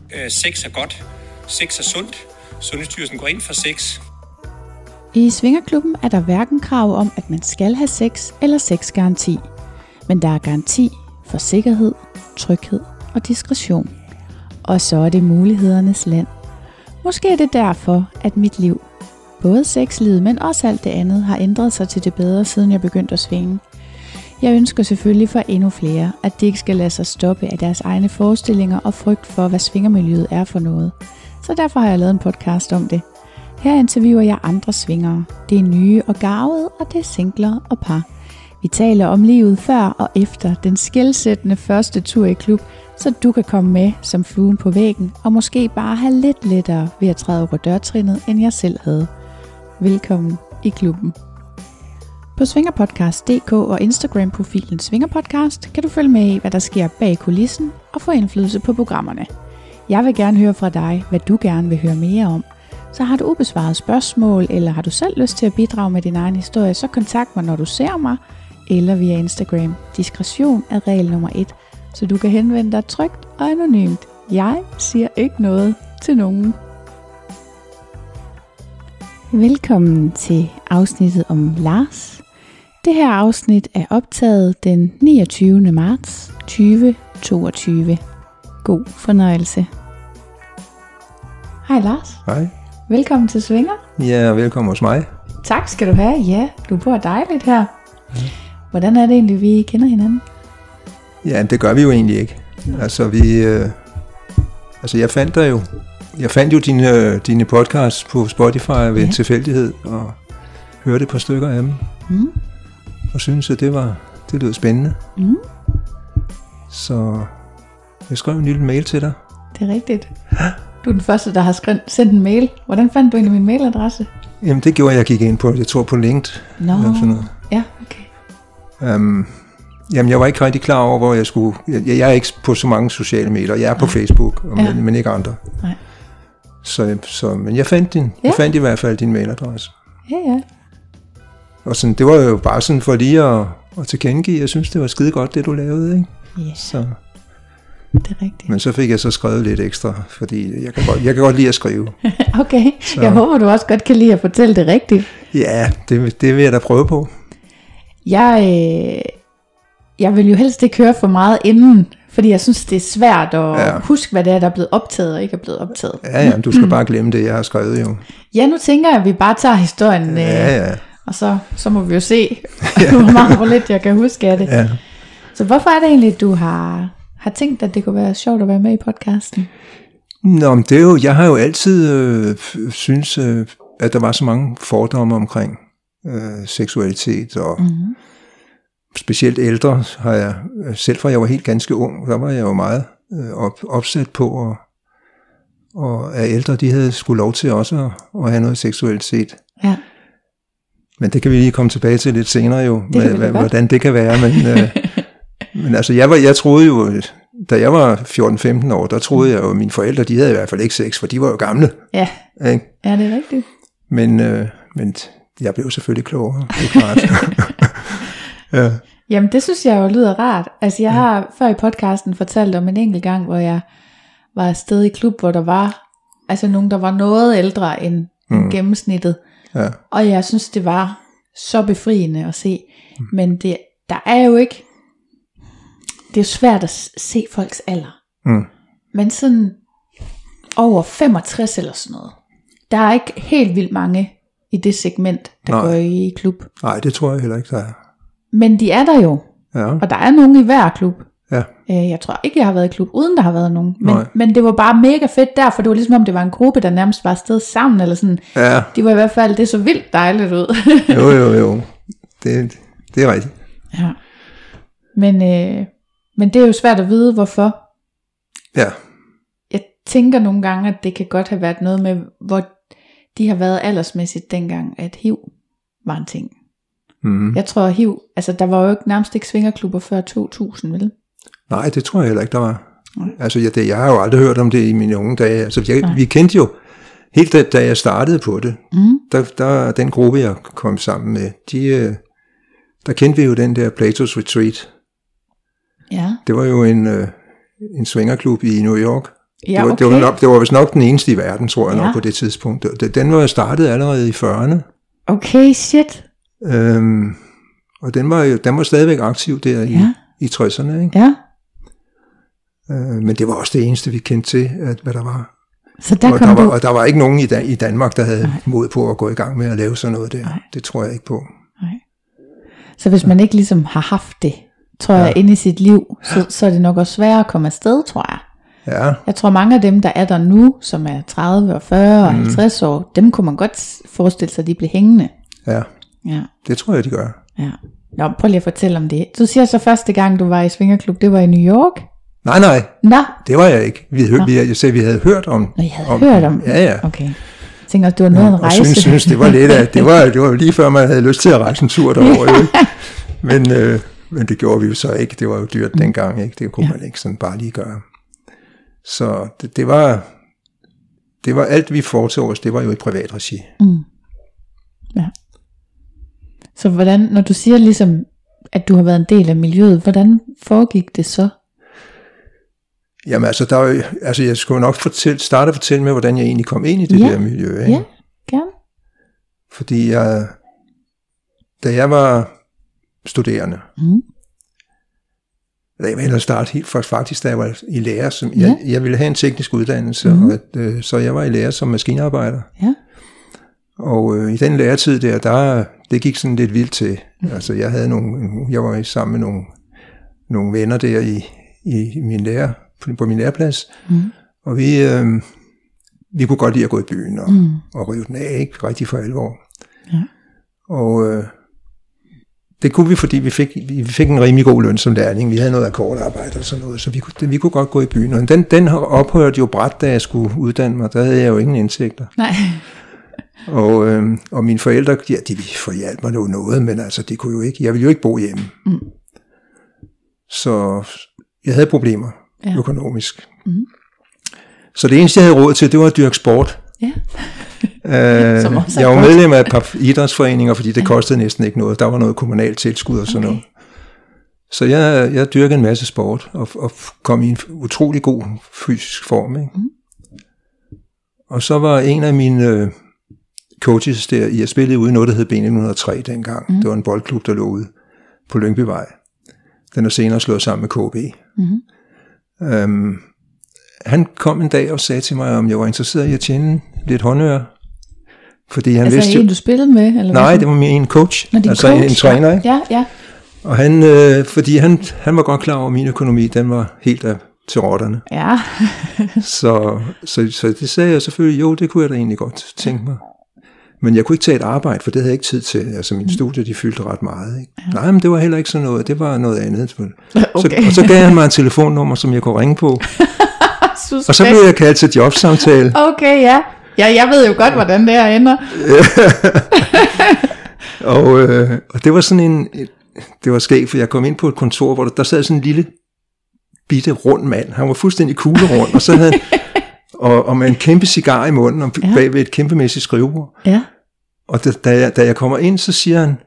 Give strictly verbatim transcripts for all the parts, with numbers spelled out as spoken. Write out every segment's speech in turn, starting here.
øh, sex er godt, sex er sundt, Sundhedsstyrelsen går ind for sex. I Svingerklubben er der hverken krav om, at man skal have sex eller sexgaranti, men der er garanti for sikkerhed, tryghed og diskretion. Og så er det mulighedernes land. Måske er det derfor, at mit liv, både sexlivet, men også alt det andet, har ændret sig til det bedre, siden jeg begyndte at svinge. Jeg ønsker selvfølgelig for endnu flere, at de ikke skal lade sig stoppe af deres egne forestillinger og frygt for, hvad svingermiljøet er for noget. Så derfor har jeg lavet en podcast om det. Her interviewer jeg andre svingere. Det er nye og garvede, og det er singler og par. Vi taler om livet før og efter den skelsættende første tur i klub, så du kan komme med som fluen på væggen, og måske bare have lidt lettere ved at træde over dørtrinnet, end jeg selv havde. Velkommen i klubben. På svingerpodcast punktum d k og Instagram-profilen Svingerpodcast kan du følge med i, hvad der sker bag kulissen og få indflydelse på programmerne. Jeg vil gerne høre fra dig, hvad du gerne vil høre mere om. Så har du ubesvaret spørgsmål, eller har du selv lyst til at bidrage med din egen historie, så kontakt mig, når du ser mig, eller via Instagram. Diskretion er regel nummer et, så du kan henvende dig trygt og anonymt. Jeg siger ikke noget til nogen. Velkommen til afsnittet om Lars. Det her afsnit er optaget den niogtyvende marts to tusind og toogtyve. God fornøjelse. Hej Lars. Hej. Velkommen til Svinger. Ja, velkommen hos mig. Tak skal du have. Ja, du bor dejligt her. Ja. Hvordan er det egentlig, vi kender hinanden? Ja, det gør vi jo egentlig ikke. Altså, vi... Øh, altså, jeg fandt dig jo... Jeg fandt jo dine, dine podcasts på Spotify ved ja. en tilfældighed, og hørte et par stykker af dem. Mm. Og synes at det var... Det lød spændende. Mm. Så... Jeg skrev en lille mail til dig. Det er rigtigt. Du er den første, der har skrevet, sendt en mail. Hvordan fandt du egentlig min mailadresse? Jamen, det gjorde jeg, jeg gik ind på, jeg tror på LinkedIn. Nå, eller sådan noget. Ja, okay. Um, jamen, jeg var ikke rigtig klar over, hvor jeg skulle... Jeg, jeg er ikke på så mange sociale medier. Jeg er på Nej. Facebook, ja. men, men ikke andre. Nej. Så, så, men jeg fandt din. Ja. Jeg fandt i hvert fald din mailadresse. Ja, ja. Og sådan, det var jo bare sådan for lige at, at tilkendegive. Jeg synes, det var skide godt, det du lavede, ikke? Ja. Så... Det er rigtigt. Men så fik jeg så skrevet lidt ekstra, fordi jeg kan godt, jeg kan godt lide at skrive. Okay, så. Jeg håber, du også godt kan lide at fortælle det rigtigt. Ja, det, det vil jeg da prøve på. Jeg, øh, jeg vil jo helst ikke høre for meget inden, fordi jeg synes, det er svært at ja. huske, hvad det er, der er blevet optaget og ikke er blevet optaget. Ja, ja, du skal bare glemme det, jeg har skrevet jo. Ja, nu tænker jeg, at vi bare tager historien, ja, ja. og så, så må vi jo se, hvor meget hvor lidt jeg kan huske af det. Ja. Så hvorfor er det egentlig, du har... har tænkt, at det kunne være sjovt at være med i podcasten? Nå, men det er jo, jeg har jo altid øh, synes, øh, at der var så mange fordomme omkring øh, seksualitet, og mm-hmm. specielt ældre har jeg, selv fra jeg var helt ganske ung, der var jeg jo meget øh, op, opsat på, og, og at ældre, de havde sgu lov til også at, at have noget seksualitet. Ja. Men det kan vi lige komme tilbage til lidt senere jo, med, med, hvordan det kan være, men... Øh, Men altså, jeg, var, jeg troede jo, da jeg var fjorten femten år, der troede jeg jo, at mine forældre, de havde i hvert fald ikke sex, for de var jo gamle. Ja, ikke? Ja, det er rigtigt. Men, øh, men jeg blev selvfølgelig klogere, det er klart. Ja. Jamen, det synes jeg jo lyder rart. Altså, jeg har ja. før i podcasten fortalt om en enkelt gang, hvor jeg var afsted i klub, hvor der var altså nogen, der var noget ældre end mm. gennemsnittet. Ja. Og jeg synes, det var så befriende at se. Mm. Men det, der er jo ikke... Det er svært at se folks alder. Mm. Men sådan over femogtres eller sådan noget. Der er ikke helt vildt mange i det segment, der Nej. går i klub. Nej, det tror jeg heller ikke, der er. Men de er der jo. Ja. Og der er nogen i hver klub. Ja. Jeg tror ikke, jeg har været i klub, uden der har været nogen. Men, men det var bare mega fedt der, for det var ligesom om det var en gruppe, der nærmest var afsted sammen. Eller sådan. Ja. De var i hvert fald, det så vildt dejligt ud. jo, jo, jo. Det, det er rigtigt. Ja. Men... Øh, Men det er jo svært at vide, hvorfor. Ja. Jeg tænker nogle gange, at det kan godt have været noget med, hvor de har været aldersmæssigt dengang, at H I V var en ting. Mm. Jeg tror, at H I V, altså der var jo ikke, nærmest ikke svingerklubber før to tusind, vel? Nej, det tror jeg heller ikke, der var. Nej. Altså, jeg, det, jeg har jo aldrig hørt om det i mine unge dage. Altså, jeg, vi kendte jo, helt da, da jeg startede på det, mm. der, der, den gruppe, jeg kom sammen med, de, der kendte vi jo den der Plato's Retreat. Ja. Det var jo en, øh, en swingerklub i New York. Ja, det, var, okay. det, var nok, det var vist nok den eneste i verden, tror jeg ja. nok på det tidspunkt. Den var startet allerede i fyrrerne. Okay, shit. Øhm, og den var jo den var stadigvæk aktiv der i, ja. i tresserne, ikke? Ja. Øh, men det var også det eneste, vi kendte til, at, hvad der var. Så der og, kom der var du... og der var ikke nogen i, Dan- i Danmark, der havde Nej. mod på at gå i gang med at lave sådan noget der. Nej. Det tror jeg ikke på. Nej. Så hvis man ikke ligesom har haft det, tror Ja. jeg, inde i sit liv, så, så er det nok også sværere at komme afsted, tror jeg. Ja. Jeg tror mange af dem, der er der nu, som er tredive og fyrre og halvtreds år, dem kunne man godt forestille sig, at de blev hængende. Ja, Ja. det tror jeg, de gør. Ja. Nå, prøv lige at fortælle om det. Du siger så første gang, du var i Svingerklub, det var i New York? Nej, nej, Nå, det var jeg ikke. Vi, hør, vi, jeg sagde, vi havde hørt om... Nå jeg havde om, hørt om Ja, ja. Okay. Jeg tænker også, det var noget af en Og rejse. synes, synes, det var lidt af... Det var, det var lige før, man havde lyst til at rejse en tur derover. Jo, ikke? Men, øh, men det gjorde vi jo så ikke. Det var jo dyrt dengang, ikke? Det kunne ja. man ikke sådan bare lige gøre. Så det, det var... Det var alt, vi foretog os, det var jo i privat regi. Mm. Ja. Så hvordan, når du siger ligesom, at du har været en del af miljøet, hvordan foregik det så? Jamen altså, der var, altså jeg skulle nok fortælle, starte at fortælle med, hvordan jeg egentlig kom ind i det Ja. der miljø. Ikke? Ja, gerne. Fordi jeg, da jeg var studerende, Mm. jeg ville starte helt faktisk, da jeg var i lære, som, Ja. jeg, jeg ville have en teknisk uddannelse, Mhm. og at, øh, så jeg var i lære som maskinarbejder. Ja. Og øh, i den læretid der, der, det gik sådan lidt vildt til. Altså jeg havde nogle, jeg var sammen med nogle, nogle venner der i, i min lære, på, på min læreplads, Mm. og vi, øh, vi kunne godt lide at gå i byen og, Mm. og rive den af, ikke rigtig for alvor. Ja. Og øh, det kunne vi, fordi vi fik, vi fik en rimelig god løn som lærling. Vi havde noget akkordarbejde og sådan noget, så vi kunne, vi kunne godt gå i byen. Og den, den ophørte jo brat, da jeg skulle uddanne mig. Der havde jeg jo ingen indtægter. Nej. Og, øh, og mine forældre, ja, de forhjalp mig jo noget, men altså, de kunne jo ikke, jeg ville jo ikke bo hjemme. Mm. Så jeg havde problemer Ja. økonomisk. Mm. Så det eneste, jeg havde råd til, det var at dyrke sport. Ja. Øh, Som også er jeg var godt. medlem af et par idrætsforeninger, fordi det kostede næsten ikke noget. Der var noget kommunalt tilskud og sådan Okay. noget. Så jeg, jeg dyrkede en masse sport, og, og kom i en utrolig god fysisk form. Ikke? Mm. Og så var en af mine øh, coaches der, jeg spillede ude i noget, der hed B nitten hundrede og tre dengang. Mm. Det var en boldklub, der lå ude på Lyngbyvej. Den er senere slået sammen med K B. Mm. Øhm, han kom en dag og sagde til mig, om jeg var interesseret i at tjene lidt håndøre. Fordi han Altså vidste en, jo... du spillede med? Eller Nej, hvad? det var mere en coach. Nå, din altså coach, en, en træner, ikke? Ja, ja. Og han, øh, fordi han, han var godt klar over, at min økonomi, den var helt af, til rotterne. Ja. Så, så, så det sagde jeg selvfølgelig, jo, det kunne jeg da egentlig godt tænke mig. Men jeg kunne ikke tage et arbejde, for det havde jeg ikke tid til. Altså mine studier, de fyldte ret meget. Ikke? Ja. Nej, men det var heller ikke sådan noget. Det var noget andet. Okay. Så, og så gav han mig en telefonnummer, som jeg kunne ringe på. Suspekt. Og så blev jeg kaldt til jobsamtale. Okay, ja. Ja, jeg ved jo godt, hvordan det her ender. og, øh, og det var sådan en... Et, det var skægt, for jeg kom ind på et kontor, hvor der, der sad sådan en lille, bitte, rund mand. Han var fuldstændig kuglerund, og så havde og, og med en kæmpe cigar i munden, og Ja. bagved et kæmpemæssigt skrivebord. Ja. Og da, da, jeg, da jeg kommer ind, så siger han,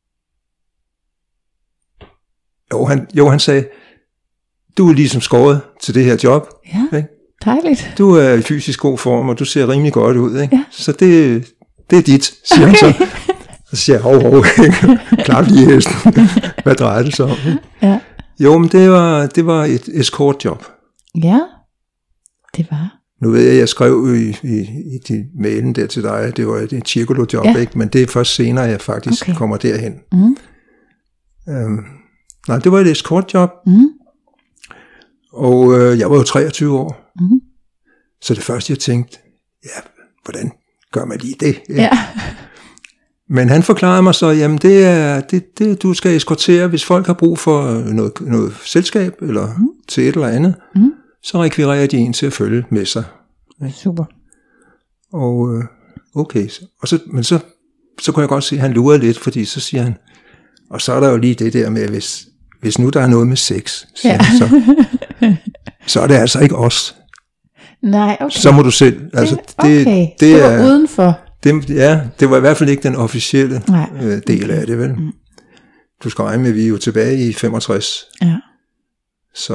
jo han, jo, han sagde, du er ligesom skåret til det her job. Ja, Ikke? dejligt. Du er i fysisk god form, og du ser rimelig godt ud. Ikke? Ja. Så det, det er dit, siger okay. han så. Så siger jeg, hov, hov, klap lige hesten. Hvad drejer det sig om? Ikke? Ja. Jo, men det var, det var et escortjob. Ja, det var. Nu ved jeg, jeg skrev i, i, i de mailen der til dig, det var et, et cirkulojob, Ja. ikke? Men det er først senere, jeg faktisk Okay. kommer derhen. Mm. Øhm, nej, det var et escortjob, Mm. og øh, jeg var jo treogtyve år. Mm. Så det første, jeg tænkte, ja, hvordan gør man lige det? Ikke? Ja. Men han forklarede mig så, jamen det er, det, det, du skal eskortere, hvis folk har brug for noget, noget selskab, eller mm. til et eller andet, Mm. så rekvirerer de en til at følge med sig. Super. Og øh, okay, og så, men så, så kunne jeg godt se, at han lurede lidt, fordi så siger han, og så er der jo lige det der med, hvis, hvis nu der er noget med sex, siger Ja. han så, så er det altså ikke os. Nej, okay. Så må du selv. Altså, det, okay, det, det, det var er, udenfor. det, ja, det var i hvert fald ikke den officielle Nej. øh, del af det, vel? Mm. Du skal regne med, at vi er jo tilbage i femogtres. Ja. Så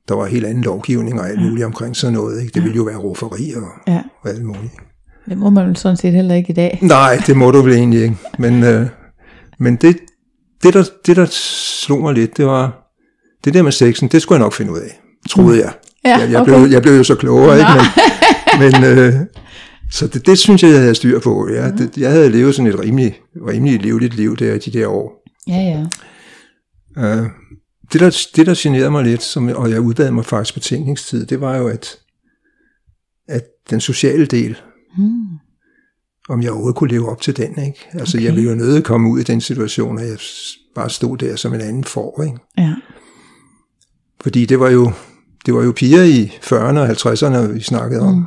der var helt anden lovgivning og alt muligt omkring sådan noget. Ikke? Det ville jo være rufferi og, ja. og alt muligt. Det må man jo sådan set heller ikke i dag. Nej, det må du vel egentlig ikke. Men, øh, men det, det, der, det, der slog mig lidt, det var, det der med sexen, det skulle jeg nok finde ud af, troede jeg. Ja, jeg, jeg, okay. blev, jeg blev jo så klogere, ikke? Men, men øh, så det, det synes jeg, jeg havde styr på. Ja. Det, jeg havde levet sådan et rimelig, rimelig livligt liv der i de der år. Ja, ja. Øh, det, der, det, der generede mig lidt, som, og jeg udbad mig faktisk på tænkningstid, det var jo, at, at den sociale del, hmm. om jeg overhovedet kunne leve op til den, ikke? Altså, okay. Jeg ville jo nødt komme ud i den situation, at jeg bare stod der som en anden får, ikke? Ja. Fordi det var jo, det var jo piger i fyrrerne og halvtredserne, vi snakkede om. Mm.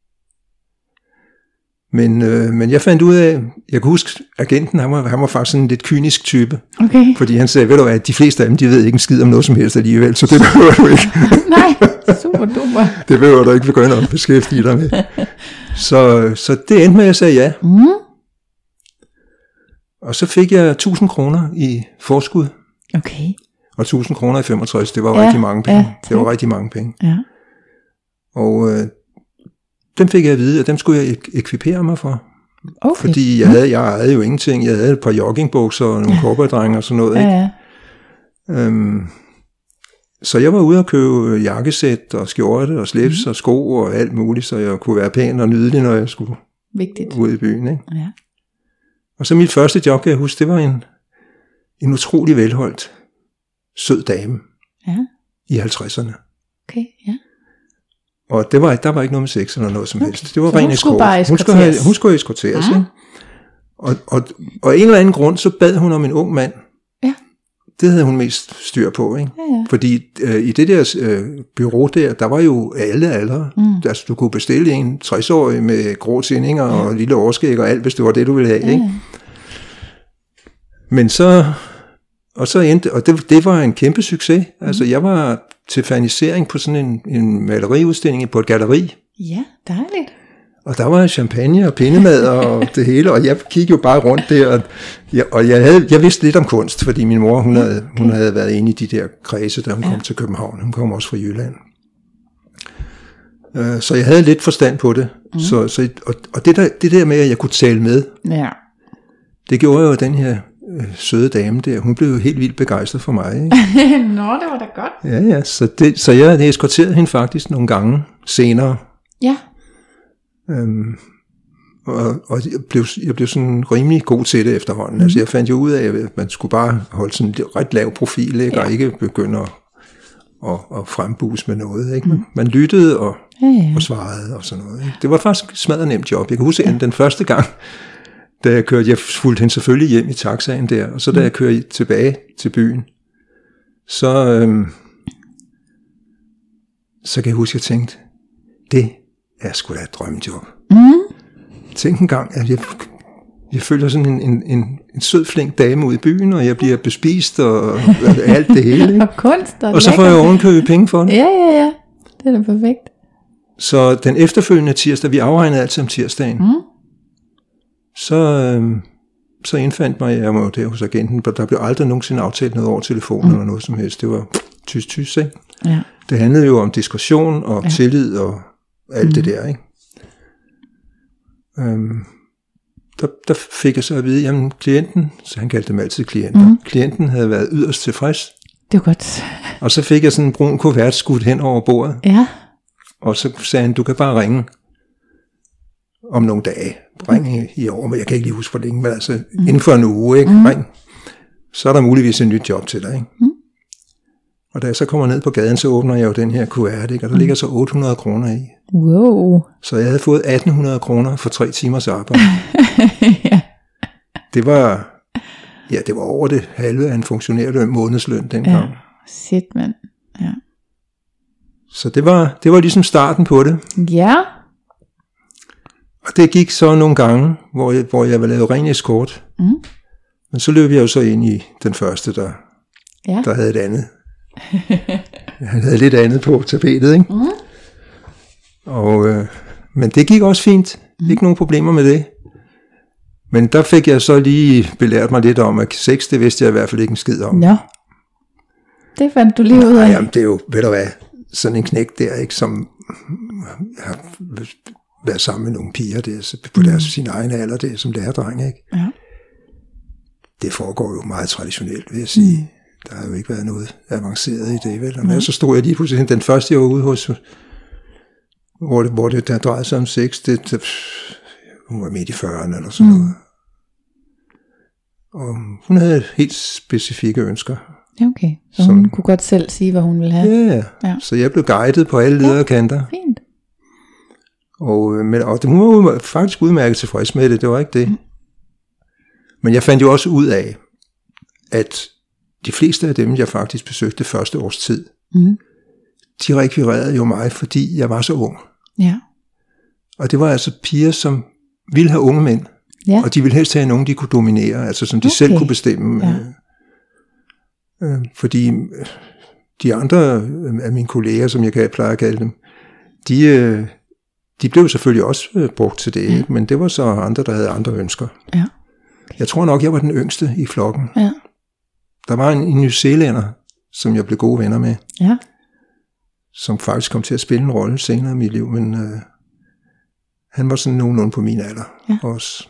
Men, øh, men jeg fandt ud af, jeg kan huske, agenten, han var, han var faktisk sådan en lidt kynisk type. Okay. Fordi han sagde, ved du hvad, de fleste af dem, de ved ikke en skid om noget som helst alligevel, så det behøver du ikke. Nej, super duper. Det behøver du ikke begynde at beskæftige dig med. Så, så det endte med, at jeg sagde ja. Mm. Og så fik jeg tusind kroner i forskud. Okay. Og tusind kroner i femogtres, det var ja, rigtig mange penge. Ja, det var rigtig mange penge. Ja. Og øh, dem fik jeg at vide, at dem skulle jeg ek- ekvipere mig for. Okay. Fordi jeg havde, jeg havde jo ingenting. Jeg havde et par joggingbukser og nogle ja. cowboydrenge og sådan noget. Ikke? Ja, ja. Øhm, så jeg var ude og købe jakkesæt og skjorte og slips mm. og sko og alt muligt, så jeg kunne være pæn og nydelig, når jeg skulle Vigtigt. ud i byen. Ikke? Ja. Og så mit første job, kan jeg huske, det var en, en utrolig velholdt, sød dame ja. i halvtredserne. Okay, ja. Og det var, der var ikke noget med sex eller noget som okay. helst. Det var så ren hun eskort. skulle bare hun skulle have, hun skulle eskorteres. Ja. Og, og, og en eller anden grund, så bad hun om en ung mand. Ja. Det havde hun mest styr på, ikke? Ja, ja. Fordi øh, i det der øh, bureau der, der var jo alle aldre. Mm. Altså, du kunne bestille en tres-årig med grå tændinger ja. og lille overskæg og alt, hvis det var det, du ville have, ja. ikke? Men så... Og så endte, og det, det var en kæmpe succes. Mm. Altså, jeg var til fernisering på sådan en, en maleriudstilling på et galleri. Ja, dejligt. Og der var champagne og pindemad og det hele, og jeg kiggede jo bare rundt der, og jeg, og jeg, havde, jeg vidste lidt om kunst, fordi min mor, hun havde, hun havde været inde i de der kredse, da hun ja. kom til København. Hun kom også fra Jylland. Uh, så jeg havde lidt forstand på det. Mm. Så, så, og og det, der, det der med, at jeg kunne tale med, ja. det gjorde jo den her øh, søde dame der. Hun blev jo helt vildt begejstret for mig. Ikke? Nå, det var da godt. Ja, ja. Så, det, så jeg havde eskorteret hende faktisk nogle gange senere. Ja. Øhm, og og jeg, blev, jeg blev sådan rimelig god til det efterhånden. Mm. Altså jeg fandt jo ud af, at man skulle bare holde sådan en ret lav profil, ikke? Ja. Og ikke begynde at, at, at frembuse med noget. Ikke? Mm. Man lyttede og, ja, ja. og svarede og sådan noget. Ikke? Det var faktisk et smadret nemt job. Jeg kan huske, ja. den første gang, da jeg kørte, jeg fulgte hende selvfølgelig hjem i taxaen der, og så da jeg kørte tilbage til byen, så, øhm, så kan jeg huske, at jeg tænkte, det er sgu da et drømmejob. Mm. Tænk en gang, at jeg, jeg føler sådan en, en, en, en sød, flink dame ude i byen, og jeg bliver bespist og alt det hele. Ikke? Og kunst og Og så får jeg ovenkøbet penge for det. Ja, ja, ja. Det er da perfekt. Så den efterfølgende tirsdag, vi afregnede altid om tirsdagen, mm. så, øhm, så indfandt mig, jeg var der hos agenten, der blev aldrig nogensinde aftalt noget over telefonen mm. eller noget som helst. Det var tysk-tysk, ikke? Ja. Det handlede jo om diskretion og ja. tillid og alt mm. det der, ikke? Øhm, der, der fik jeg så at vide, jamen klienten, så han kaldte dem altid klienter, mm. klienten havde været yderst tilfreds. Det var godt. Og så fik jeg sådan en brun kuvert skudt hen over bordet. Ja. Og så sagde han, du kan bare ringe om nogle dage. Ring i, i år, men jeg kan ikke lige huske, hvor længe, men altså mm. inden for en uge, ikke? Mm. Ring. Så er der muligvis et nyt job til dig, ikke? Mm. Og da jeg så kommer ned på gaden, så åbner jeg jo den her kuvert, ikke? Og der mm. ligger så otte hundrede kroner i. Wow. Så jeg havde fået atten hundrede kroner for tre timers arbejde. ja. Det var, ja, det var over det halve af en funktionærløn månedsløn dengang. Ja, shit, mand. Ja. Så det var, det var ligesom starten på det. Ja. Og det gik så nogle gange, hvor jeg, hvor jeg var lavet ren eskort. Mm. Men så løb jeg jo så ind i den første, der, ja. der havde et andet. Han havde lidt andet på tapetet, ikke? Mm. Og, øh, men det gik også fint. Mm. Ikke nogen problemer med det. Men der fik jeg så lige belært mig lidt om, at sex, det vidste jeg i hvert fald ikke en skid om. Nå. Det fandt du lige ud af. Nej, jamen, det er jo, ved du hvad, sådan en knægt der, ikke, som har været sammen med nogle piger der, på deres, mm. sin egen alder, der, som lærerdreng, ikke? Ja. Det foregår jo meget traditionelt, vil jeg sige. Mm. Der har jo ikke været noget avanceret i det, vel? Og mm. så stod jeg lige pludselig, den første jeg var ude hos, hvor det, hvor det der drejede sig om sex, det, det, hun var midt i fyrrerne eller sådan mm. noget. Og hun havde helt specifikke ønsker. Ja, okay. Så som, hun kunne godt selv sige, hvad hun ville have. Ja, ja. Så jeg blev guidet på alle ledere og kanter. Fint. Og, men, og hun var faktisk udmærket tilfreds med det, det var ikke det. Mm. Men jeg fandt jo også ud af, at de fleste af dem, jeg faktisk besøgte første års tid, mm. de rekvirerede jo mig, fordi jeg var så ung. Ja. Og det var altså piger, som ville have unge mænd. Ja. Og de ville helst have nogen, de kunne dominere, altså som de okay. selv kunne bestemme. Ja. Øh, øh, fordi de andre af mine kolleger, som jeg kan pleje at kalde dem, de, øh, de blev selvfølgelig også øh, brugt til det, ja. Men det var så andre, der havde andre ønsker. Ja. Jeg tror nok, jeg var den yngste i flokken. Ja. Der var en, en newzealænder, som jeg blev gode venner med, ja. som faktisk kom til at spille en rolle senere i mit liv, men øh, han var sådan nogenlunde på min alder ja. Også.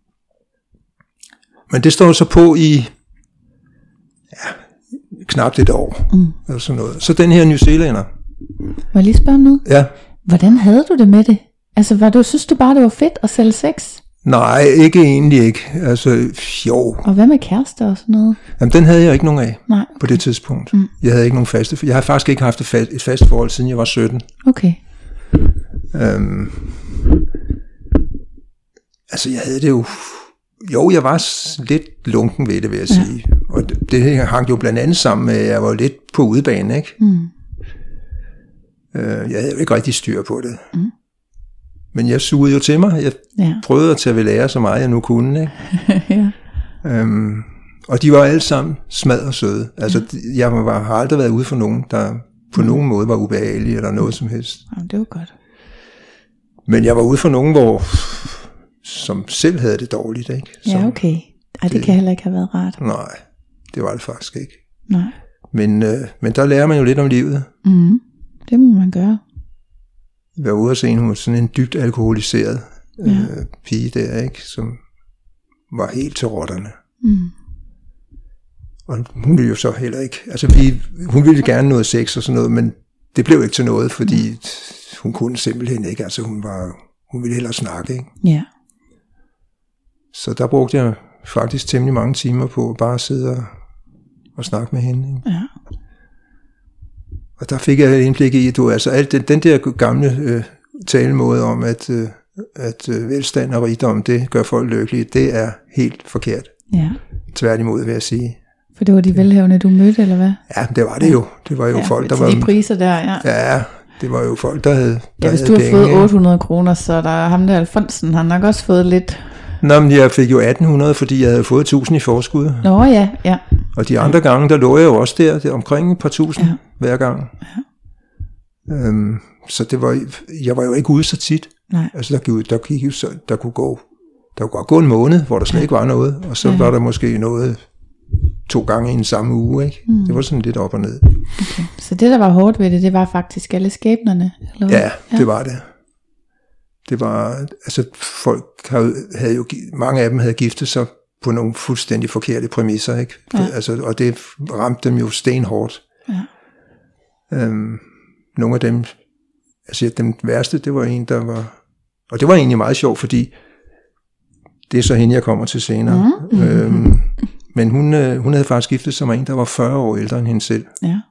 Men det står så på i ja, knap et år. Mm. Eller sådan noget. Så den her newzealænder. Må jeg lige spørge om noget? Ja. Hvordan havde du det med det? Altså, var du, synes du bare, det var fedt at sælge sex? Nej, ikke egentlig ikke. Altså, jo. Og hvad med kærester og sådan noget? Jamen, den havde jeg ikke nogen af. Nej, okay. På det tidspunkt. Mm. Jeg havde ikke nogen faste. Jeg har faktisk ikke haft et fast, et fast forhold, siden jeg var sytten. Okay. Øhm, altså, jeg havde det jo... Jo, jeg var lidt lunken ved det, vil jeg ja. Sige. Og det, det hang jo blandt andet sammen med, at jeg var lidt på udebane, ikke? Mm. Øh, jeg havde jo ikke rigtig styr på det. Mm. Men jeg sugede jo til mig. Jeg ja. Prøvede at tage ved lære så meget, jeg nu kunne, ikke? ja. øhm, og de var alle sammen smadret søde. Altså, ja. Jeg var, har aldrig været ude for nogen, der på mm. nogen måde var ubehagelige eller noget som helst. Jamen, det var godt. Men jeg var ude for nogen, hvor... som selv havde det dårligt, ikke? Som, ja, okay. Ej, det, det kan heller ikke have været rart. Nej, det var det faktisk ikke. Nej. Men, øh, men der lærer man jo lidt om livet. Mm, det må man gøre. Jeg var ude og se en, hun var sådan en dybt alkoholiseret ja. øh, pige der, ikke? Som var helt til rotterne. Mm. Og hun ville jo så heller ikke, altså vi, hun ville gerne noget sex og sådan noget, men det blev ikke til noget, fordi mm. hun kunne simpelthen ikke, altså hun var, hun ville hellere snakke, ikke? Ja. Så der brugte jeg faktisk temmelig mange timer på bare at sidde og, og snakke med hende, ikke? Ja. Og der fik jeg et indblik i, at du, altså alt den, den der gamle øh, talemåde om, at, øh, at øh, velstand og rigdom, det gør folk lykkelige, det er helt forkert. Ja. Tværtimod, vil jeg sige. For det var de velhavende, du mødte, eller hvad? Ja, det var det jo. Det var jo ja, folk, der var... de priser der, ja. Ja, det var jo folk, der havde... Der ja, hvis havde du har penge, fået otte hundrede kroner, så der ham der Alfonsen, han har nok også fået lidt... Nå, men jeg fik jo atten hundrede, fordi jeg havde fået tusind i forskud. Nå ja, ja. Og de andre gange, der lå jeg jo også der, der omkring et par tusind ja. Hver gang. Ja. Øhm, så det var, jeg var jo ikke ude så tit. Nej. Altså der gik, der gik jo så, der kunne gå, der kunne godt gå en måned, hvor der slet ja. Ikke var noget, og så ja. Var der måske noget to gange i en samme uge, ikke? Mm. Det var sådan lidt op og ned. Okay. Så det, der var hårdt ved det, det var faktisk alle skæbnerne? Eller hvad? Ja, ja, det var det. Det var, altså folk havde, havde jo, mange af dem havde giftet sig på nogle fuldstændig forkerte præmisser, ikke? Ja. Altså, og det ramte dem jo stenhårdt. Ja. Øhm, nogle af dem, altså den værste, det var en, der var, og det var egentlig meget sjovt, fordi det er så hende, jeg kommer til senere. Mm-hmm. Øhm, men hun, øh, hun havde faktisk giftet sig med en, der var fyrre år ældre end hende selv. Ja.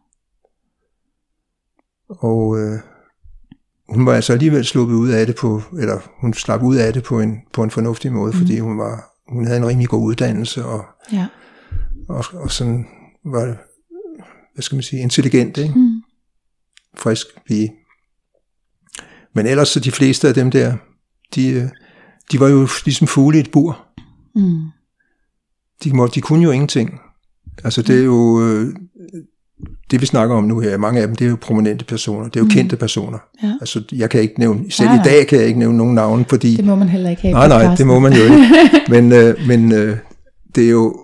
Og øh, hun var altså alligevel sluppet ud af det på, eller hun slap ud af det på en, på en fornuftig måde, mm. fordi hun var, hun havde en rimelig god uddannelse, og, ja. og, og sådan var, hvad skal man sige, intelligent, ikke? Mm. Frisk pige. Men ellers så de fleste af dem der, de, de var jo ligesom fugle i et bur. Mm. De, må, de kunne jo ingenting. Altså det er jo, det vi snakker om nu her, mange af dem, det er jo prominente personer, det er jo mm. kendte personer. Ja. Altså jeg kan ikke nævne, selv nej, nej. I dag kan jeg ikke nævne nogen navne, fordi... Det må man heller ikke have. Nej, nej, det må man jo ikke. Men, øh, men øh, det er jo,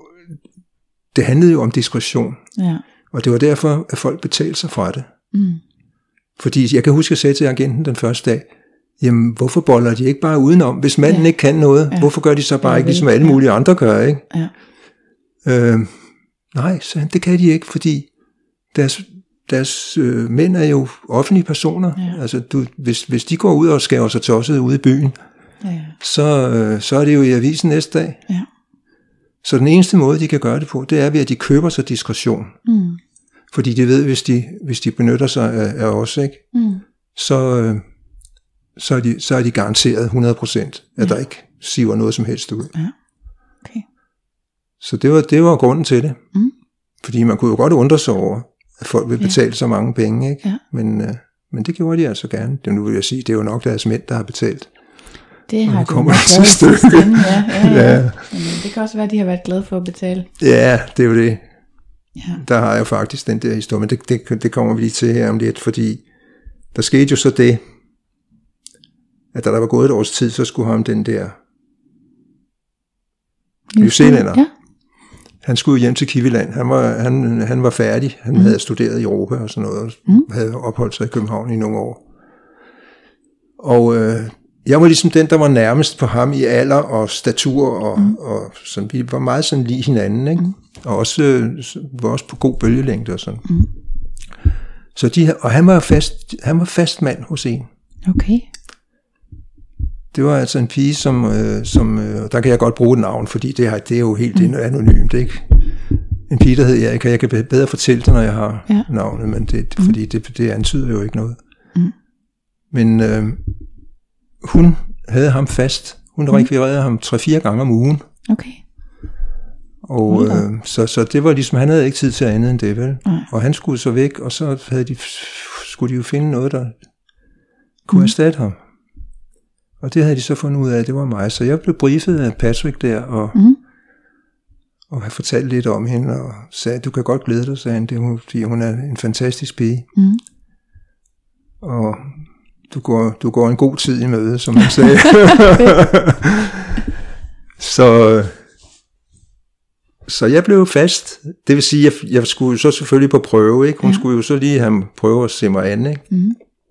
det handlede jo om diskretion. Ja. Og det var derfor, at folk betalte sig fra det. Mm. Fordi jeg kan huske, at jeg sagde til agenten den første dag, jamen, hvorfor boller de ikke bare udenom? Hvis manden ja. ikke kan noget, ja. hvorfor gør de så bare ja, ikke, ligesom alle mulige ja. andre gør, ikke? Ja. Øh, nej, så det kan de ikke, fordi deres, deres øh, mænd er jo offentlige personer. Ja. Altså, du, hvis, hvis de går ud og skærer sig tosset ude i byen, ja. så, øh, så er det jo i avisen næste dag. Ja. Så den eneste måde, de kan gøre det på, det er ved, at de køber sig diskretion. Mm. Fordi de ved, hvis de, hvis de benytter sig af, af os, ikke? Mm. så... Øh, Så er, de, så er de garanteret hundrede procent, at ja. der ikke siver noget som helst ud. Ja. Okay. Så det var, det var grunden til det. Mm. Fordi man kunne jo godt undre sig over, at folk vil betale ja. så mange penge. Ikke? Ja. Men, øh, men det gjorde de altså gerne. Det, nu vil jeg sige, det er jo nok deres mænd, der har betalt. Det har de kommer nok til stykke. Ja, ja, ja. ja. Men det kan også være, at de har været glade for at betale. Ja, det er jo det. Ja. Der har jeg faktisk den der historie, men det, det, det kommer vi lige til her om lidt, fordi der skete jo så det, at da der var gået et års tid, så skulle ham den der New Zealander, ja. han skulle hjem til Kiviland. Han var, han, han var færdig. Han mm. havde studeret i Europa og sådan noget, og mm. havde opholdt sig i København i nogle år. Og øh, jeg var ligesom den, der var nærmest på ham i alder og statur, og, mm. og sådan, vi var meget sådan lige hinanden, ikke? Mm. Og også, øh, var også på god bølgelængde og sådan. Mm. Så de, og han var fast, han var fast mand hos en. Okay. Det var altså en pige, som, øh, som øh, der kan jeg godt bruge et navn, fordi det, her, det er jo helt mm. anonymt, ikke? En pige, der hedder Erika, jeg kan bedre fortælle det, når jeg har ja. navnet, men det, mm. fordi det, det antyder jo ikke noget. Mm. Men øh, hun havde ham fast. Hun mm. rekvirerede ham tre-fire gange om ugen. Okay. Og øh, så, så det var ligesom, han havde ikke tid til andet end det, vel? Mm. Og han skulle så væk, og så havde de, skulle de jo finde noget, der kunne mm. erstatte ham. Og det havde de så fundet ud af, at det var mig. Så jeg blev briefet af Patrick der, og, mm. og har fortalt lidt om hende, og sagde, du kan godt glæde dig, sagde han, det, fordi hun er en fantastisk pige. Mm. Og du går, du går en god tid i møde, som han sagde. så, så jeg blev fast. Det vil sige, at jeg, jeg skulle så selvfølgelig på prøve, ikke? Hun ja. skulle jo så lige have prøve at se mig an, ikke? Mm.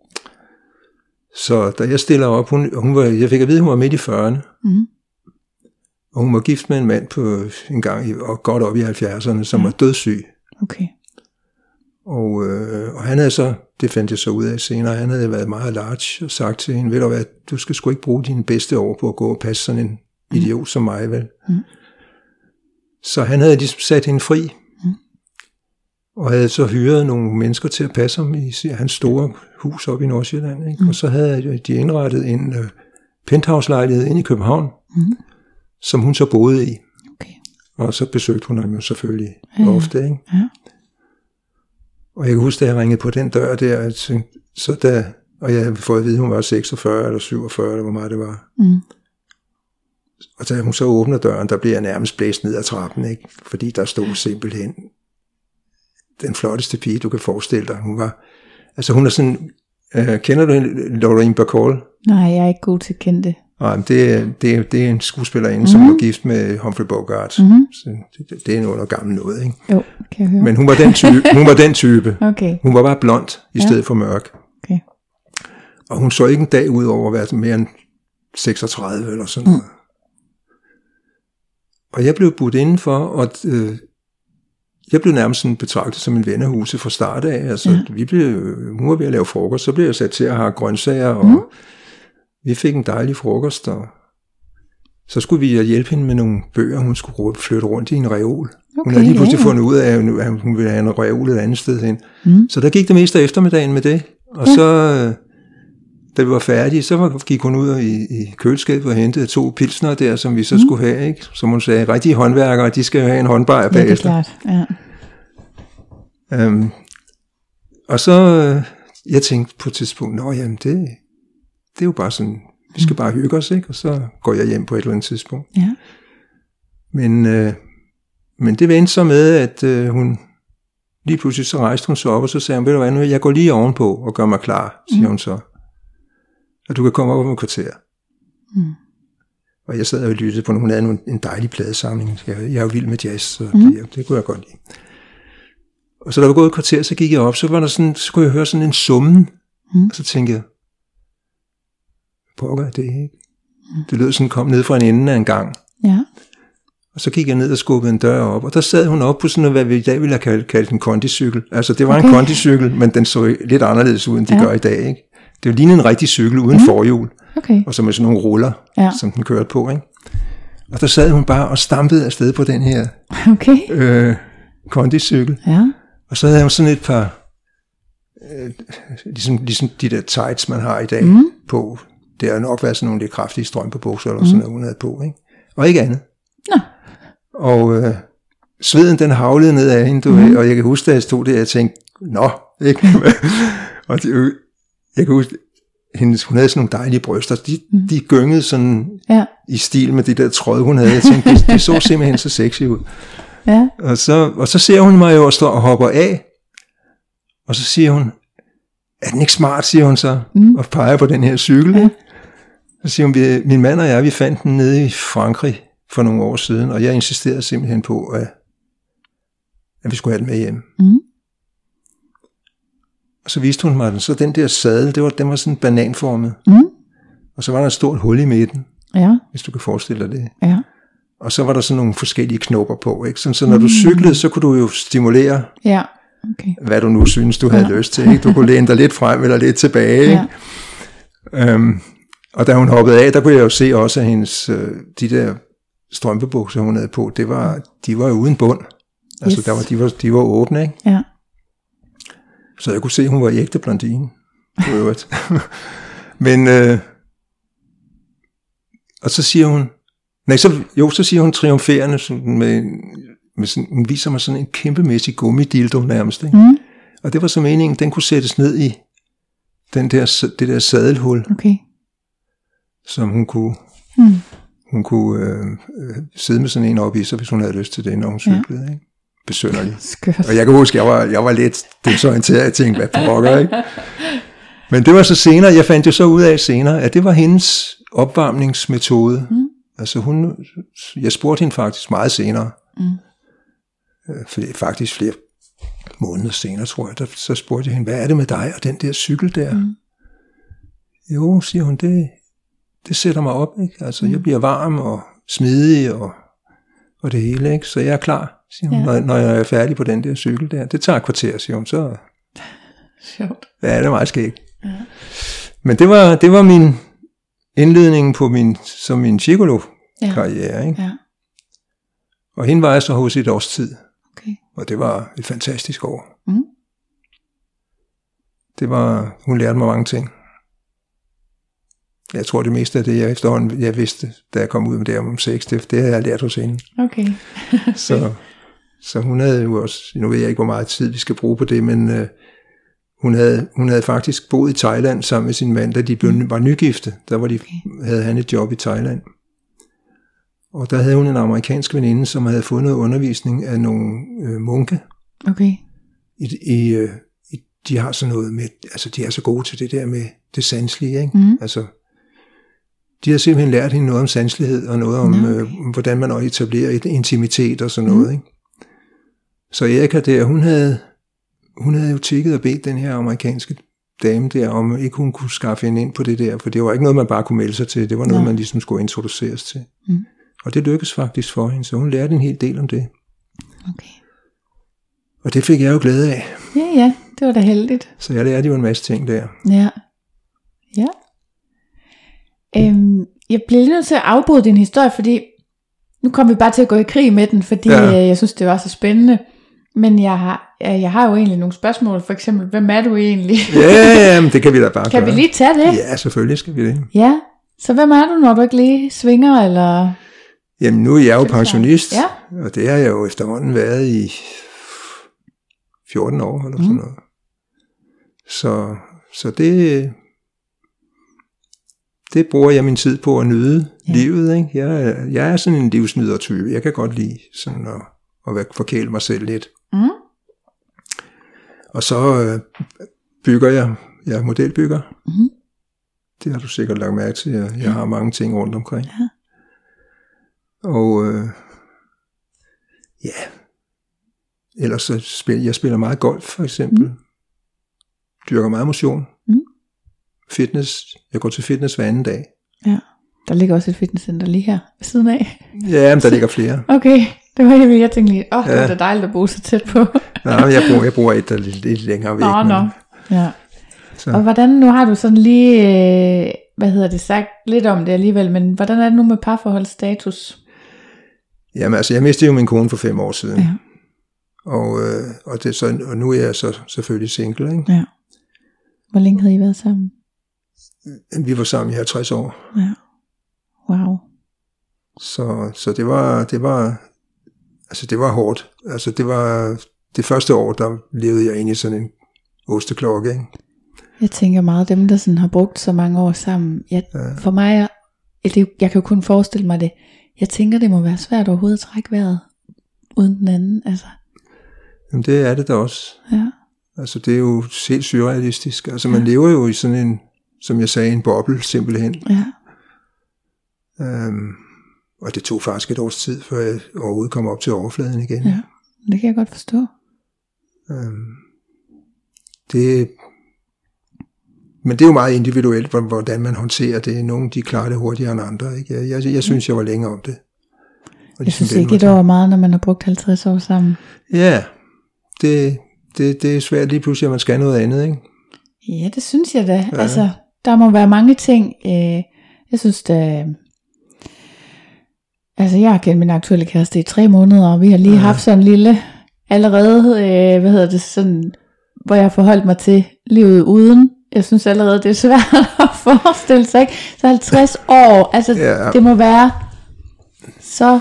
Så da jeg stiller op, hun, hun var, jeg fik at vide, at hun var midt i fyrrerne. Mm. Og hun var gift med en mand på en gang, i, og godt op i halvfjerdserne, som ja. var dødssyg. Okay. Og, øh, og han havde så, det fandt jeg så ud af senere, han havde været meget large og sagt til hende, ved du hvad, du skal sgu ikke bruge dine bedste år på at gå og passe sådan en mm. idiot som mig, vel? Mm. Så han havde ligesom sat hende fri. Og havde så hyret nogle mennesker til at passe ham i hans store hus op i Nordsjælland. Ikke? Mm. Og så havde de indrettet en uh, penthouse-lejlighed inde i København, mm. som hun så boede i. Okay. Og så besøgte hun ham jo selvfølgelig ja, ofte. Ikke? Ja. Og jeg kan huske, da jeg ringede på den dør der, at, så da, og jeg havde fået at vide, at hun var seksogfyrre eller syvogfyrre, eller hvor meget det var. Mm. Og da hun så åbner døren, der bliver jeg nærmest blæst ned ad trappen, ikke? Fordi der stod simpelthen den flotteste pige, du kan forestille dig. Hun var, altså hun er sådan, øh, kender du Lorraine Bacall? Nej, jeg er ikke god til at kende det. Nej, men det, det, det er en skuespillerinde, mm-hmm. som var gift med Humphrey Bogart. Mm-hmm. Så det, det er noget gammel noget, ikke? Jo, kan jeg høre. Men hun var den type. Hun var, den type. Okay. Hun var bare blond i ja. stedet for mørk. Okay. Og hun så ikke en dag ud over at være mere end seksogtredive eller sådan noget. Mm. Og jeg blev budt indenfor, og øh, jeg blev nærmest sådan betragtet som en vennehuse fra start af. Altså, ja. vi blev, hun var ved at lave frokost, så blev jeg sat til at have grøntsager, og mm. vi fik en dejlig frokost, og så skulle vi hjælpe hende med nogle bøger, hun skulle flytte rundt i en reol. Okay, hun havde lige pludselig ja. fundet ud af, at hun ville have en reol et andet sted hen. Mm. Så der gik det meste af eftermiddagen med det, og ja. så, da vi var færdige, så gik hun ud i, i køleskabet og hentede to pilsner der, som vi så mm. skulle have, ikke? Som hun sagde, rigtige håndværkere, de skal jo have en håndbajer bagefter. Ja, det er klart, ja. Um, og så, jeg tænkte på et tidspunkt, nå jamen, det, det er jo bare sådan, vi skal bare hygge os, ikke? Og så går jeg hjem på et eller andet tidspunkt. Ja. Men, øh, men det vendte så med, at øh, hun, lige pludselig så rejste hun så op, og så sagde hun, ved du hvad nu, jeg går lige ovenpå og gør mig klar, siger mm. hun så. Og du kan komme op om et kvarter. Mm. Og jeg sad og lyttede på, hun havde en dejlig pladesamling. Jeg, jeg er jo vild med jazz, så mm. det, det kunne jeg godt lide. Og så da der var gået et kvarter, så gik jeg op, så var der sådan, så kunne jeg høre sådan en summen Mm. Og så tænkte jeg, pokker det ikke? Mm. Det lød sådan, kom ned fra en ende af en gang. Ja. Og så gik jeg ned og skubbede en dør op, og der sad hun op på sådan noget, hvad vi i dag ville have kaldt, kaldt en kondicykel. Altså det var okay. en kondicykel, men den så lidt anderledes ud, end de ja. gør i dag, ikke? Det var lignende en rigtig cykel uden mm. forhjul, okay. og så med sådan nogle ruller, ja. som den kørte på, ikke? Og der sad hun bare og stampede afsted på den her okay. øh, kondicykel. Ja. Og så havde hun sådan et par, øh, ligesom, ligesom de der tights, man har i dag mm. på. Det har nok været sådan nogle lidt kraftige strømpebukser, eller mm. sådan noget, hun havde på, ikke? Og ikke andet. Nå. Og øh, sveden, den havlede ned af hende, du mm. ved, og jeg kan huske, da jeg stod der, jeg tænkte, nå, ikke? Og de, jeg kan huske, hendes, hun havde sådan nogle dejlige bryster, de, mm. de gyngede sådan ja. i stil med det der tråd, hun havde. Jeg tænkte, det, det så simpelthen så sexy ud. Ja. Og, så, og så ser hun mig jo og står og hopper af, og så siger hun, er den ikke smart, siger hun så, mm. og peger på den her cykel. Ja. Så siger hun, vi, min mand og jeg, vi fandt den nede i Frankrig for nogle år siden, og jeg insisterede simpelthen på, at, at vi skulle have den med hjem. Mm. Og så viste hun mig den. Så den der sadel, det var, den var sådan bananformet. Mm. Og så var der et stort hul i midten, ja. hvis du kan forestille dig det. Ja. Og så var der sådan nogle forskellige knopper på, ikke? Sådan, så når mm. du cyklede, så kunne du jo stimulere, ja. okay. hvad du nu synes, du havde ja. lyst til. Ikke? Du kunne læne dig lidt frem eller lidt tilbage. Ikke? Ja. Øhm, og da hun hoppede af, der kunne jeg jo se også, at hendes, øh, de der strømpebukser, hun havde på, det var, de var jo uden bund. Altså, yes. der var, de, var, de var åbne, ikke? Ja. Så jeg kunne se, at hun var ægte blondine. Men, øh, og så siger hun, nej, så, jo, så siger hun triumferende, med, med sådan, hun viser mig sådan en kæmpemæssig gummidildo nærmest, ikke? Mm. Og det var så meningen, den kunne sættes ned i den der, det der sadelhul, okay. som hun kunne, mm. hun kunne øh, øh, sidde med sådan en op i sig, hvis hun havde lyst til det, når hun cyklede, ja. ikke? Besønderligt. Skørt. Og jeg kan huske, jeg var, jeg var lidt desorienteret, jeg tænkte, hvad pokker, ikke? Men det var så senere, jeg fandt jo så ud af senere, at det var hendes opvarmningsmetode. Mm. Altså hun, jeg spurgte hende faktisk meget senere, mm. for det er faktisk flere måneder senere, tror jeg, der, så spurgte jeg hende, hvad er det med dig og den der cykel der? Mm. Jo, siger hun, det, det sætter mig op, ikke? Altså, mm. jeg bliver varm og smidig og, og det hele, ikke? Så jeg er klar, siger hun, ja. når, når jeg er færdig på den der cykel der. Det tager et kvarter, siger hun, så sjovt. Ja, det er meget skægt. Ja. Men det var, det var min indledning på min, som min psykolog-karriere, ja. ikke? Ja. Og hende var jeg så hos et års tid. Okay. Og det var et fantastisk år. Mm. Det var, hun lærte mig mange ting. Jeg tror, det meste af det, jeg efterhånden jeg vidste, da jeg kom ud med det om sex, det, det havde jeg lært hos hende. Okay. så, så hun havde jo også, nu ved jeg ikke, hvor meget tid vi skal bruge på det, men øh, hun, havde, hun havde faktisk boet i Thailand sammen med sin mand, da de blev, mm. var nygifte. Der var de, okay. havde han et job i Thailand. Og der havde hun en amerikansk veninde, som havde fået noget undervisning af nogle øh, munke. Okay. I, i, øh, i, de har sådan noget med, altså de er så gode til det der med det sanselige, ikke? Mm. Altså, de har simpelthen lært hende noget om sanselighed, og noget om, okay. øh, hvordan man også etablerer et intimitet og sådan noget, mm. ikke? Så Erika der, hun havde, hun havde jo tikket og bedt den her amerikanske dame der, om ikke hun kunne skaffe hende ind på det der, for det var ikke noget, man bare kunne melde sig til, det var noget, ja. man ligesom skulle introduceres til. Mm. Og det lykkedes faktisk for hende, så hun lærte en hel del om det. Okay. Og det fik jeg jo glæde af. Ja, ja, det var da heldigt. Så jeg lærte jo en masse ting der. Ja. Ja. Øhm, jeg bliver lige nødt til at afbryde din historie, fordi nu kommer vi bare til at gå i krig med den, fordi ja. jeg synes, det var så spændende. Men jeg har, jeg har jo egentlig nogle spørgsmål, for eksempel, hvem er du egentlig? Ja, ja, ja, det kan vi da bare Kan gøre. vi lige tage det? Ja, selvfølgelig skal vi det. Ja, så hvem er du, når du ikke lige svinger, eller... Jamen, nu er jeg jo pensionist, ja. og det har jeg jo efterhånden været i fjorten år, eller mm. sådan noget. Så, så det, det bruger jeg min tid på at nyde ja. livet, ikke? Jeg, jeg er sådan en livsnyder-type. Jeg kan godt lide sådan at, at forkæle mig selv lidt. Mm. Og så øh, bygger jeg, jeg er modelbygger. Mm. Det har du sikkert lagt mærke til. Jeg, jeg har mange ting rundt omkring. Ja. Og øh, ja, ellers så spiller jeg spiller meget golf for eksempel. Mm. Dyrker meget motion. Mm. fitness. Jeg går til fitness hver anden dag. Ja, der ligger også et fitnesscenter lige her ved siden af. Ja, men der ligger flere. Okay, det var helt vildt. Jeg tænkte lige, åh, oh, det var da dejligt at bo så tæt på. Nej, men jeg bruger, jeg bruger et, der er lidt, lidt længere væk. Nå, men... nå. Ja. Så. Og hvordan, nu har du sådan lige, øh, hvad hedder det, sagt lidt om det alligevel, men hvordan er det nu med parforholdsstatus? Jamen altså, jeg mistede jo min kone for fem år siden. Ja. Og, øh, og, det, så, og nu er jeg så selvfølgelig single, ikke? Ja. Hvor længe havde I været sammen? Vi var sammen i halvtreds år. Ja. Wow. Så, så det var, det var, altså det var hårdt. Altså det var, det første år, der levede jeg ind i sådan en osteklokke, ikke? Jeg tænker meget, dem der sådan har brugt så mange år sammen, jeg, ja. For mig, jeg, jeg kan jo kun forestille mig det, jeg tænker det må være svært overhovedet at trække vejret uden den anden, altså. Jamen det er det da også. Ja. Altså det er jo helt surrealistisk. Altså man ja. lever jo i sådan en, som jeg sagde, en boble simpelthen. Ja. Øhm, og det tog faktisk et års tid, før jeg overhovedet kom op til overfladen igen. Ja, det kan jeg godt forstå. Øhm, det Men det er jo meget individuelt, hvordan man håndterer det. Nogle de klarer det hurtigere end andre. Ikke? Jeg, jeg, jeg synes, jeg var længere om det. Og jeg synes ikke, det var meget, når man har brugt halvtreds år sammen. Ja, det, det, det er svært lige pludselig, at man skal noget andet, ikke? Ja, det synes jeg da. Ja. Altså, der må være mange ting. Øh, jeg synes da... Altså, jeg har kendt min aktuelle kæreste i tre måneder, og vi har lige ja. haft sådan en lille... Allerede, øh, hvad hedder det, sådan... Hvor jeg har forholdt mig til livet uden. Jeg synes allerede, det er svært at forestille sig, ikke? Så halvtreds år, altså, ja. Det må være så...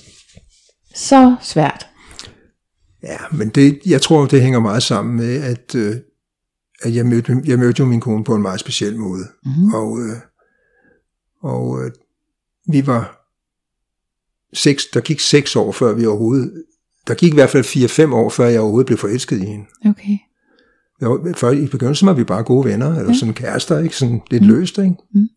Så svært. Ja, men det, jeg tror, det hænger meget sammen med, at, øh, at jeg, mødte, jeg mødte jo min kone på en meget speciel måde. Mm-hmm. Og, øh, og øh, vi var seks, der gik seks år, før vi overhovedet, der gik i hvert fald fire fem år, før jeg overhovedet blev forelsket i hende. Okay. Jeg, for i begyndelsen var vi bare gode venner, eller ja. sådan kærester, ikke? Sådan lidt mm. løst, ikke? Mm.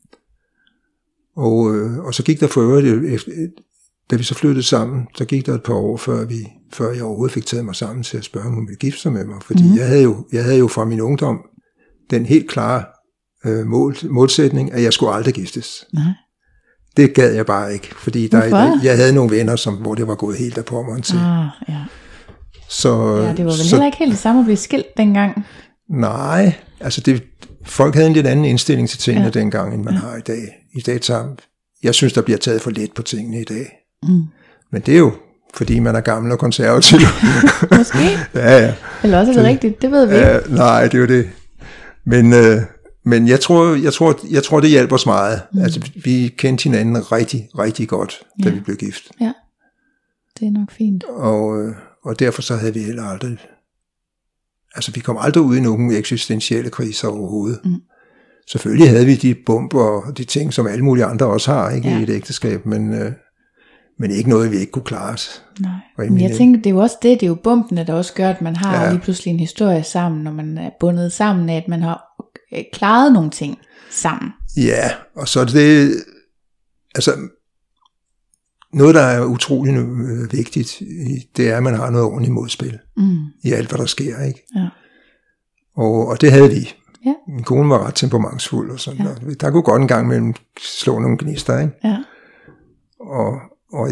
Og, øh, og så gik der for øvrigt, da vi så flyttede sammen, så gik der et par år, før, vi, før jeg overhovedet fik taget mig sammen til at spørge, om hun ville gifte sig med mig. Fordi mm. jeg, havde jo, jeg havde jo fra min ungdom den helt klare øh, mål, målsætning, at jeg skulle aldrig giftes. Nej. Det gad jeg bare ikke, fordi der, der, jeg havde nogle venner, som, hvor det var gået helt af på mig til. Ah, ja. Så, ja, det var vel så, heller ikke helt det samme at blive skilt dengang. Nej, altså det, folk havde en lidt anden indstilling til tingene ja. dengang, end man ja. har i dag. I dag tager, jeg synes, der bliver taget for let på tingene i dag. Mm. Men det er jo, fordi man er gammel og konservativ. Måske. ja, ja. Eller også er det, det rigtigt, det ved vi ja, ikke. Nej, det er jo det. Men, øh, men jeg, tror, jeg, tror, jeg tror, det hjælper os meget. Mm. Altså, vi kendte hinanden rigtig, rigtig godt, da ja. vi blev gift. Ja, det er nok fint. Og, øh, og derfor så havde vi heller aldrig... Altså, vi kom aldrig ud i nogen eksistentielle kriser overhovedet. Mm. Selvfølgelig havde vi de bomber og de ting, som alle mulige andre også har, ikke, ja. i et ægteskab, men, øh, men ikke noget, vi ikke kunne klare os. Nej, men jeg tænker, det er jo også det, det er jo bumpene, der også gør, at man har ja. lige pludselig en historie sammen, når man er bundet sammen af, at man har klaret nogle ting sammen. Ja, og så er det, altså, noget, der er utrolig vigtigt, det er, at man har noget ordentligt modspil mm. i alt, hvad der sker, ikke? Ja. Og, og det havde vi. Ja. Min kone var ret temperamentsfuld og sådan. Ja. Og der kunne godt en gang mellem slå nogle gnister, ikke? Ja. Og, og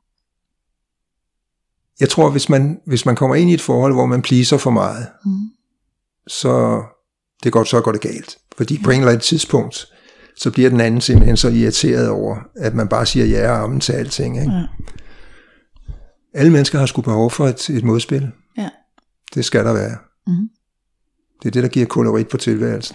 jeg tror, hvis man, hvis man kommer ind i et forhold, hvor man pleaser for meget, mm. så det går, så går det galt. Fordi ja. på en eller anden tidspunkt, så bliver den anden simpelthen så irriteret over, at man bare siger ja og amen til alting, ikke? Ja. Alle mennesker har sgu behov for et, et modspil. Ja. Det skal der være. Mm. Det er det, der giver kolorit på tilværelsen.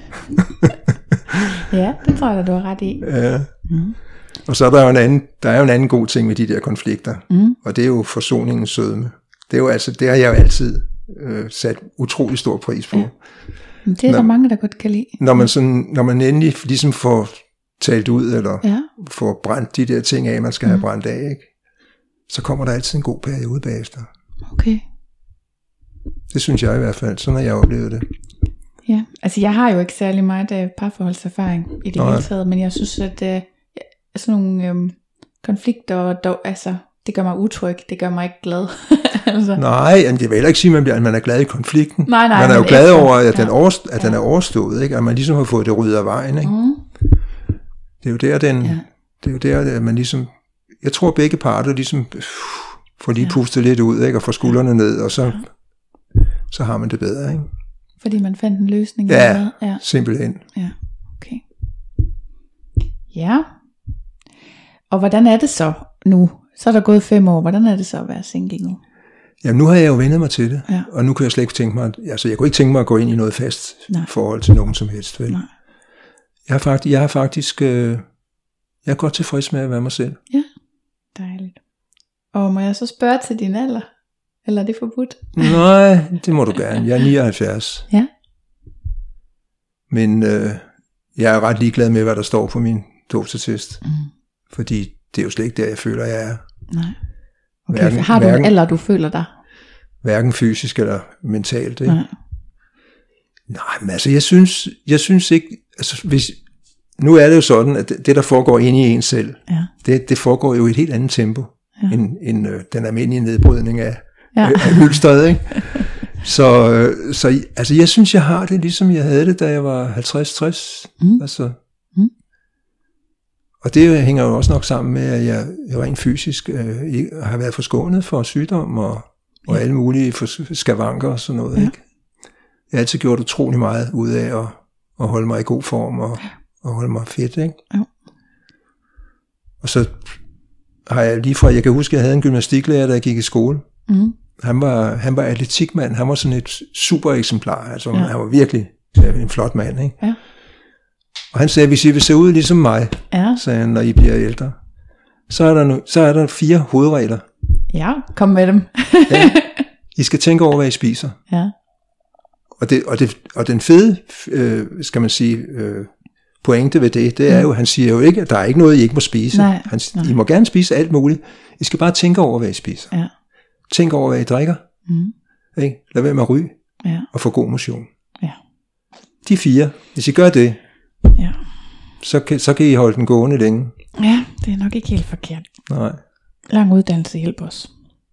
Ja, det tror jeg, du har ret i. Ja. Mm. Og så er der jo en anden, der er jo en anden god ting med de der konflikter, mm. og det er jo forsoningens sødme. Det er jo altså, det har jeg jo altid øh, sat utrolig stor pris på. Ja. Men det er når, der mange, der godt kan lide. Når man, sådan, når man endelig ligesom får talt ud, eller ja. får brændt de der ting af, man skal mm. have brændt af, ikke? Så kommer der altid en god periode bagefter. Okay. Det synes jeg i hvert fald, sådan har jeg oplevet det. Ja, altså jeg har jo ikke særlig meget uh, parforholdserfaring i det Nå, hele taget, men jeg synes, at uh, sådan nogle um, konflikter, dog, altså, det gør mig utryg, det gør mig ikke glad. altså. Nej, det vil heller ikke sige, at man, bliver, at man er glad i konflikten. Nej, nej, man er jo glad efter, over, at, ja. den, overst- at ja. den er overstået, ikke? At man ligesom har fået det ryddet af vejen. Ikke? Mm. Det er jo der, den, ja. det er jo der, at man ligesom, jeg tror begge parter ligesom får lige ja. pustet lidt ud, ikke? Og får skuldrene ja. ned, og så, ja. så har man det bedre. Ikke? Fordi man fandt en løsning? Ja, ja. simpelthen. Ja, okay. Ja. Og hvordan er det så nu? Så er der gået fem år. Hvordan er det så at være single nu? Jamen nu har jeg jo vendt mig til det, ja. og nu kan jeg slet ikke tænke mig, altså jeg kunne ikke tænke mig at gå ind i noget fast Nej. forhold til nogen som helst. Vel? Nej. Jeg har faktisk, jeg har faktisk, øh, jeg er godt tilfreds med at være mig selv. Ja, dejligt. Og må jeg så spørge til din alder? Eller er det forbudt? Nej, det må du gerne. Jeg er nioghalvfjerds. Ja. Men øh, jeg er ret ligeglad med, hvad der står på min dåbsattest. Mm. Fordi det er jo slet ikke der, jeg føler, jeg er. Nej. Okay, hverken, har du hverken, en alder, du føler dig? Hverken fysisk eller mentalt. Ikke? Nej. Nej, men altså, jeg synes, jeg synes ikke, altså, hvis, nu er det jo sådan, at det, der foregår inde i en selv, ja. det, det foregår jo i et helt andet tempo, ja. end, end øh, den almindelige nedbrydning af, ja. af Hylstad, ikke? Så, øh, så altså, jeg synes, jeg har det, ligesom jeg havde det, da jeg var halvtreds tres. Mm. Altså, mm. Og det hænger jo også nok sammen med, at jeg, jeg rent fysisk øh, har været forskånet for sygdom og, og ja. alle mulige skavanker og sådan noget, ja. ikke? Jeg har altid gjort utrolig meget ud af at, at holde mig i god form og, og holde mig fedt, ikke? Ja. Og så har jeg lige fra, jeg kan huske, at jeg havde en gymnastiklærer, da jeg gik i skole. Mm. Han var, han var atletikmand, han var sådan et super eksemplar, altså ja. han var virkelig en flot mand, ikke? Ja. Og han sagde, hvis I vil se ud ligesom mig, ja. sagde han, når I bliver ældre, så er der, nu, så er der fire hovedregler. Ja, kom med dem. ja. I skal tænke over, hvad I spiser. Ja. Og, det, og, det, og den fede, øh, skal man sige, øh, pointe ved det, det er jo, han siger jo ikke, at der er ikke noget, I ikke må spise. Nej, han, nej. I må gerne spise alt muligt. I skal bare tænke over, hvad I spiser. Ja. Tænk over, hvad I drikker. Mm. Ikke? Lad være med at ryge. Ja. Og få god motion. Ja. De fire, hvis I gør det, ja. så, kan, så kan I holde den gående længe. Ja, det er nok ikke helt forkert. Nej. Lang uddannelse hjælper os.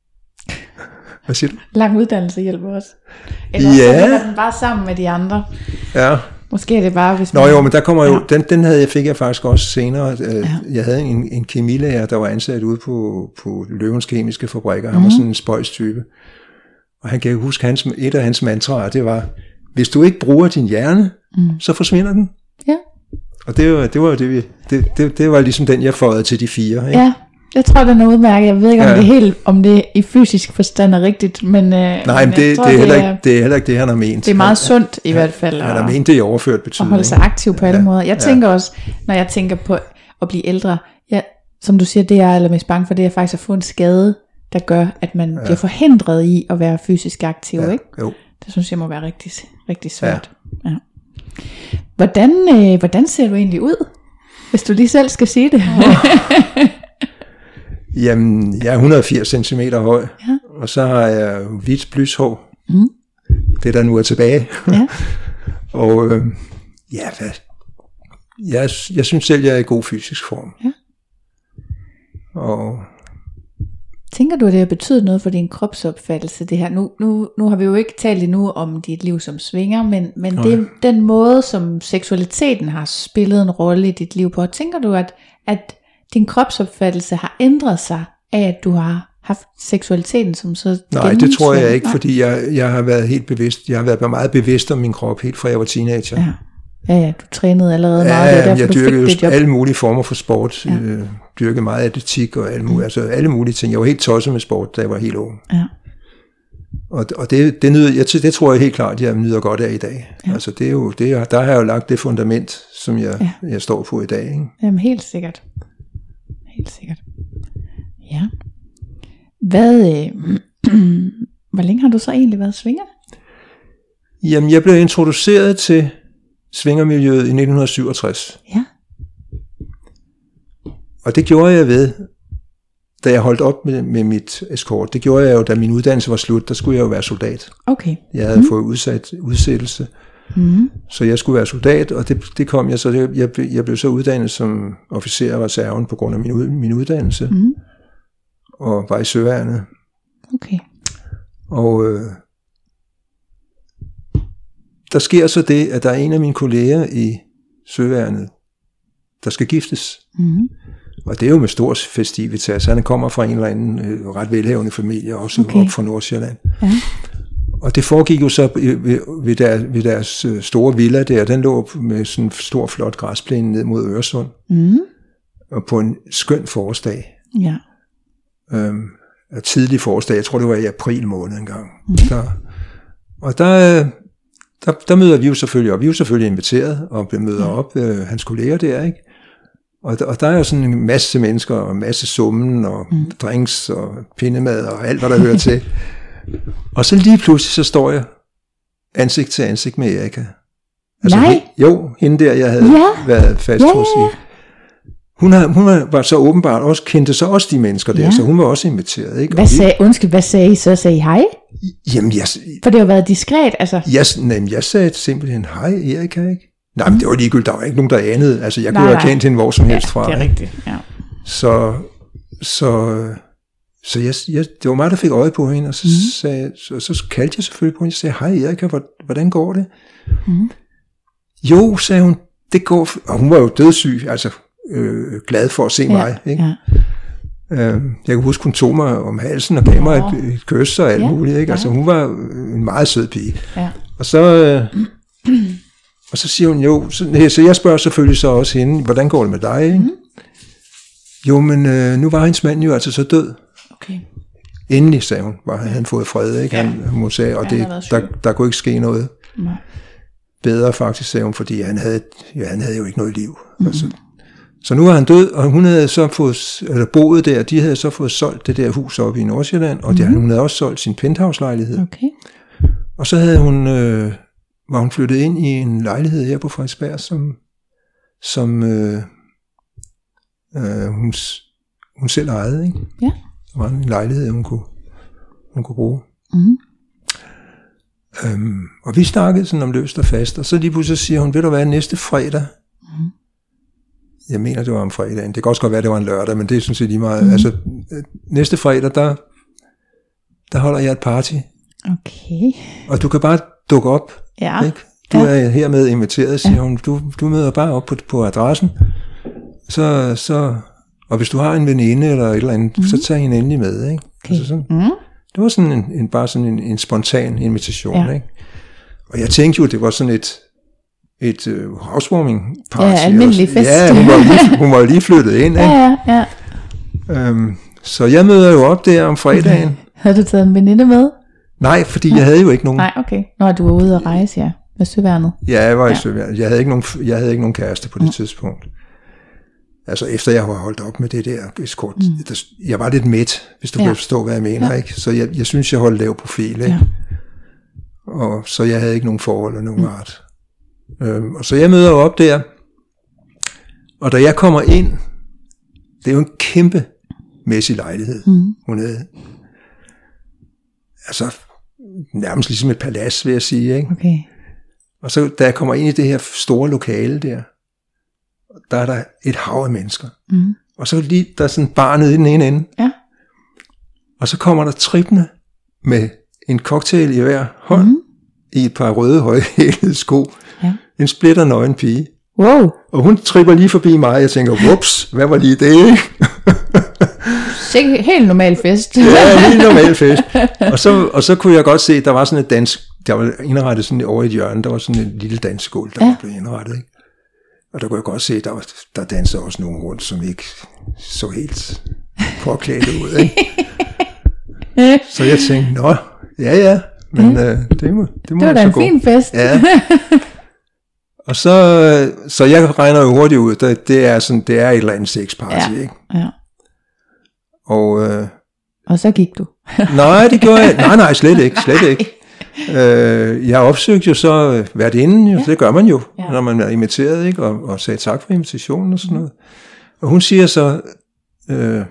Hvad siger du? Lang uddannelse hjælper os. Eller ja. så hænger den bare sammen med de andre. Ja. Måske er det bare, hvis man... Nå jo, men der kommer jo, ja. den, den havde jeg, fik jeg faktisk også senere. Ja. Jeg havde en, en kemilærer, der var ansat ude på, på Løvens Kemiske Fabrikker. Han mm. var sådan en spøjstype. Og han kan huske, hans, et af hans mantraer, det var, hvis du ikke bruger din hjerne, mm. så forsvinder den. Ja. Og det var, det var det, vi, det, det, det var ligesom den, jeg fåede til de fire. Ikke? Ja. Jeg tror, den er udmærket. Jeg ved ikke, om ja. det er helt, om det i fysisk forstand er rigtigt, men, Nej, men, men det, tror, det, er heller det, er, ikke, det er heller ikke det, han har ment. Det er meget sundt i ja, hvert fald. Han har ment det i overført betydning. At holde sig aktiv på alle ja. måder. Jeg tænker ja. også, når jeg tænker på at blive ældre, ja, som du siger, det jeg er allermest bange for, det er faktisk at få en skade, der gør, at man ja. bliver forhindret i at være fysisk aktiv. Ja. Ikke? Jo. Det synes jeg må være rigtig, rigtig svært. Ja. Ja. Hvordan, øh, hvordan ser du egentlig ud, hvis du lige selv skal sige det? Oh. Jamen, jeg er et hundrede og firs centimeter høj, ja. og så har jeg hvidt blyshår. Mm. Det der nu er tilbage. Ja. og øh, ja, hvad? Jeg, jeg synes selv, jeg er i god fysisk form. Ja. Og tænker du, at det har betydet noget for din kropsopfattelse, det her? Nu, nu, nu har vi jo ikke talt endnu om dit liv som swinger, men, men det er den måde, som seksualiteten har spillet en rolle i dit liv på. Tænker du, at, at din kropsopfattelse har ændret sig af, at du har haft seksualiteten som så Nej, det tror jeg ikke, fordi jeg, jeg har været helt bevidst. Jeg har været meget bevidst om min krop, helt fra jeg var teenager. Ja, ja, ja du trænede allerede ja, meget. Det er derfor, jeg du dyrkede fik det job. alle mulige former for sport. Ja. Øh, dyrkede meget atletik og alle mulige, mm. altså alle mulige ting. Jeg var helt tosset med sport, da jeg var helt ung. Ja. Og, og det, det, nyder, jeg, det tror jeg helt klart, jeg nyder godt af i dag. Ja. Altså det er jo, det er, der har jeg jo lagt det fundament, som jeg, ja. jeg står på i dag. Ikke? Jamen helt sikkert. Helt sikkert. Ja. Hvad, øh, hvor længe har du så egentlig været swinger? Jamen, jeg blev introduceret til swingermiljøet i nitten syvogtres. Ja. Og det gjorde jeg ved, da jeg holdt op med, med mit eskort. Det gjorde jeg jo, da min uddannelse var slut. Der skulle jeg jo være soldat. Okay. Jeg havde mm. fået udsat, udsættelse. Mm. Så jeg skulle være soldat, og det, det kom jeg så. Det, jeg, jeg blev så uddannet som officer af reserven på grund af min, min uddannelse. Mm. Og var i søværnet. Okay. Og øh, der sker så det, at der er en af mine kolleger i Søværnet, der skal giftes. Mm-hmm. Og det er jo med stor festivitas. Han kommer fra en eller anden øh, ret velhavende familie, også okay. op fra Nordsjælland. Ja. Og det foregik jo så ved, ved, der, ved deres store villa der. Den lå med sådan en stor, flot græsplæne ned mod Øresund. Mm. Og på en skøn forårsdag. Ja. Øhm, tidlig forårsdag. Jeg tror, det var i april måned engang. Mm. Der, og der, der, der møder vi jo selvfølgelig op. Vi er jo selvfølgelig inviteret og møder mm. op øh, hans kolleger der, ikke? Og der, og der er jo sådan en masse mennesker, og en masse summen, og mm. drinks, og pindemad, og alt, hvad der hører til. Og så lige pludselig, så står jeg ansigt til ansigt med Erika. Altså, Nej. He, jo, hende der, jeg havde ja. været fast hos ja, ja. i. Hun, har, hun var så åbenbart også, kendte så også de mennesker der, ja. så hun var også inviteret. Ikke? Hvad sagde, vi, undskyld, hvad sagde I så? Sagde I hej? Jamen, jeg... For det har været diskret, altså. Jeg, nej, jeg sagde simpelthen, hej Erika, ikke? Nej, men det var ligegyldigt, der var ikke nogen, der anede. Altså, jeg nej, kunne have kendt hende hvor som helst fra. Ja, det er rigtigt, ja. Så, så, så jeg, jeg, det var mig, der fik øje på hende, og så, mm. sagde, så, så kaldte jeg selvfølgelig på hende, og sagde, hej Erika, hvordan går det? Mm. Jo, sagde hun, det går, og hun var jo dødssyg, altså øh, glad for at se ja, mig, ikke? Ja. Øh, jeg kan huske, hun tog mig om halsen og gav mig et, et kys og alt ja, muligt, ikke? Altså, ja. Hun var en meget sød pige. Ja. Og så... Øh, Og så siger hun, jo, så, så jeg spørger selvfølgelig så også hende, hvordan går det med dig, ikke? Mm. Jo, men øh, nu var hendes mand jo altså så død. Okay. Endelig, sagde hun, var han fået fred, ikke? Ja. Han, hun sagde, og ja, det, der, der kunne ikke ske noget Nej. bedre faktisk, sagde hun, fordi han havde, ja, han havde jo ikke noget liv. Mm. Altså. Så nu var han død, og hun havde så fået, eller boet der, de havde så fået solgt det der hus oppe i Nordsjælland, og mm. det, hun havde også solgt sin penthouse-lejlighed. Okay. Og så havde hun... Øh, var hun flyttet ind i en lejlighed her på Frederiksberg, som, som øh, øh, hun, hun selv ejede, ikke? Ja. Der var en lejlighed, hun kunne, hun kunne bruge. Mm. Øhm, og vi snakkede sådan om løst og fast, og så lige pludselig siger hun, ved du hvad, næste fredag, mm. jeg mener, det var om fredagen, det kan også godt være, det var en lørdag, men det er sådan set lige meget, mm. altså næste fredag, der, der holder jeg et party. Okay. Og du kan bare dukke op. Ja. Ikke? Du ja. er hermed inviteret, siger ja. hun. Du, du møder bare op på, på adressen. Så, så, og hvis du har en veninde eller et eller andet, mm. så tag hende endelig med. Ikke? Okay. Altså sådan, mm. Det var sådan en, en, bare sådan en, en spontan invitation. Ja. Ikke? Og jeg tænkte jo, det var sådan et, et uh, housewarming party. Ja, almindelig fest. Ja, hun var, lige, hun var lige flyttet ind. Ikke? Ja, ja, ja. Øhm, så jeg møder jo op der om fredagen. Okay. Havde du taget en veninde med? Nej, fordi Nej. jeg havde jo ikke nogen. Nej, okay. Nå, du var ude at rejse, ja. Med Søværnet. Ja, jeg var i ja. Søværnet. Jeg havde ikke nogen, jeg havde ikke nogen kæreste på det mm. tidspunkt. Altså efter jeg var holdt op med det der eskort. Mm. Der, jeg var lidt midt, hvis du ja. kan forstå, hvad jeg mener. Ja. Ikke? Så jeg, jeg synes, jeg holdt lav profil. Ikke? Ja. Og så jeg havde ikke nogen forhold af nogen mm. art. Øhm, og så jeg møder op der. Og da jeg kommer ind, det er jo en kæmpe mæssig lejlighed, mm. hun havde. Altså nærmest ligesom et palads, vil jeg sige, ikke? Okay. Og så da jeg kommer ind i det her store lokale der, der er der et hav af mennesker. Mm. Og så lige, der er sådan barnet i den ene ende. Ja. Og så kommer der trippende med en cocktail i hver hånd, mm. i et par røde højhælede sko. Ja. En splitter nøgen pige. Wow. Og hun tripper lige forbi mig, og jeg tænker, whoops, hvad var lige det, ikke? Helt normal fest. Ja, helt normal fest. Og så, og så kunne jeg godt se, der var sådan et dans, der var indrettet sådan over i et hjørne, der var sådan en lille dansegulv, der ja. blev indrettet, ikke? Og der kunne jeg godt se, der var, der dansede også nogen rundt, som ikke så helt påklædt ud, ikke? Så jeg tænkte, nå, ja ja, men ja. Øh, det må det må det var da en fin fest. Ja. Og så, så jeg regner jo hurtigt ud, det, det er sådan, det er et eller andet sexparty, ja. ikke? Ja. Og, øh, og så gik du. Nej, det gjorde jeg. Nej, nej, slet ikke, slet ikke. Øh, jeg opsøgte jo så værtinden, jo, ja. Det gør man jo, ja. Når man er inviteret, ikke? Og, og sagde tak for invitationen og sådan noget. Og hun siger så, øh,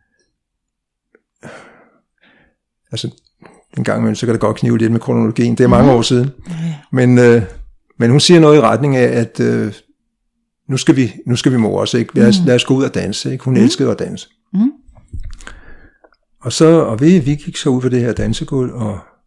altså en gang imellem, så kan det godt knive lidt med kronologien, det er mange ja. år siden, men, øh, men hun siger noget i retning af, at øh, nu skal vi, nu skal vi mor os, ikke? Lad os, lad os gå ud og danse, ikke? Hun mm. elskede at danse. Mm. Og så, og vi, vi gik så ud på det her dansegulv, og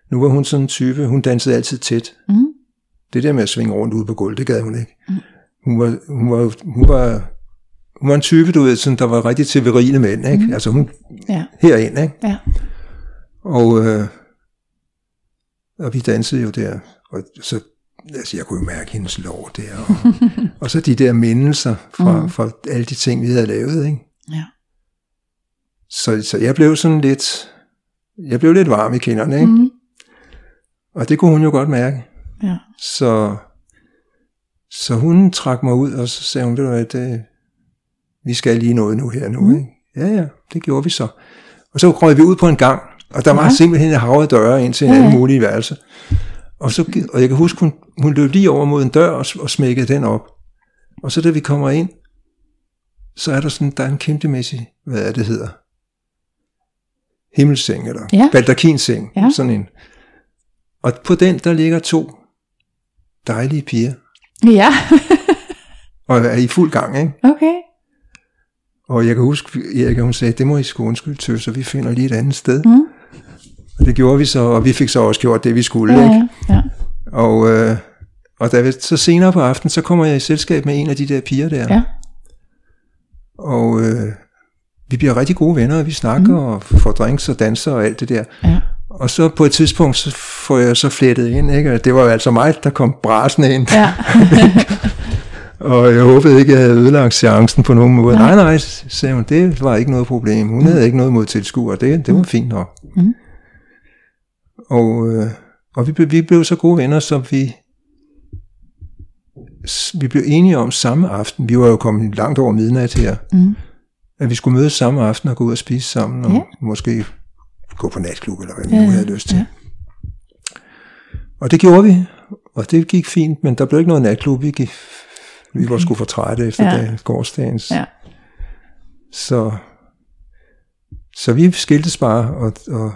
nu var hun sådan en type, hun dansede altid tæt. Mm. Det der med at svinge rundt ude på gulvet, det gad hun ikke. Mm. Hun, var, hun, var, hun, var, hun var en type, du ved, sådan, der var rigtig til virile mænd, ikke? Mm. Altså hun ja. herind, ikke? Ja. Og, øh, og vi dansede jo der, og så, altså jeg kunne jo mærke hendes lår der, og, og så de der mindelser fra, mm. fra alle de ting, vi havde lavet, ikke? Ja. Så, så jeg blev sådan lidt, jeg blev lidt varm i kinderne, ikke? Mm. Og det kunne hun jo godt mærke. Ja. Så, så hun trak mig ud, og så sagde hun, ved du hvad, det, vi skal lige noget nu her nu, mm. ikke? Ja, ja, det gjorde vi så. Og så røg vi ud på en gang, og der var ja. simpelthen en hav af døre ind til en ja. anden mulig værelse. Og, så, og jeg kan huske, hun, hun løb lige over mod en dør og, og smækkede den op. Og så da vi kommer ind, så er der sådan, der er en kæmpemæssig, hvad er det hedder? Himmelseng, eller ja. baldakinseng, ja. sådan en. Og på den, der ligger to dejlige piger. Ja. Og er i fuld gang, ikke? Okay. Og jeg kan huske, Erika, hun sagde, det må I sgu undskylde til, så vi finder lige et andet sted. Mm. Og det gjorde vi så, og vi fik så også gjort det, vi skulle, ja, ikke? Ja. Og, øh, og da vi, så senere på aftenen, så kommer jeg i selskab med en af de der piger der. Ja. Og øh, vi bliver rigtig gode venner, og vi snakker, mm. og får drinks og danser og alt det der. Ja. Og så på et tidspunkt, så får jeg så flettet ind, ikke? Og det var jo altså mig, der kom brasende ind. Ja. Og jeg håbede ikke, at jeg havde ødelagt chancen på nogen måde. Nej, nej, nej, sagde hun, det var ikke noget problem. Hun mm. havde ikke noget mod tilskuere, det, det var fint nok. Mm. Og, øh, og vi, vi blev så gode venner, så vi, vi blev enige om samme aften. Vi var jo kommet langt over midnat her. Mm. At vi skulle mødes samme aften og gå ud og spise sammen, og ja. måske gå på natklub, eller hvad vi ja, nu havde lyst til. Ja. Og det gjorde vi, og det gik fint, men der blev ikke noget natklub. Vi, gik, vi okay. var sgu for trætte efter ja. dag, gårdsdagens. Ja. Så, så vi skiltes bare, og, og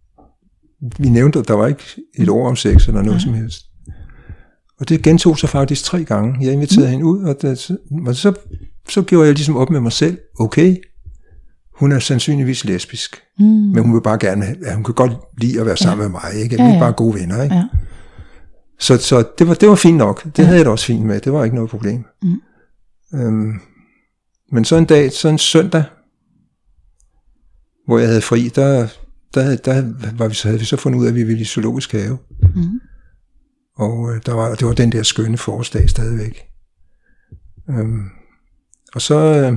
vi nævnte, at der var ikke et ord om sex eller noget ja. som helst. Og det gentog sig faktisk tre gange. Jeg inviterede mm. hende ud, og, det, og så, så gjorde jeg ligesom op med mig selv. Okay, hun er sandsynligvis lesbisk, mm. men hun vil bare gerne, ja, hun kan godt lide at være sammen ja. med mig, ikke? Vi er ja, ja. bare gode venner, ikke? Ja. Så, så det, var, det var fint nok. Det ja. havde jeg da også fint med. Det var ikke noget problem. Mm. Øhm, men så en dag, så en søndag, hvor jeg havde fri, der, der, der var vi, så havde vi så fundet ud af, at vi ville i zoologisk have. Mm. Og øh, der var, det var den der skønne forårsdag stadigvæk. Øhm, og så, øh,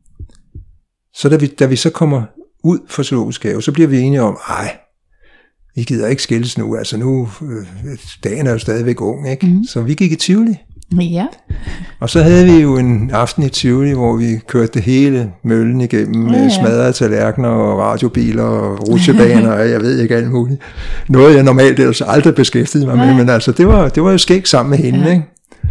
så da vi, da vi så kommer ud fra zoologisk have, så bliver vi enige om, ej, vi gider ikke skilles nu, altså nu, øh, dagen er jo stadigvæk ung, ikke? Mm. Så vi gik i Tivoli. Ja. Og så havde vi jo en aften i Tivoli, hvor vi kørte det hele møllen igennem med ja, ja. smadrede tallerkener og radiobiler og rutsjebaner og jeg ved ikke alt muligt. Noget jeg normalt ellers aldrig beskæftigede mig ja. med, men altså det var, det var jo skægt sammen med hende, ja. ikke?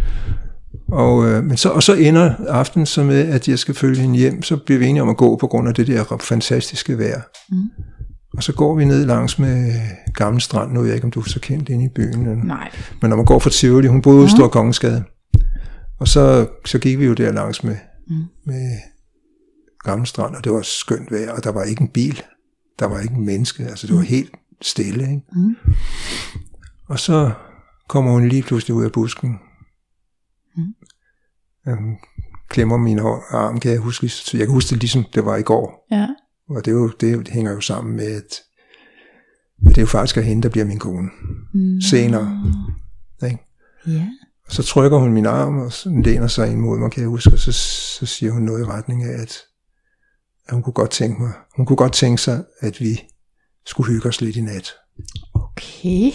Og, øh, men så, og så ender aftenen så med, at jeg skal følge hende hjem, så bliver vi enige om at gå på grund af det der fantastiske vejr. Mm. Og så går vi ned langs med Gamle Strand. Nu ved jeg ikke, om du er så kendt inde i byen. Nej. Men når man går fra Tivoli, hun boede ude i Stor Kongensgade. Og så, så gik vi jo der langs med, mm. med Gamle Strand, og det var skønt vejr, og der var ikke en bil. Der var ikke en menneske. Altså det var helt stille, ikke? Mm. Og så kommer hun lige pludselig ud af busken. Mm. Hun klemmer min arm, kan jeg huske. Så jeg kan huske det ligesom det var i går. Ja. Og det, er jo, det hænger jo sammen med, at det er jo faktisk hende, der bliver min kone. Mm. Senere. Ikke? Yeah. Og så trykker hun min arm, og så læner sig ind mod mig, kan jeg huske, og så, så siger hun noget i retning af, at, at hun kunne godt tænke mig, hun kunne godt tænke sig, at vi skulle hygge os lidt i nat. Okay.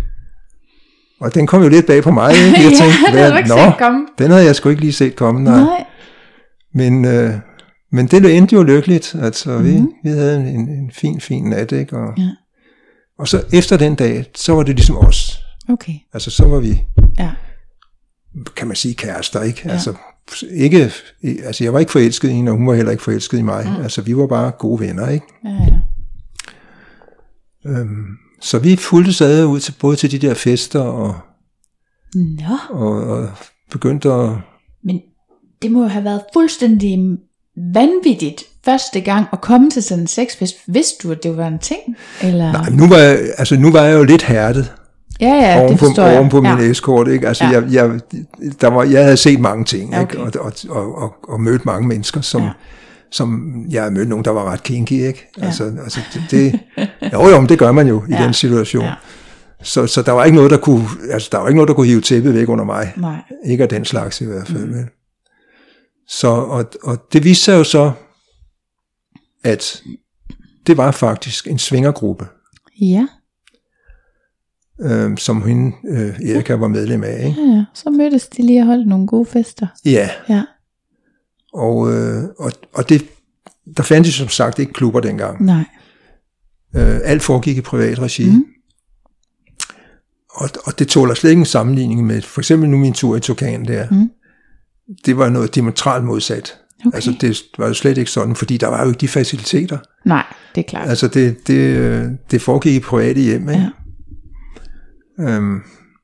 Og den kom jo lidt bag på mig, ikke? Jeg tænkte, ja, den havde du ikke set komme. Den havde jeg sgu ikke lige set komme, nej. nej. Men... Øh, Men det endte jo lykkeligt, altså mm-hmm. vi, vi havde en, en fin, fin nat, ikke? Og, ja. og så efter den dag, så var det ligesom os. Okay. Altså så var vi, ja. kan man sige, kærester, ikke? Ja. Altså, ikke, altså jeg var ikke forelsket i hende, og hun var heller ikke forelsket i mig. Mm. Altså vi var bare gode venner, ikke? Ja, ja. Øhm, så vi fulgte sad ud til, både til de der fester, og, Nå. og, og begyndte at... Men det må jo have været fuldstændig vanvittigt første gang at komme til sådan en sexfest, vidste du, at det var en ting? Eller? Nej, nu var jeg, altså, nu var jeg jo lidt hærdet. Ja, ja, oven det på, forstår jeg. oven på ja. min escort, ikke? Altså, Ja. jeg, jeg, der var, jeg havde set mange ting, Ja, ikke? okay. Og, og, og, og, og mødt mange mennesker, som, Ja. som jeg har mødt nogen, der var ret kinky, ikke? Ja. Altså, altså det, det, jo, jo, men det gør man jo i Ja. den situation. Ja. Så, så der var ikke noget, der kunne, altså, der var ikke noget, der kunne hive tæppet væk under mig. Nej. Ikke af den slags i hvert fald. Mm. Så, og, og det viste sig jo så, at det var faktisk en svingergruppe, Ja. øh, som hende, øh, Erika, var medlem af, ikke? Ja, ja. Så mødtes de lige og holdt nogle gode fester. Ja, Ja. og, øh, og, og det, der fandtes som sagt ikke klubber dengang. Nej. Øh, alt foregik i privat regi. Mm. Og, og det tåler slet ikke en sammenligning med, for eksempel nu min tur i Turkan der. Mm. Det var noget diametralt modsat. Okay. Altså det var jo slet ikke sådan, fordi der var jo ikke de faciliteter. Nej, det er klart. Altså det, det, øh, det foregik i private hjem, ikke? Ja. Øhm,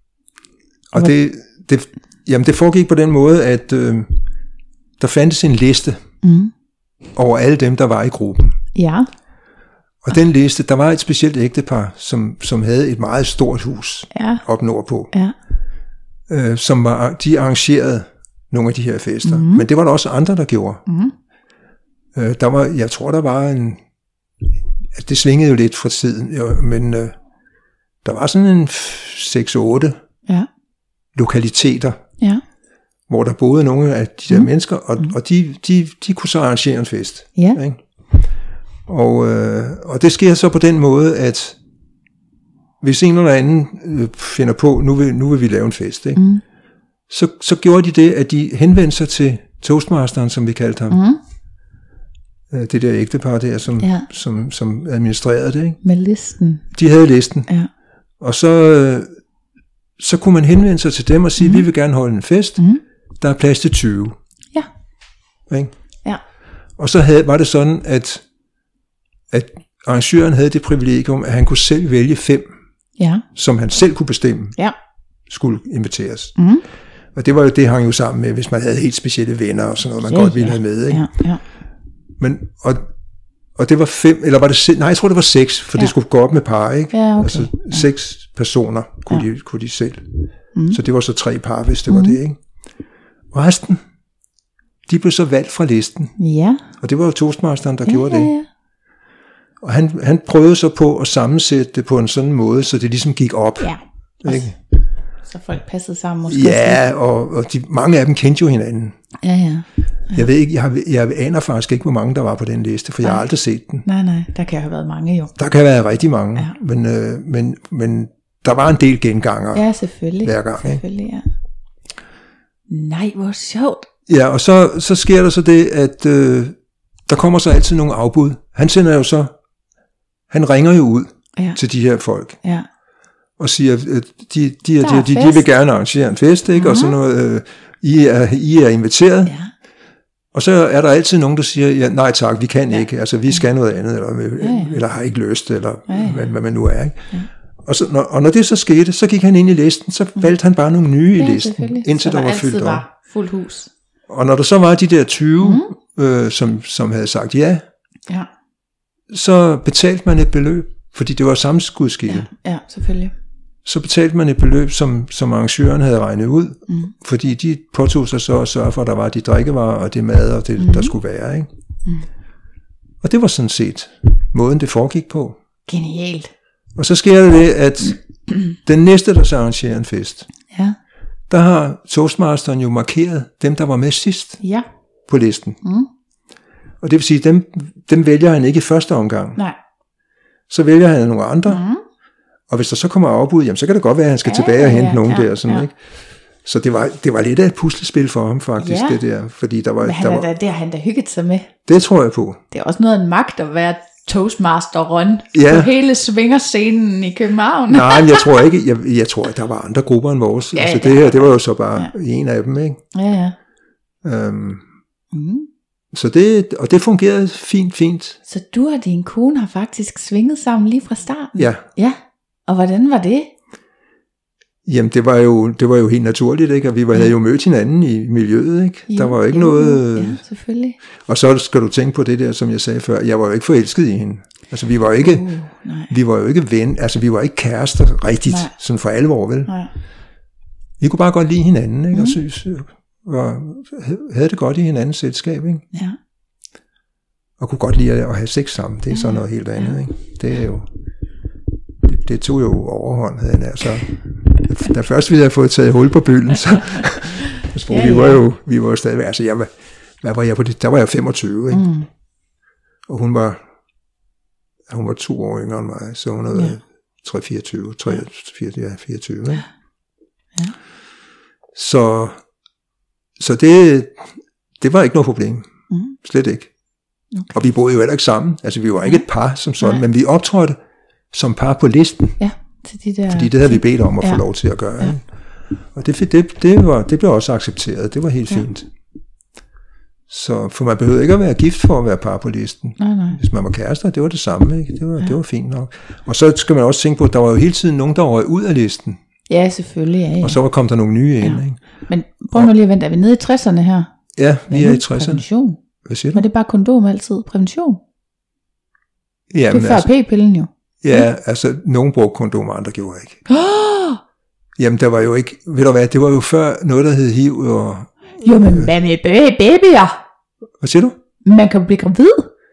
og det, det, jamen det foregik på den måde, at øh, der fandtes en liste Mm. over alle dem, der var i gruppen. Ja. Og den liste, der var et specielt ægtepar, som, som havde et meget stort hus Ja. op nordpå, Ja. øh, som var, de arrangerede nogle af de her fester. Mhm. Men det var der også andre, der gjorde. Mm. Øh, der var, jeg tror, der var en... Altså, det svingede jo lidt fra tiden, jo, men øh, der var sådan en seks otte Ja. lokaliteter, Ja. hvor der boede nogle af de der Mm. mennesker, og, Mm. og de, de, de kunne så arrangere en fest. Ja. Ikke? Og, øh, og det sker så på den måde, at hvis en eller anden øh, finder på, nu vil, nu vil vi lave en fest, ikke? Mm. Så, så gjorde de det, at de henvendte sig til Toastmasteren, som vi kaldte ham. Mm. Øh, det der ægtepar der, som, Ja. som, som administrerede det. Ikke? Med listen. De havde listen. Ja. Og så, øh, så kunne man henvende sig til dem og sige, Mhm. vi vil gerne holde en fest. Mm. Der er plads til tyve. Ja. Ikke? Ja. Og så havde, var det sådan, at, at arrangøren havde det privilegium, at han kunne selv vælge fem, Ja. som han selv kunne bestemme, Ja. skulle inviteres. Mm. Og det var jo det hang jo sammen med, hvis man havde helt specielle venner og sådan noget, man Ja, godt ville ja. have med. Ikke? Ja. Ja. Men, og, og det var fem, eller var det seks? Nej, jeg tror det var seks, for ja. Ja. det skulle gå op med par, ikke? Ja, okay. Altså seks personer kunne, Ja. de, kunne de selv. Mm. Så det var så tre par, hvis det Mm. var det, ikke? Og resten, de blev så valgt fra listen. Ja. Og det var jo Toastmasteren, der Ja, gjorde ja, det. ja. Og han, han prøvede så på at sammensætte det på en sådan måde, så det ligesom gik op. Ja. Ikke? Så folk passede sammen måske. Ja, og, og de, mange af dem kendte jo hinanden. Ja, ja. Jeg ved ikke, jeg, har, jeg aner faktisk ikke, hvor mange der var på den liste, for jeg har Nej. aldrig set den. Nej, nej. Der kan have været mange jo. Der kan være rigtig mange, Ja. men, øh, men, men der var en del genganger Ja, selvfølgelig. hver gang. Ikke? Selvfølgelig, ja. Nej, hvor sjovt. Ja, og så, så sker der så det, at øh, der kommer så altid nogle afbud. Han sender jo så, han ringer jo ud Ja. til de her folk, Ja. og siger, at de, de, de, Der er de, de, de fest. vil gerne arrangere en fest, ikke? Mhm. Og sådan noget, øh, I, er, I er inviteret. Ja. Og så er der altid nogen, der siger, ja, nej tak, vi kan Ja. ikke, altså vi skal noget andet, eller, Ja, ja. eller har ikke lyst, eller Ja, ja. hvad, hvad man nu er. Ikke? Ja. Og, så, når, og når det så skete, så gik han ind i listen, så valgte han bare nogle nye Ja, i listen, selvfølgelig. indtil Så der var altid fyldt op. var fuldt hus. Og når der så var de der tyve, Mhm. øh, som, som havde sagt ja, Ja. så betalte man et beløb, fordi det var samskudskilde. Ja, ja, selvfølgelig. Så betalte man et beløb, som, som arrangøren havde regnet ud, Mm. fordi de påtog sig så at sørge for, at der var de drikkevarer og det mad og det, Mhm. mm. der skulle være. Ikke? Mm. Og det var sådan set måden, det foregik på. Genialt. Og så sker det det, at den næste, der så arrangerer en fest, Ja. der har Toastmasteren jo markeret dem, der var med sidst Ja. på listen. Mm. Og det vil sige, dem, dem vælger han ikke i første omgang. Nej. Så vælger han nogle andre, Mm. og hvis der så kommer afbud, jamen så kan det godt være, at han skal Ja, tilbage og hente ja, nogen ja, der. Sådan, ja. ikke? Så det var, det var lidt af et puslespil for ham faktisk, Ja. det der. Fordi der var, Men han der er var, da, det har han da hygget sig med. det tror jeg på. Det er også noget af en magt at være Toastmaster-run Ja. på hele svingerscenen i København. Nej, men jeg tror ikke, jeg, jeg tror, at der var andre grupper end vores. Ja, altså det det her, er det var jo så bare Ja. en af dem, ikke? Ja, ja. Øhm, Mm. så det, og det fungerede fint, fint. Så du og din kone har faktisk svinget sammen lige fra starten? Ja. Ja. Og hvordan var det? Jamen, det var jo, det var jo helt naturligt, ikke? Og vi var, havde jo mødt hinanden i miljøet, ikke? Jo, der var jo ikke jo, noget... Ja, selvfølgelig. Og så skal du tænke på det der, som jeg sagde før. Jeg var jo ikke forelsket i hende. Altså, vi var jo ikke, uh, vi var jo ikke ven, altså, vi var ikke kærester rigtigt, nej. Sådan for alvor, vel? Nej. Vi kunne bare godt lide hinanden, ikke? Mm. Og synes, og havde det godt i hinandens selskab, ikke? Ja. Og kunne godt lide at have sex sammen. Det er ja. Sådan noget helt andet, ikke? Det er jo... Det, det tog jo overhånd, havde jeg nær. Så da først vi havde fået taget hul på bylden, så... så ja, vi var jo, vi var jo stadigvæk... Altså, jeg var, hvad var jeg på det? Der var jeg femogtyve, ikke? Mm. Og hun var... Hun var to år yngre end mig, så hun havde ja. tre fireogtyve, tre, ja, fireogtyve, ikke? Ja. Så... Så det... Det var ikke noget problem. Mm. Slet ikke. Okay. Og vi boede jo heller ikke sammen. Altså, vi var ikke et par som sådan, nej. Men vi optrådte som par på listen. Ja, til de der... Fordi det havde vi bedt om at ja. få lov til at gøre. Ja. Og det, det, det, var, det blev også accepteret. Det var helt ja. Fint. Så, for man behøvede ikke at være gift for at være par på listen. Nej, nej. Hvis man var kærester, det var det samme. Ikke? Det, var, ja. Det var fint nok. Og så skal man også tænke på, at der var jo hele tiden nogen, der røg ud af listen. Ja, selvfølgelig. Ja, ja. Og så kom der nogle nye ind. Ja. Ikke? Men prøv nu lige at vente. Er vi nede i tresserne her? Ja, vi er i tresserne. Prævention. Hvad siger du? Men det er bare kondom altid. Prævention. Ja, det er før altså, p-pillen jo. Ja, ja, altså, nogen brugte kondom, andre gjorde ikke. Oh! Jamen, der var jo ikke, ved du hvad, det var jo før noget, der hed H I V og... Jo, men hvad med babyer? Hvad siger du? Man kan blive gravid.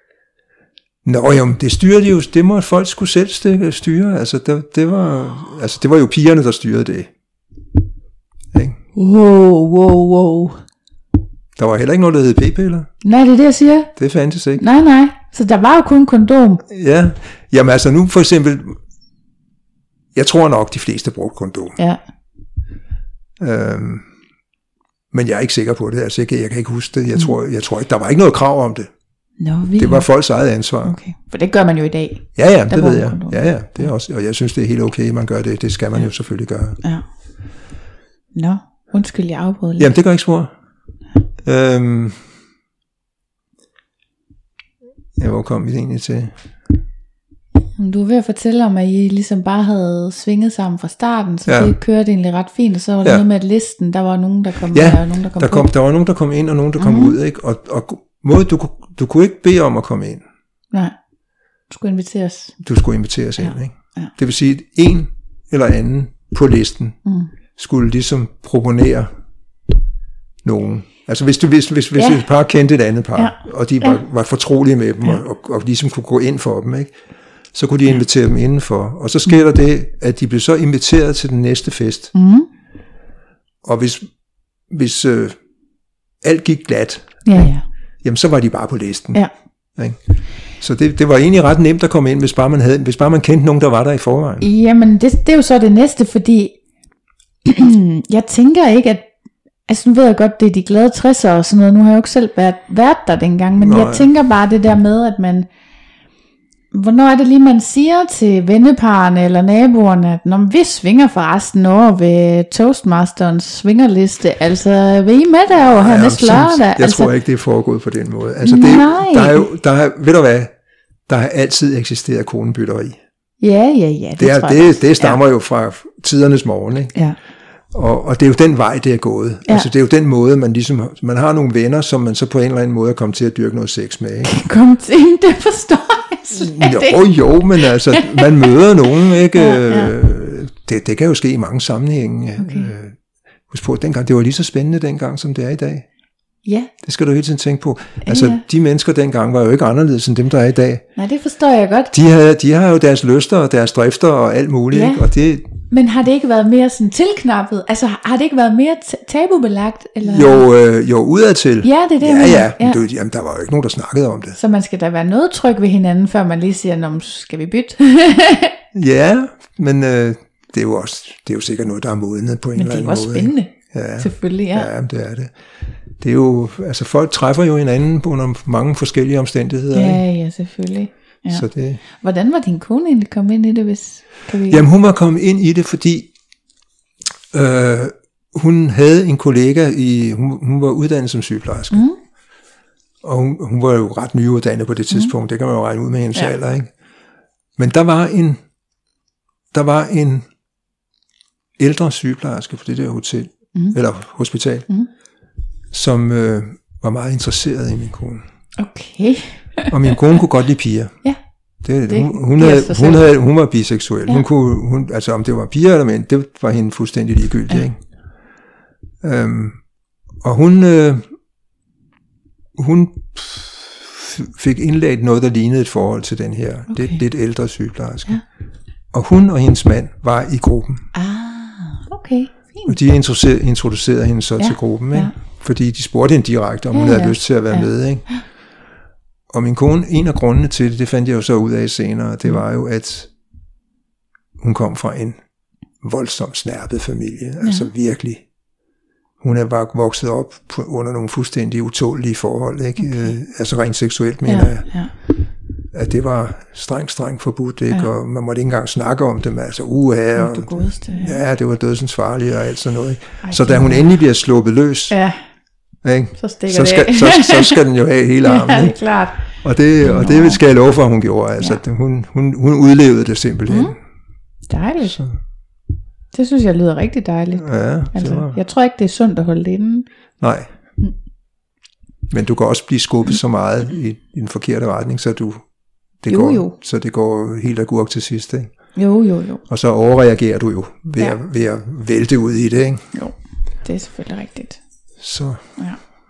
Nå, jamen, det styrede jo, det må folk skulle selv styre, altså, det, det var, altså, det var jo pigerne, der styrede det. Ikke? Wow, wow, wow. Der var heller ikke noget, der hed p-piller. Nej, det er det, jeg siger. Det fandtes ikke. Nej, nej. Så der var jo kun kondom. Ja. Jamen altså nu for eksempel, jeg tror nok, de fleste brugte kondom. Ja. Øhm, men jeg er ikke sikker på det. Altså jeg kan, jeg kan ikke huske det. Jeg, mm. tror, jeg tror ikke, der var ikke noget krav om det. Nå, det var folks eget ansvar. Okay. For det gør man jo i dag. Ja, ja, det ved jeg. Kondom. Ja, ja, det er også, og jeg synes, det er helt okay, man gør det. Det skal man jo selvfølgelig gøre. Ja. Nå, undskyld, jeg afbrød lidt. Jamen, det gør ikke spor. Øhm, ja, hvor kom vi egentlig til? Du er ved at fortælle om, at I ligesom bare havde svinget sammen fra starten, så ja. Det kørte egentlig ret fint, og så var det ja. Noget med, at listen, der var nogen, der kom ja, der, og nogen, der kom, der kom der var nogen, der kom ind, og nogen, der kom mm-hmm. ud, ikke? Og, og måde, du, du kunne ikke bede om at komme ind. Nej, du skulle inviteres. Du skulle inviteres ja. ind, ikke? Ja. Det vil sige, at en eller anden på listen mm. skulle ligesom proponere nogen. Altså hvis du hvis hvis, hvis ja. Et par kendte et andet par, ja. Og de var, ja. Var fortrolige med dem ja. og, og, og ligesom kunne gå ind for dem, ikke? Så kunne de invitere ja. Dem indenfor, og så sker mm. der det, at de blev så inviteret til den næste fest. Mm. Og hvis hvis øh, alt gik glat, ja, ja. Jamen så var de bare på listen. Ja. Ikke? Så det, det var egentlig ret nemt at komme ind, hvis bare man havde, hvis bare man kendte nogen, der var der i forvejen. Jamen det, det er jo så det næste, fordi jeg tænker ikke, at altså nu ved jeg godt, det er de glade tresser og sådan noget. Nu har jeg jo ikke selv været, været der dengang. Men Nå, jeg tænker bare det der med, at man... Hvornår er det lige, man siger til venneparerne eller naboerne, at når vi svinger forresten over ved Toastmasterens svingerliste, altså vil I med derovre her næste lørdag? Jeg altså, tror ikke, det er foregået på den måde. Altså, det, der er jo, der er, ved du hvad, der har altid eksisteret konebytteri. Ja, ja, ja. Det, det, er, tror det, jeg det, det stammer ja. Jo fra tidernes morgen, ikke? Ja. Og, og det er jo den vej, det er gået. Ja. Altså det er jo den måde, man ligesom, man har nogle venner, som man så på en eller anden måde er kommet til at dyrke noget sex med, ikke? Kom til, det forstår jeg slet jo, jo, men altså, man møder nogen, ikke? Ja, ja. Det, det kan jo ske i mange sammenhænge. Okay. Husk på, dengang, det var lige så spændende dengang, som det er i dag. Ja. Det skal du hele tiden tænke på. Altså, ja. De mennesker dengang var jo ikke anderledes end dem, der er i dag. Nej, det forstår jeg godt. De har, de har jo deres lyster og deres drifter og alt muligt, ja. Ikke? Og det... Men har det ikke været mere sådan tilknappet? Altså, har det ikke været mere t- tabubelagt? Eller? Jo, øh, jo, udadtil. Ja, det er det. Ja, ja. ja. Du, jamen, der var jo ikke nogen, der snakkede om det. Så man skal da være noget tryg ved hinanden, før man lige siger, skal vi bytte? Ja, men øh, det er jo også, det er jo sikkert noget, der er modnet på en eller anden måde. Men det er også spændende. Ja. Selvfølgelig, ja. Ja, det er det. Det er jo, altså folk træffer jo hinanden under mange forskellige omstændigheder. Ja, ikke? Ja, selvfølgelig. Ja. Så det... Hvordan var din kone egentlig kommet ind i det, hvis... Kan vi... Jamen hun var kommet ind i det, fordi øh, hun havde en kollega, i, hun, hun var uddannet som sygeplejerske. Mm. Og hun, hun var jo ret nyuddannet på det tidspunkt, mm. det kan man jo regne ud med hendes ja. Alder, ikke? Men der var en, der var en ældre sygeplejerske på det der hotel, mm. eller hospital, mm. som øh, var meget interesseret i min kone. Okay. Og min kone kunne godt lide piger. Ja. Det, det, hun, hun, havde, hun, havde, hun var biseksuel. Ja. Hun kunne, hun, altså om det var piger eller mænd, det var hende fuldstændig ligegyldigt. Ja. Ikke? Øhm, og hun, øh, hun fik indledt noget, der lignede et forhold til den her okay. lidt, lidt ældre sygeplejerske. Ja. Og hun og hendes mand var i gruppen. Ah, okay. Fint. Og de introducerede, introducerede hende så ja. til gruppen, ikke? Ja. Fordi de spurgte hende direkte, om hun ja, havde ja. lyst til at være ja. med. Ikke? Og min kone, en af grundene til det, det fandt jeg jo så ud af senere, det var jo, at hun kom fra en voldsomt snærpet familie. Ja. Altså virkelig. Hun er bare vokset op på, under nogle fuldstændig utålige forhold. Ikke? Okay. Øh, altså rent seksuelt, mener ja. jeg. Ja. At det var strengt, strengt forbudt, ikke? Ja. Og man måtte ikke engang snakke om det, altså uha, og det godeste, ja. ja, det var dødsens farligt og alt sådan noget. Ej, så da hun endelig bliver sluppet løs, ja. ikke? Så, så, skal, så, så skal den jo have hele armen. Ja, det er klart. Og det, og det skal jeg love for, at hun gjorde. Altså, ja. hun, hun, hun udlevede det simpelthen. Mm. Dejligt. Så. Det synes jeg lyder rigtig dejligt. Ja, altså, var... Jeg tror ikke, det er sundt at holde det inde. Nej. Mm. Men du kan også blive skubbet så meget i, i den forkerte retning, så du det jo, går, jo. så det går helt agurk til sidst, ikke? Jo, jo, jo. Og så overreagerer du jo ved, ja. at, ved at vælte ud i det, ikke? Jo, det er selvfølgelig rigtigt. Så. Ja.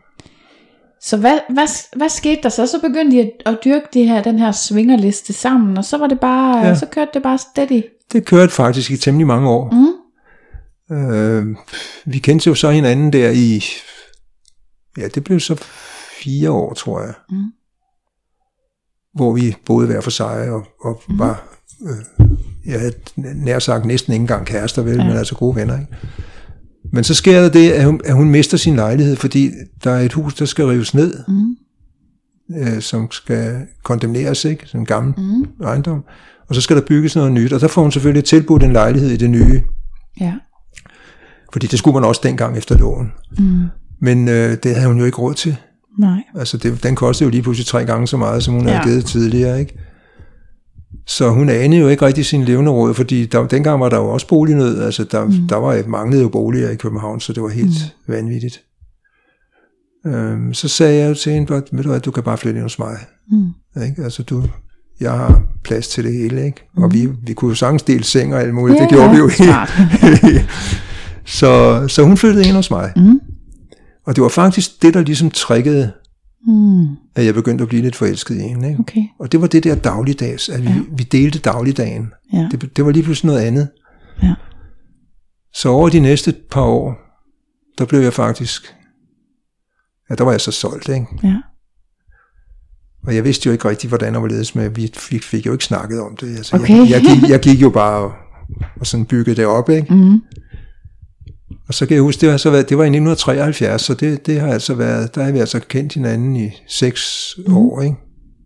Så hvad, hvad, hvad skete der så? Så begyndte de at, at dyrke de her, den her svingerliste sammen, og så var det bare, ja. så kørte det bare steady. Det kørte faktisk i temmelig mange år. Mm. Øh, vi kendte jo så hinanden der i, ja, det blev så fire år, tror jeg. Mm. Hvor vi boede hver for sig, og, og mm. var, øh, jeg havde nær sagt næsten ikke engang kærester, vel, ja. men altså gode venner, ikke? Men så sker der det, at hun, at hun mister sin lejlighed, fordi der er et hus, der skal rives ned, mm. øh, som skal kondemneres, ikke? Sådan en gammel mm. ejendom. Og så skal der bygges noget nyt, og der får hun selvfølgelig tilbudt en lejlighed i det nye. Ja. Fordi det skulle man også dengang efter loven. Mm. Men øh, det havde hun jo ikke råd til. Nej. Altså det, den kostede jo lige pludselig tre gange så meget, som hun ja. havde givet tidligere, ikke? Så hun anede jo ikke rigtig sin levende råd, fordi der, dengang var der jo også bolignød, altså der, mm. der var manglede jo boliger i København, så det var helt mm. vanvittigt. Øhm, så sagde jeg jo til hende, ved du hvad, du kan bare flytte ind hos mig. Mm. Ikke? Altså du, jeg har plads til det hele, ikke? Mm. Og vi, vi kunne jo sagtens dele seng og alt muligt, ja, det gjorde ja, vi jo ikke. så, så hun flyttede ind hos mig. Mm. Og det var faktisk det, der ligesom triggede, mm. at jeg begyndte at blive lidt forelsket i hende. Ikke? Okay. Og det var det der dagligdags, at vi, ja. vi delte dagligdagen. Ja. Det, det var lige pludselig noget andet. Ja. Så over de næste par år, der blev jeg faktisk, ja, der var jeg så solgt, ikke? Ja. Og jeg vidste jo ikke rigtig, hvordan og hvorledes, men vi fik, fik jo ikke snakket om det. Altså, okay. jeg, jeg, gik, jeg gik jo bare og, og sådan byggede det op, ikke? Mm. Og så kan jeg huske, det var, så været, det var i nitten treoghalvfjerds, så det, det har altså været, der har vi altså kendt hinanden i seks mm. år, ikke?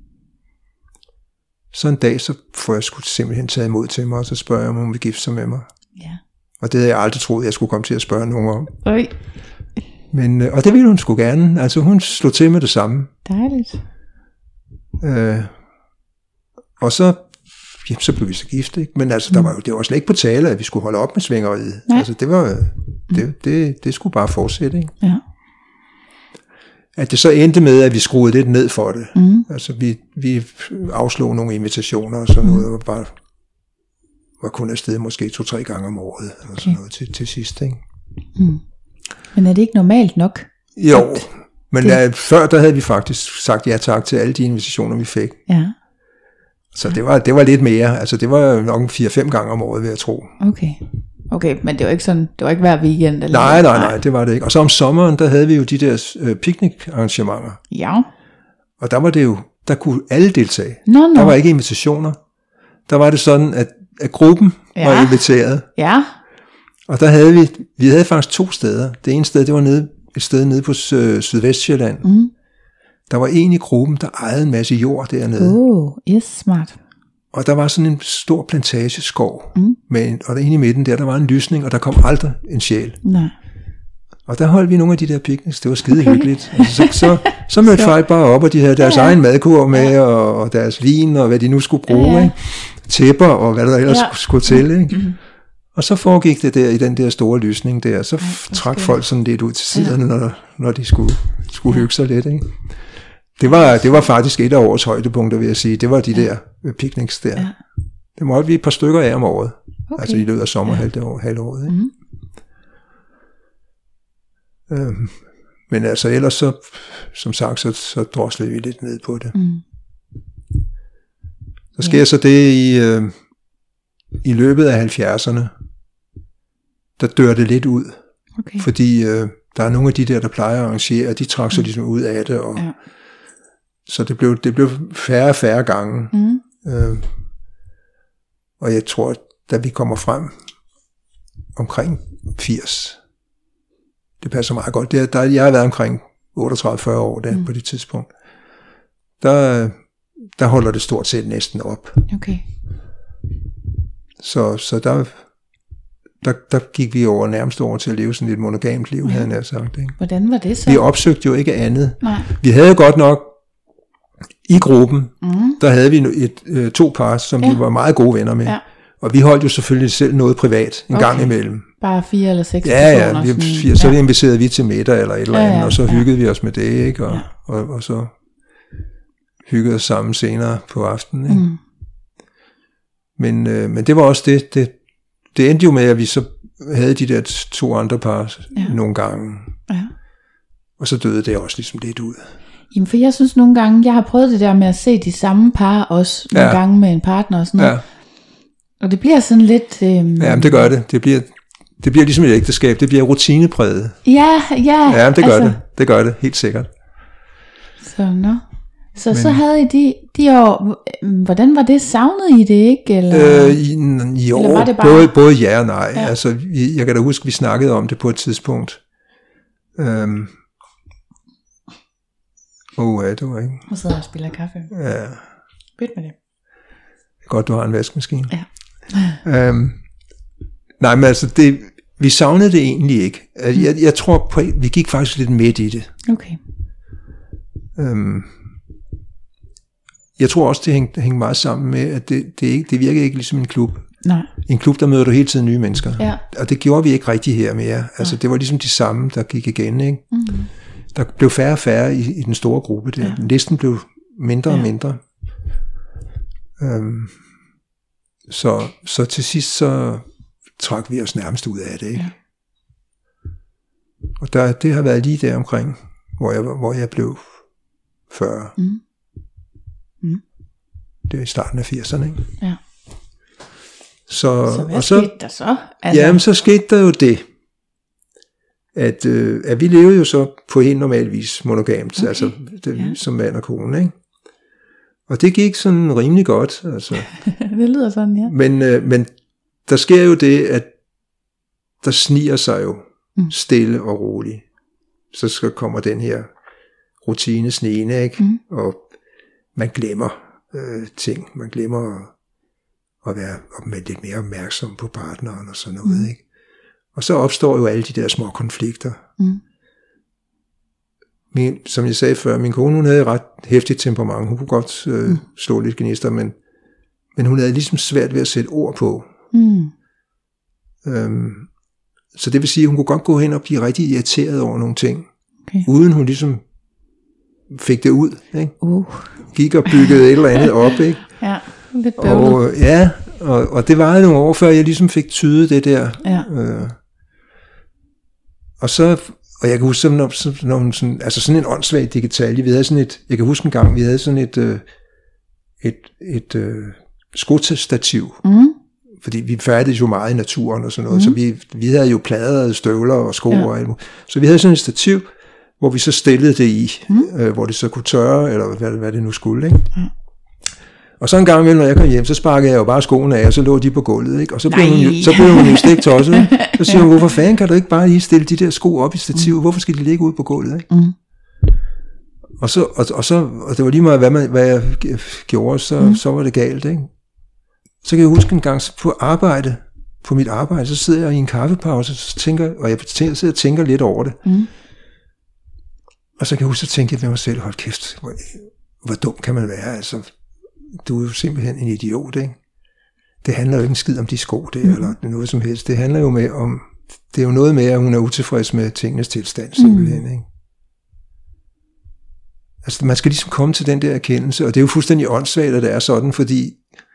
Så en dag, så får jeg sgu simpelthen taget imod til mig, og så spørger jeg, om hun vil gifte sig med mig. Ja. Og det havde jeg aldrig troet, jeg skulle komme til at spørge nogen om. Øj. Men, og det ville hun sgu gerne, altså hun slog til med det samme. Dejligt. Øh, og så, jamen, så blev vi så gift, ikke? Men altså, der var jo, det var slet ikke på tale, at vi skulle holde op med svingeriet. Altså, det var, det, det, det skulle bare fortsætte, ikke? Ja. At det så endte med, at vi skruede lidt ned for det. Mm. Altså, vi, vi afslog nogle invitationer og sådan noget, og bare var kun afsted måske to-tre gange om året, og okay. sådan noget til, til sidst, ikke? Mm. Men er det ikke normalt nok? Jo, men det... ja, før der havde vi faktisk sagt ja tak til alle de invitationer, vi fik. Ja. Så det var, det var lidt mere, altså det var nok fire-fem gange om året, vil jeg tro. Okay. Okay, men det var ikke sådan, det var ikke hver weekend? Eller nej, nej, nej, det var det ikke. Og så om sommeren, der havde vi jo de der øh, piknikarrangementer. Ja. Og der var det jo, der kunne alle deltage. Nå, nå. Der var ikke invitationer. Der var det sådan, at, at gruppen ja. var inviteret. Ja. Og der havde vi, vi havde faktisk to steder. Det ene sted, det var nede, et sted nede på øh, Sydvestsjælland. Mm. Der var en i gruppen, der ejede en masse jord dernede. Oh, yes, smart. Og der var sådan en stor plantageskov, mm. med en, og der inde i midten der, der var en lysning, og der kom aldrig en sjæl. Nej. Og der holdt vi nogle af de der picnics, det var skide okay. hyggeligt. Altså, så, så, så mødte folk bare op, og de havde deres ja, ja. egen madkurv med, ja. og, og deres vin, og hvad de nu skulle bruge, ja, ja. Ikke? Tæpper, og hvad der ellers ja. skulle til, ikke? Mm-hmm. Og så foregik det der i den der store lysning der, så Ej, trak folk sådan lidt ud til siderne, ja. når, når de skulle, skulle ja. hygge sig lidt, ikke? Det var, det var faktisk et af årets højdepunkter, vil jeg sige. Det var de ja. der picnics der. Ja. Det måtte vi et par stykker af om året. Okay. Altså i løbet af sommerhalvåret. Ja. Mm. Øhm, men altså ellers så, som sagt, så, så droslede vi lidt ned på det. Mm. Så sker ja. så det i, øh, i løbet af halvfjerdserne, der dør det lidt ud. Okay. Fordi øh, der er nogle af de der, der plejer at arrangere, de trak sig mm. ligesom ud af det. Og, ja. Så det blev, det blev færre og færre gange. Mm. Øh, og jeg tror, da vi kommer frem omkring firs, det passer meget godt. Der, der, jeg har været omkring otteogtredive til fyrre år der mm. på det tidspunkt. Der, der holder det stort set næsten op. Okay. Så, så der, der, der gik vi over nærmest over til at leve sådan et monogamt liv, ja. havde jeg sagt. Ikke? Hvordan var det så? Vi opsøgte jo ikke andet. Nej. Vi havde godt nok i gruppen, mm. der havde vi et, et, to par, som ja. vi var meget gode venner med. Ja. Og vi holdt jo selvfølgelig selv noget privat en okay. gang imellem. Bare fire eller seks ja, personer? Ja, vi, fire, så ja. inviterede vi til middag eller et eller andet, ja, ja, og så hyggede ja. vi os med det, ikke? Og, ja. og, og, og så hyggede os sammen senere på aftenen. Ikke? Mm. Men, øh, men det var også det, det, det endte jo med, at vi så havde de der to andre par ja. nogle gange. Ja. Og så døde det også ligesom lidt ud. Jamen for jeg synes nogle gange, jeg har prøvet det der med at se de samme par også nogle ja. gange med en partner og sådan noget. Ja. Og det bliver sådan lidt... Øhm... Ja, men det gør det. Det bliver, det bliver ligesom et ægteskab. Det bliver rutinepræget. Ja, ja. Ja, det gør altså... det. Det gør det, helt sikkert. Så, no. så, men... så havde I de, de år... Hvordan var det? Savnede I det ikke? Eller, øh, i, i år, eller var det bare... både, både ja og nej. Ja. Altså, jeg kan da huske, vi snakkede om det på et tidspunkt. Øhm... Oh, ja, det var ikke... Og sidder og spiller kaffe. Ja. Byt med det. Godt, du har en vaskemaskine. Ja. øhm, nej, men altså, det, vi savnede det egentlig ikke. Altså, jeg, jeg tror, på, vi gik faktisk lidt midt i det. Okay. Øhm, jeg tror også, det hængte hæng meget sammen med, at det, det, ikke, det virkede ikke ligesom en klub. Nej. En klub, der møder du hele tiden nye mennesker. Ja. Og det gjorde vi ikke rigtig her mere. Altså, det var ligesom de samme, der gik igen, ikke? Mm-hmm. Der blev færre og færre i, i den store gruppe der. Ja. Listen blev mindre ja. og mindre. Øhm, så, så til sidst så trak vi os nærmest ud af det, ikke? Ja. Og der, det har været lige der omkring, hvor jeg, hvor jeg blev fyrre. Mm. Mm. Det er i starten af firserne, ikke? Ja. Så, så hvad og så, skete der så? Altså... Jamen, så skete der jo det, at, øh, at vi levede jo så på helt normal vis monogamt, okay. altså det, ja. som mand og kone, ikke? Og det gik sådan rimelig godt, altså. Det lyder sådan, ja. Men, øh, men der sker jo det, at der sniger sig jo mm. stille og roligt. Så skal, kommer den her rutine snigende, ikke? Mm. Og man glemmer øh, ting. Man glemmer at, at være med lidt mere opmærksom på partneren og sådan noget, mm. ikke? Og så opstår jo alle de der små konflikter. Mm. Min, som jeg sagde før, min kone, hun havde ret hæftigt temperament. Hun kunne godt øh, mm. slå lidt gnister, men, men hun havde ligesom svært ved at sætte ord på. Mm. Øhm, så det vil sige, at hun kunne godt gå hen og blive rigtig irriteret over nogle ting, okay. uden hun ligesom fik det ud. Ikke? Uh. Gik og byggede et eller andet op. Ikke? Ja, lidt bøvlet. Og, ja, og, og det varede nogle år, før jeg ligesom fik tydet det der. Ja. Øh, og så... Og jeg kan huske sådan, sådan, sådan, altså sådan en åndssvag detalje. Vi havde sådan et, jeg kan huske en gang, vi havde sådan et, øh, et, et øh, skostativ. Mm. Fordi vi færdedes jo meget i naturen og sådan noget, mm. så vi, vi havde jo pladrede støvler og sko ja. og alt muligt. Så vi havde sådan et stativ, hvor vi så stillede det i, mm. øh, hvor det så kunne tørre, eller hvad, hvad det nu skulle, ikke? Mm. Og så en gang imellem, når jeg kom hjem, så sparkede jeg jo bare skoene af, og så lå de på gulvet, ikke? Og så blev hun jo, så blev hun jo stik tosset. Så siger hun, hvorfor fanden kan du ikke bare lige stille de der sko op i stativet? Mm. Hvorfor skal de ligge ude på gulvet, ikke? Mm. Og, så, og, og, så, og det var lige meget, hvad, man, hvad jeg gjorde, så, mm. så var det galt, ikke? Så kan jeg huske en gang på arbejde, på mit arbejde, så sidder jeg i en kaffepause, så tænker, og jeg sidder og tænker lidt over det. Mm. Og så kan jeg huske, at tænke ved mig selv, hold kæft, hvor, hvor dum kan man være, altså... Du er jo simpelthen en idiot, ikke? det handler jo ikke en skid om de sko der, mm. eller noget som helst. Det handler jo med om, det er jo noget med, at hun er utilfreds med tingenes tilstand, simpelthen, mm. ikke? Altså, man skal ligesom komme til den der erkendelse, og det er jo fuldstændig åndssvagt, at det er sådan, fordi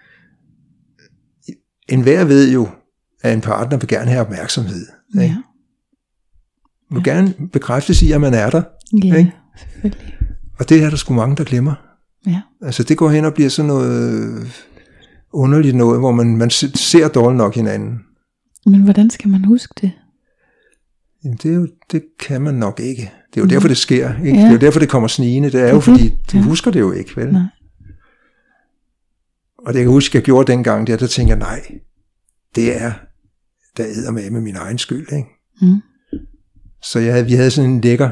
enhver ved jo, at en partner vil gerne have opmærksomhed. Ikke? Ja. Man vil ja. gerne bekræftes i, at man er der. Ja, ikke? Selvfølgelig. Og det er der sgu mange, der glemmer. Ja. Altså, det går hen og bliver sådan noget underligt noget, hvor man, man ser dårligt nok hinanden. Men hvordan skal man huske det? Jamen, det, er jo, det kan man nok ikke. Det er jo derfor, det sker. Ikke? Ja. Det er jo derfor, det kommer snigende. Det er jo, fordi du ja. husker det jo ikke, vel? Nej. Og det jeg kan huske, jeg gjorde dengang, der, der tænkte jeg, nej, det er, der æder med med min egen skyld. Ikke? Mm. Så jeg havde, vi havde sådan en lækker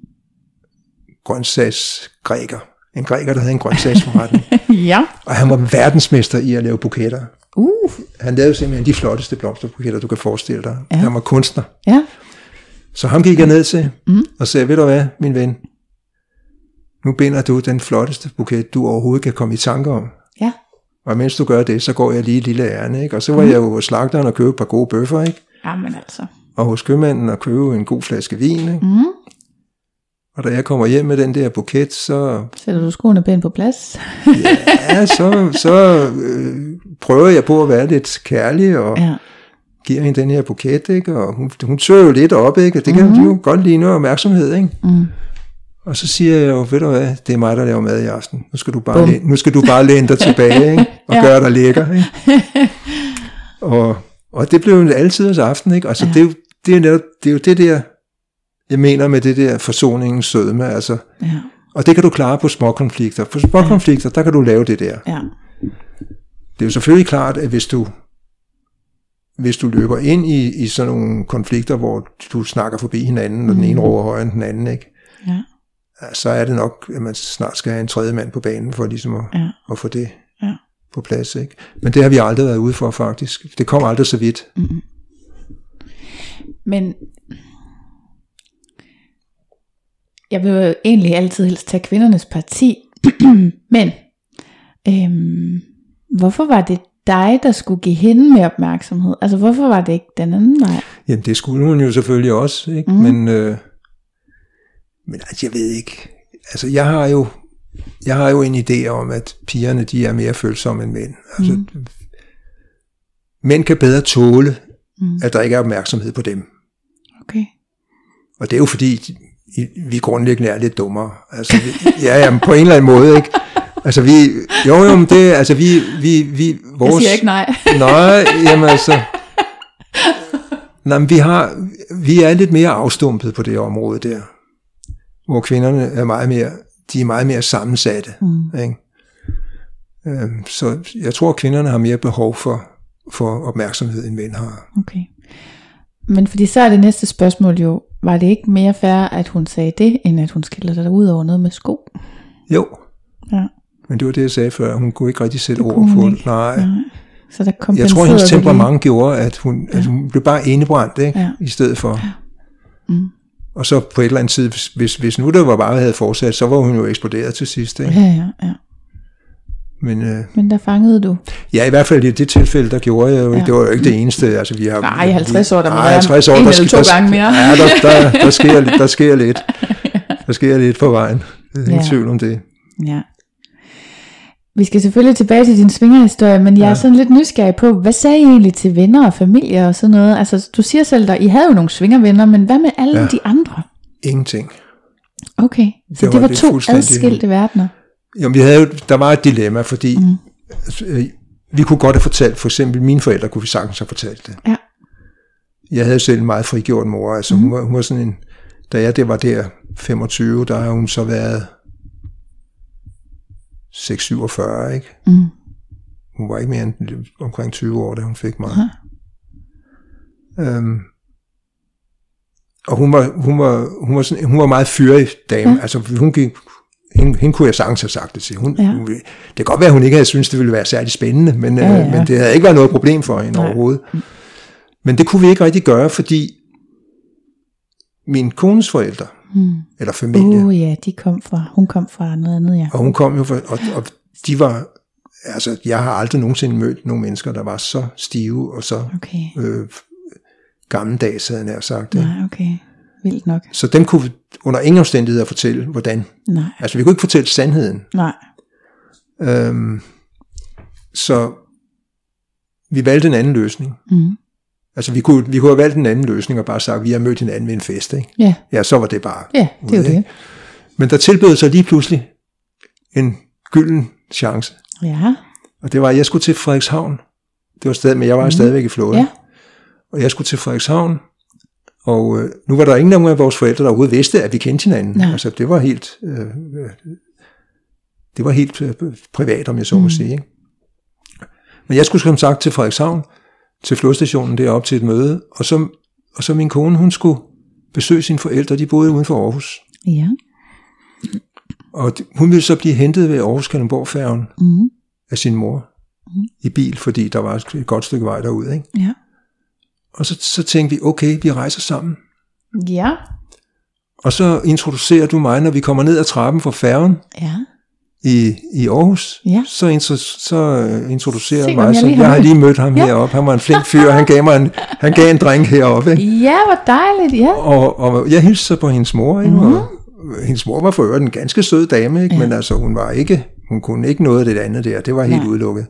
grøntsagsgræker. En græker, der havde en grøntsagsforretning. Ja. Og han var verdensmester i at lave buketter. Uh. Han lavede simpelthen de flotteste blomsterbuketter, du kan forestille dig. Ja. Han var kunstner. Ja. Så ham gik jeg ned til, mm. og sagde, ved du hvad, min ven, nu binder du den flotteste buket, du overhovedet kan komme i tanke om. Ja. Og mens du gør det, så går jeg lige et lille ærne, ikke? Og så var mm. jeg jo hos slagteren og købe et par gode bøffer, ikke? Jamen altså. Og hos købmanden og købe en god flaske vin, ikke? Mm. Og da jeg kommer hjem med den der buket, så... Sætter du skoene pænt på plads? ja, så, så øh, prøver jeg på at være lidt kærlig, og ja. giver hende den her buket, ikke? Og hun, hun søger jo lidt op, ikke? Og det kan mm. jo godt lide noget opmærksomhed, ikke? Mm. Og så siger jeg jo, ved du hvad, det er mig, der laver mad i aften. Nu skal du bare, læne, nu skal du bare læne dig tilbage, ikke? Og ja. gøre dig lækker, ikke? og, og det blev jo altid aften, ikke? Altså, ja. det, er jo, det, er netop, det er jo det der, jeg mener med det der forsoningens sødme, altså. Ja. Og det kan du klare på små konflikter. På små konflikter, der kan du lave det der. Ja. Det er jo selvfølgelig klart, at hvis du hvis du løber ind i, i sådan nogle konflikter, hvor du snakker forbi hinanden, og mm. den ene råber højere end den anden, ikke? Ja. Så er det nok, at man snart skal have en tredje mand på banen, for ligesom at, ja. at få det ja. på plads, ikke? Men det har vi aldrig været ude for, faktisk. Det kom aldrig så vidt. Mm-hmm. Men jeg vil jo egentlig altid helst tage kvindernes parti, men øhm, hvorfor var det dig, der skulle give hende mere opmærksomhed? Altså, hvorfor var det ikke den anden vej? Jamen, det skulle hun jo selvfølgelig også, ikke? Mm. Men, øh, men altså, jeg ved ikke. Altså, jeg har jo, jeg har jo en idé om, at pigerne, de er mere følsomme end mænd. Altså, mm. mænd kan bedre tåle, mm. at der ikke er opmærksomhed på dem. Okay. Og det er jo fordi, vi grundlæggende er lidt dummere. Altså, vi, ja, ja, på en eller anden måde, ikke? Altså vi, jo jo, men det, altså vi, vi, vi, vores... Jeg siger ikke nej. Nej, jamen altså... Nej, men vi har, vi er lidt mere afstumpet på det område der, hvor kvinderne er meget mere, de er meget mere sammensatte, mm. ikke? Øhm, så jeg tror, at kvinderne har mere behov for, for opmærksomhed, end mænd har. Okay. Men fordi så er det næste spørgsmål jo, var det ikke mere fair, at hun sagde det, end at hun skiller sig ud over noget med sko? Jo. Ja. Men det var det, jeg sagde før. Hun kunne ikke rigtig sætte ord på det. Nej. Nej. Så der jeg tror, hendes temperament gjorde, at hun, ja. at hun blev bare indebrændt, ikke? Ja. I stedet for. Ja. Mm. Og så på et eller andet tid, hvis, hvis nu der var bare havde fortsat, så var hun jo eksploderet til sidst. Ikke? Ja, ja, ja. Men, øh, Men der fangede du? Ja, i hvert fald i det tilfælde, der gjorde jeg jo. Ja. Det var jo ikke det eneste. Altså, vi har, nej, halvtreds år, der må nej, halvtreds år, en der, eller to der, gange mere. Ja, der, der, der, sker, der sker lidt. Der sker lidt på vejen. Det er ingen ja. tvivl om det. Ja. Vi skal selvfølgelig tilbage til din svingerhistorie, men jeg ja. er sådan lidt nysgerrig på, hvad sagde I egentlig til venner og familie og sådan noget? Altså, du siger selv, at I havde jo nogle svingervenner, men hvad med alle ja. de andre? Ingenting. Okay, så det, det var, det to adskilte verdener. Jamen, vi havde jo, der var et dilemma, fordi mm. altså, vi kunne godt have fortalt, for eksempel mine forældre kunne vi sagtens have fortalt det. Ja. Jeg havde selv en meget frigjort mor, altså mm. hun, var, hun var sådan en, da jeg det var der femogtyve, der har hun så været seks syvogfyrre, ikke? Mm. Hun var ikke mere end omkring tyve år, da hun fik mig. Uh-huh. Øhm, og hun var, hun var, hun var, sådan, hun var meget fyrig dame. Ja. Altså, hun gik, hende, hende kunne jeg sagtens have sagt det til. Hun, ja. hun, det kan godt være, at hun ikke havde syntes, det ville være særlig spændende, men, ja, ja. Øh, men det havde ikke været noget problem for hende Nej. overhovedet. Men det kunne vi ikke rigtig gøre, fordi min kones forældre, hmm. eller familie. Uh, ja, de kom fra, hun kom fra noget andet, ja. Og hun kom jo fra, og, og de var altså, jeg har aldrig nogensinde mødt nogle mennesker, der var så stive og så Okay. øh, gammeldags, havde jeg nær sagt. Nej, okay. Vildt nok. Så dem kunne vi under ingen omstændigheder fortælle, hvordan. Nej. Altså, vi kunne ikke fortælle sandheden. Nej. Øhm, så vi valgte en anden løsning. Mm. Altså, vi kunne, vi kunne have valgt en anden løsning og bare sagt, at vi har mødt hinanden ved en fest, ikke? Ja. Ja, så var det bare. Ja, det er jo ude, det. ikke? Men der tilbød sig lige pludselig en gylden chance. Ja. Og det var, at jeg skulle til Frederikshavn. Det var stadig, men jeg var mm. stadigvæk i Florida. Ja. Og jeg skulle til Frederikshavn. Og øh, nu var der ingen af vores forældre, der overhovedet vidste, at vi kendte hinanden. Nej. Altså, det var helt, øh, øh, det var helt øh, privat, om jeg så må mm. sige. Ikke? Men jeg skulle som sagt til Frederikshavn, til flodstationen deroppe til et møde. Og så, og så min kone, hun skulle besøge sine forældre. De boede uden for Aarhus. Ja. Og hun ville så blive hentet ved Aarhus-Kalundborg-færgen Mm. af sin mor Mm. i bil, fordi der var et godt stykke vej derude. Ikke? Ja. Og så, så tænkte vi, okay, vi rejser sammen. Ja. Og så introducerer du mig, når vi kommer ned ad trappen fra færgen Ja. i, i Aarhus. Ja. Så, intro, så introducerer Se, mig, jeg så lige jeg har har mødt. lige mødt ham Ja. heroppe. Han var en flink fyr, han gav mig en, han gav en drink heroppe. Ikke? Ja, hvor dejligt, ja. Og, og jeg hilste så på hendes mor, ikke? Mhm. Og hendes mor var for øvrigt en ganske sød dame, ikke? Ja. Men altså, hun var ikke, hun kunne ikke noget af det andet der, det var helt Nej. udelukket.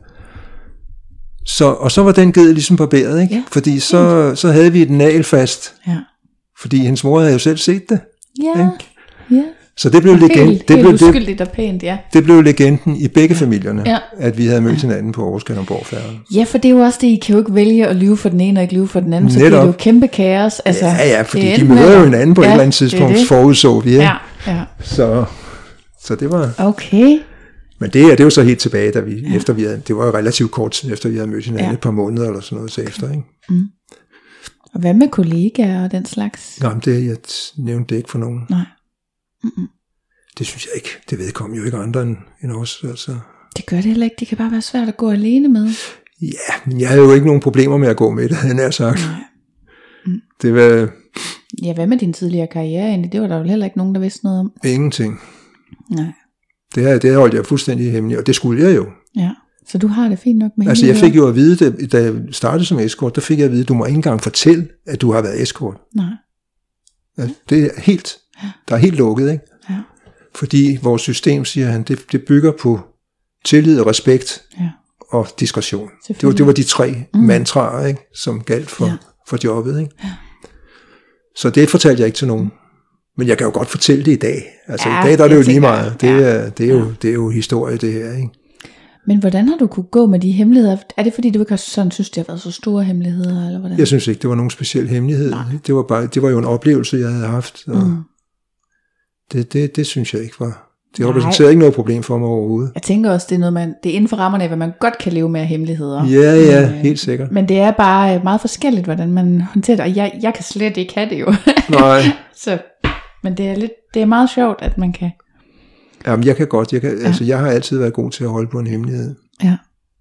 Så, og så var den givet ligesom barberet, ikke? Ja. Fordi så, så havde vi et nagelfast, Ja. fordi hendes mor havde jo selv set det. Ja. Ikke? Ja. Så det blev, legend, Helt, det, helt blev, det, uskyldigt og pænt, ja. det blev legenden i begge familierne, Ja. at vi havde mødt hinanden på Aarhus Kalundborg-færgen. Ja, for det er jo også det, I kan jo ikke vælge at lyve for den ene og ikke lyve for den anden, så Netop. bliver det jo kæmpe kaos. Altså, Ja, ja, fordi det er de enten møder jo eller. hinanden på Ja, et eller andet det er tidspunkt, det. forudså vi. Ikke? Ja, ja. Så, så det var... Okay. Men det, det er jo så helt tilbage, da vi, ja. efter vi havde, det var jo relativt kort tid, efter vi havde mødt hinanden, Ja. et par måneder eller sådan noget så efter. Ikke? Mm. Og hvad med kollegaer og den slags? Jamen, det, jeg nævnte det ikke for nogen. Nej. Mm-mm. Det synes jeg ikke. Det vedkom jo ikke andre end, end os. Altså. Det gør det heller ikke. Det kan bare være svært at gå alene med. Ja, men jeg havde jo ikke nogen problemer med at gå med det, havde jeg sagt. Nej. Mm. Det var Ja, hvad med din tidligere karriere egentlig? Det var der jo heller ikke nogen, der vidste noget om. ingenting. Nej. Det her, det holdt jeg fuldstændig hemmeligt, og det skulle jeg jo. Ja, så du har det fint nok med Altså, jeg hemmeligheder? fik jo at vide, da, da jeg startede som escort, der fik jeg at vide, at du må ikke engang fortælle, at du har været escort. Nej. Ja, det er helt, der er helt lukket, ikke? Ja. Fordi vores system, siger han, det, det bygger på tillid og respekt Ja. og diskretion. Det var, Selvfølgelig. det var de tre Mm. mantraer, ikke, som galt for, Ja. for jobbet. Ikke? Ja. Så det fortalte jeg ikke til nogen. Men jeg kan jo godt fortælle det i dag. Altså Ja, i dag der er det jo jeg lige tænker, meget. Det, ja. er, det, er jo, det er jo historie, det her. Ikke? Men hvordan har du kunne gå med de hemmeligheder? Er det fordi, du ikke har sådan synes, det har været så store hemmeligheder? Eller hvordan? Jeg synes ikke, det var nogen speciel hemmelighed. Nej. Det var, bare, det var jo en oplevelse, jeg havde haft. Og Mm. det, det, det synes jeg ikke var. Det Nej. repræsenterede ikke noget problem for mig overhovedet. Jeg tænker også, det er noget, man, det er inden for rammerne af, hvad man godt kan leve med af hemmeligheder. Ja, ja, Øh, helt sikkert. Men det er bare meget forskelligt, hvordan man håndterer det. Og jeg, jeg kan slet ikke have det jo. Nej. Så, men det er, lidt, det er meget sjovt, at man kan... Jamen, jeg kan godt. Jeg, kan, Ja. altså, jeg har altid været god til at holde på en hemmelighed. Ja.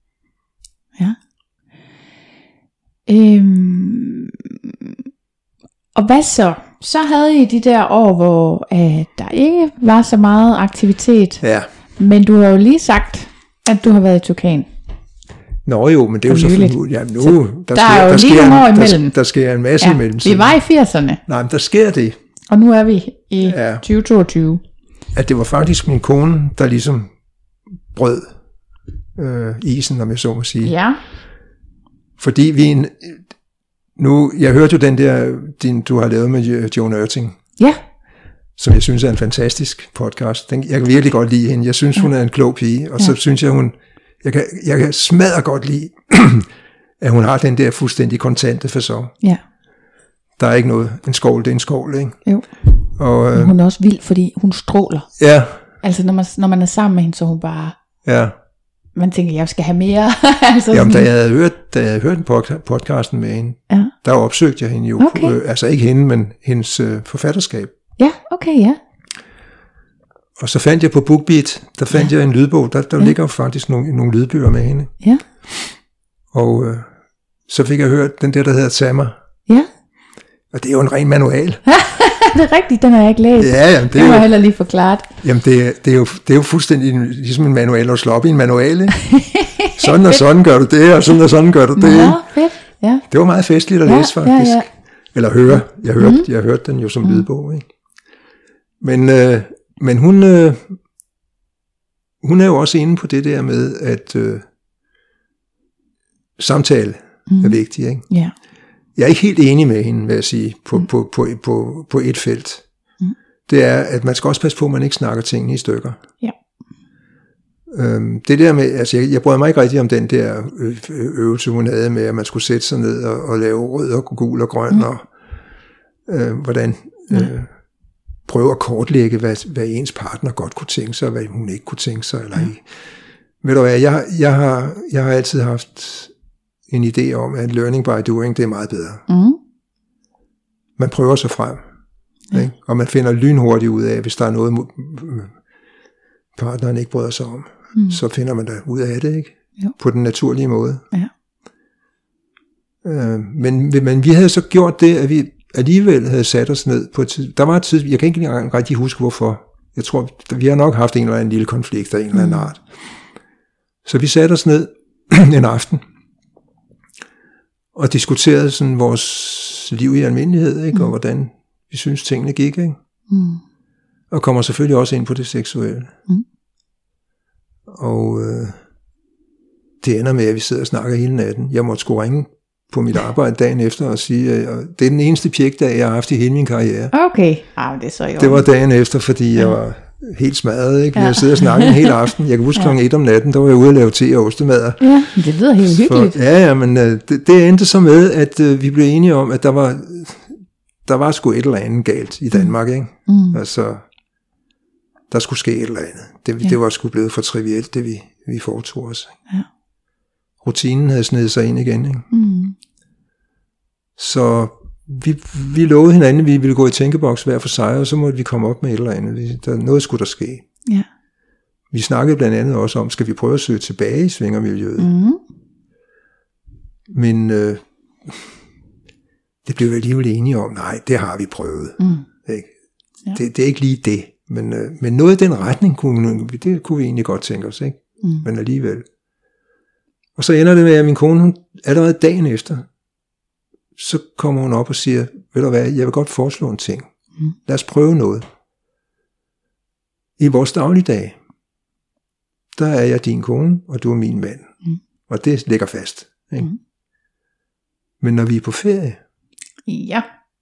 Ja. Øhm, og hvad så? Så havde I de der år, hvor øh, der ikke var så meget aktivitet. Ja. Men du har jo lige sagt, at du har været i Turkan. Nå jo, men det er jo For så nyligt. for nu. Ja, nu Så der, der er jo lige sker, nogle år en, imellem. der, der sker en masse Ja, imellem. vi var i firserne, Nej, men der sker det, og nu er vi i Ja. tyve toogtyve. at det var faktisk min kone, der ligesom brød øh, isen, om jeg så må sige. Ja. Fordi vi en, nu, jeg hørte jo den der, din, du har lavet med Joan Ørting, Ja. som jeg synes er en fantastisk podcast. Den, jeg kan virkelig godt lide hende. Jeg synes, ja. hun er en klog pige, og ja. så synes jeg, hun, jeg kan, jeg kan smadre godt lide, at hun har den der fuldstændig kontante facon. Ja. Der er ikke noget. En skovl, det er en skovl, ikke? Jo. Og, Men øh, hun er også vild, fordi hun stråler. ja, Altså når man, når man er sammen med hende, så er hun bare... ja. Man tænker, jeg skal have mere. altså Jamen, da sådan- jeg havde hørt, da jeg havde hørt en podca- podcasten med hende, Ja. der opsøgte jeg hende jo, Okay. øh, altså ikke hende, men hendes øh, forfatterskab. Ja, okay, ja. Og så fandt jeg på BookBeat, der fandt Ja. jeg en lydbog, der, der Ja. ligger jo faktisk nogle, nogle lydbøger med hende. Ja. Og øh, så fik jeg hørt den der, der hedder Tag mig. Ja. Og det er jo en ren manual. det er rigtigt, den har jeg ikke læst. Ja, jamen, det, det må er jo, jeg heller lige forklare. Jamen, det, det, er jo, det er jo fuldstændig ligesom en manual, og slå op i en manual, ikke? Sådan og sådan gør du det, og sådan og sådan gør du det. Ja, fedt. Ja. Det var meget festligt at ja, læse, faktisk. Ja, ja. Eller høre. Jeg hørte, mm. jeg hørte den jo som mm. lydbog, ikke? Men, øh, men hun, øh, hun er jo også inde på det der med, at øh, samtale mm. er vigtig, ikke? Ja. Jeg er ikke helt enig med hende, vil jeg sige, på, mm. på, på, på, på et felt. Mm. Det er, at man skal også passe på, at man ikke snakker tingene i stykker. Ja. Øhm, det der med, altså jeg, jeg brød mig ikke rigtig om den der øvelse, hun havde med, at man skulle sætte sig ned og, og lave rød og gul og grøn, mm. og øh, hvordan øh, mm. prøve at kortlægge, hvad, hvad ens partner godt kunne tænke sig, og hvad hun ikke kunne tænke sig, eller mm. ikke. Ved du hvad, jeg, jeg, har, jeg har altid haft en idé om, at learning by doing, det er meget bedre. Mm. Man prøver sig frem, mm. ikke? Og man finder lynhurtigt ud af, hvis der er noget, partneren ikke bryder sig om, mm. så finder man da ud af det, ikke? Jo. På den naturlige måde. Ja. Øh, men, men vi havde så gjort det, at vi alligevel havde sat os ned på et tid. Der var et tid, jeg kan ikke engang rigtig huske, hvorfor. Jeg tror, vi har nok haft en eller anden lille konflikt af en mm. eller anden art. Så vi satte os ned en aften, og diskuterede sådan vores liv i almindelighed, ikke? Mm. Og hvordan vi synes tingene gik, ikke? Mm. Og kommer selvfølgelig også ind på det seksuelle. Mm. Og øh, det ender med, at vi sidder og snakker hele natten. Jeg måtte sgu ringe på mit arbejde dagen efter og sige, at det er den eneste pjekdag, jeg har haft i hele min karriere. Okay, ah, det er så jo. Det var dagen efter, fordi ja. jeg var helt smadret, ikke? Vi ja. havde siddet og snakket en hel aften. Jeg kan huske ja. klokken et om natten, der var jeg ude at lave te og ostemader. Ja, det lyder helt hyggeligt. For, ja, ja, men øh, det, det endte så med, at øh, vi blev enige om, at der var, der var sgu et eller andet galt i Danmark, ikke? Mm. Altså, der skulle ske et eller andet. Det, ja. det var sgu blevet for trivielt, det vi, vi foretog os. Ja. Rutinen havde snedet sig ind igen, ikke? Mm. Så vi, vi lovede hinanden, at vi ville gå i tænkeboks hver for sig, og så måtte vi komme op med et eller andet. Der, noget skulle der ske. Ja. Vi snakkede blandt andet også om, skal vi prøve at søge tilbage i svingermiljøet? Mm. Men øh, det blev vi alligevel enige om, nej, det har vi prøvet. Mm. Ikke? Ja. Det, det er ikke lige det. Men, øh, men noget i den retning, kunne, det kunne vi egentlig godt tænke os, ikke? Mm. Men alligevel. Og så ender det med, at min kone, hun, allerede dagen efter, så kommer hun op og siger, ved du hvad, jeg vil godt foreslå en ting. Mm. Lad os prøve noget. I vores dagligdag, der er jeg din kone, og du er min mand. Mm. Og det ligger fast. Ikke? Mm. Men når vi er på ferie, ja.